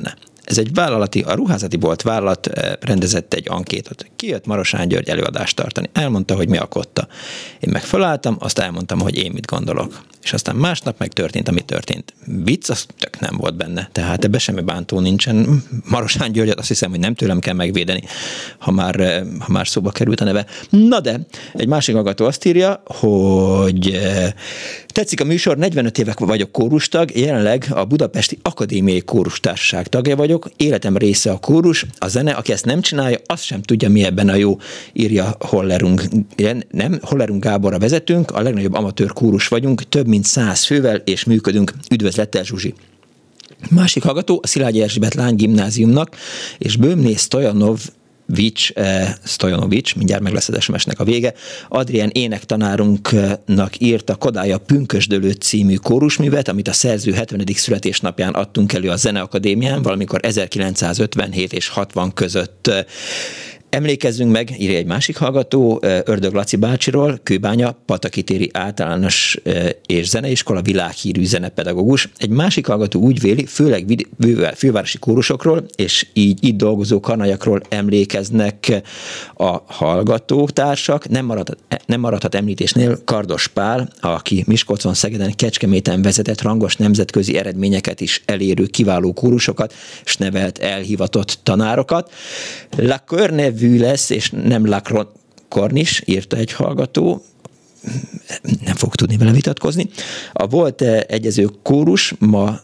Ez egy vállalati, a ruházati bolt vállalat rendezett egy ankétot. Kijött Marosán György előadást tartani. Elmondta, hogy mi a kotta. Én meg felálltam, azt elmondtam, hogy én mit gondolok. És aztán másnap meg történt, ami történt. Vicc, az tök nem volt benne. Tehát ebbe semmi bántó nincsen. Marosán Györgyet azt hiszem, hogy nem tőlem kell megvédeni, ha már, ha már szóba került a neve. Na de, egy másik hallgató azt írja, hogy tetszik a műsor, negyvenöt évek vagyok kórustag, jelenleg a Budapesti Akadémiai Kórustársaság tagja vagyok, életem része a kórus, a zene, aki ezt nem csinálja, azt sem tudja, mi ebben a jó, írja Hollerung. Nem, Hollerung Gábor a vezetőnk, a legnagyobb amatőr kórus vagyunk, több mint száz fővel, és működünk. Üdvözlettel, Zsuzsi! Másik hallgató a Szilágyi Erzsébet Lány Gimnáziumnak, és Böhmné Stojanov Vics, eh, Stojanovics, mindjárt meg lesz az es em es-nek a vége, Adrien énektanárunknak írt a Kodája Pünkösdölő című kórusművet, amit a szerző hetvenedik születésnapján adtunk elő a Zeneakadémián, valamikor ezerkilencszázötvenhét és hatvan között. Emlékezzünk meg, írja egy másik hallgató, Ördög Laci bácsiról, Kőbánya, Patakitéri általános és zeneiskola világhírű zenepedagógus. Egy másik hallgató úgy véli, főleg fővárosi kórusokról, és így itt dolgozó karnagyakról emlékeznek a hallgatótársak. Nem maradhat, nem maradhat említésnél Kardos Pál, aki Miskolcon, Szegeden, Kecskeméten vezetett rangos nemzetközi eredményeket is elérő kiváló kórusokat, és nevelt elhivatott tanárokat. La Corne lesz, és nem Lacron Cornish, írta egy hallgató, nem fog tudni vele vitatkozni. A volt egyező kórus, ma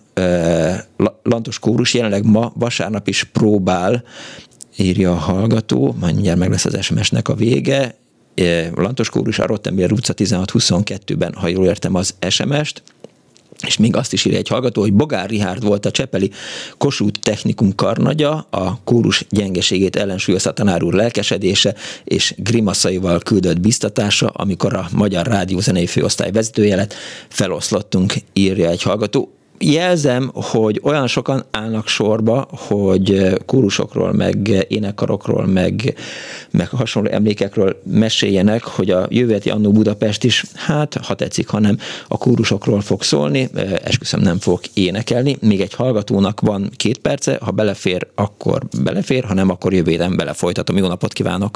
Lantos kórus, jelenleg ma vasárnap is próbál, írja a hallgató, majd mindjárt meg lesz az es em es-nek a vége. Lantos kórus a Rottenberg utca tizenhat huszonkettőben, ha jól értem az es em es-t. És még azt is írja egy hallgató, hogy Bogár Rihárd volt a csepeli Kossuth Technikum karnagya, a kórus gyengeségét ellensúlyozta a tanár úr lelkesedése és grimaszaival küldött biztatása, amikor a Magyar Rádiózenei Főosztály vezetője lett, feloszlottunk, írja egy hallgató. Jelzem, hogy olyan sokan állnak sorba, hogy kórusokról, meg énekkarokról, meg, meg hasonló emlékekről meséljenek, hogy a jövő heti Annó Budapest is, hát, ha tetszik, ha nem, a kórusokról fog szólni, esküszöm, nem fog énekelni. Még egy hallgatónak van két perce, ha belefér, akkor belefér, ha nem, akkor jövő héten belefolytatom. Jó napot kívánok!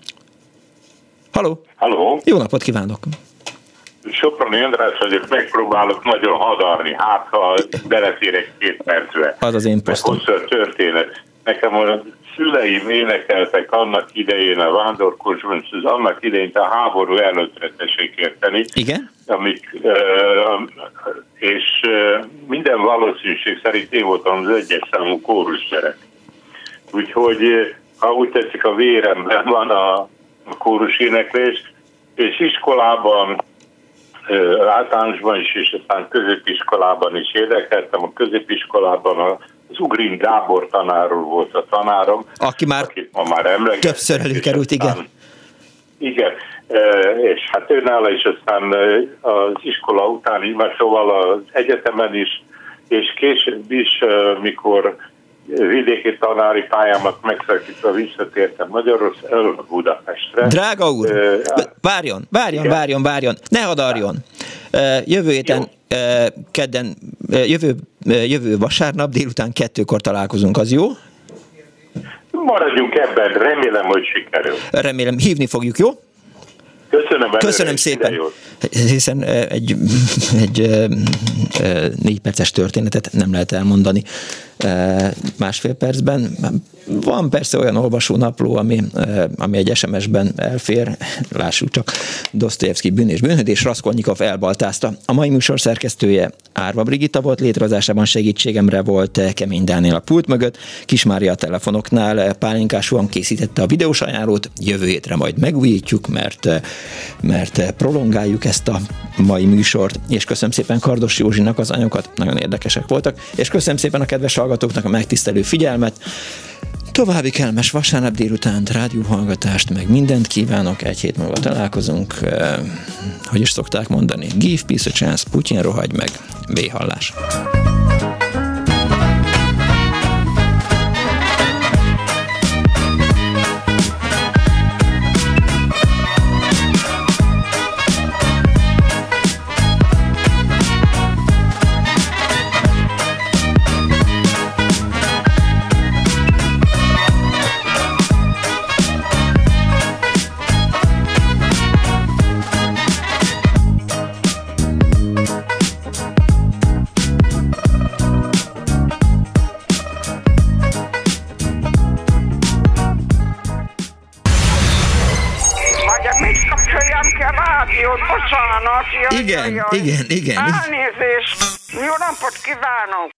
Halló! Halló! Jó napot kívánok! Soproni András vagyok, megpróbálok nagyon hadarni, hát ha beleférek két percbe. Az az én posztom. Hosszú a történet. Nekem a szüleim énekeltek annak idején a vándorkocsban, és az annak idején a háború előttre tessék érteni. Igen? Amik, és minden valószínűség szerint én voltam az egyes számú kórusgyerek. Úgyhogy, ha úgy tetszik, a véremben van a kórus éneklés, és iskolában, általánosban is, és aztán középiskolában is énekeltem. A középiskolában az Ugrin Gábor tanár úr volt a tanárom. Aki már, ma már többször előkerült, igen. Igen, és hát őnála is aztán az iskola után, már szóval az egyetemen is, és később is, mikor vidéki tanári pályámat megszakítva visszatértem Magyarországra, Budapestre. Drága úr, várjon, várjon, igen? várjon, várjon, ne hadarjon. Jövő héten, jó. kedden, jövő, jövő vasárnap délután kettőkor találkozunk, az jó? Maradjunk ebben, remélem, hogy sikerül. Remélem, hívni fogjuk, jó? Köszönöm, Köszönöm szépen. Hiszen egy, egy négy perces történetet nem lehet elmondani másfél percben. Van persze olyan olvasónapló, ami, ami egy es em es-ben elfér. Lássuk csak, Dostoyevsky Bűn és bűnhődés, Raskolnikov elbaltázta. A mai műsor szerkesztője Árva Brigitta volt, létrehozásában segítségemre volt Kemény Dániel a pult mögött, Kis Mária a telefonoknál, Pálinkásúan készítette a videós ajánlót, jövő hétre majd megújítjuk, mert, mert prolongáljuk ezt a mai műsort, és köszönöm szépen Kardos Józsinak az anyagokat, nagyon érdekesek voltak, és köszönöm szépen a kedves hallgatóknak a megtisztelő figyelmet. További kellemes vasárnap délutánt, rádióhallgatást, meg mindent kívánok, egy hét múlva találkozunk, eh, hogy is szokták mondani, give peace a chance, Putyin rohagy meg, véhallás. rádiót, bocsánat. Jaj, igen, jaj, jaj. igen, igen. Elnézést. Jó napot kívánok.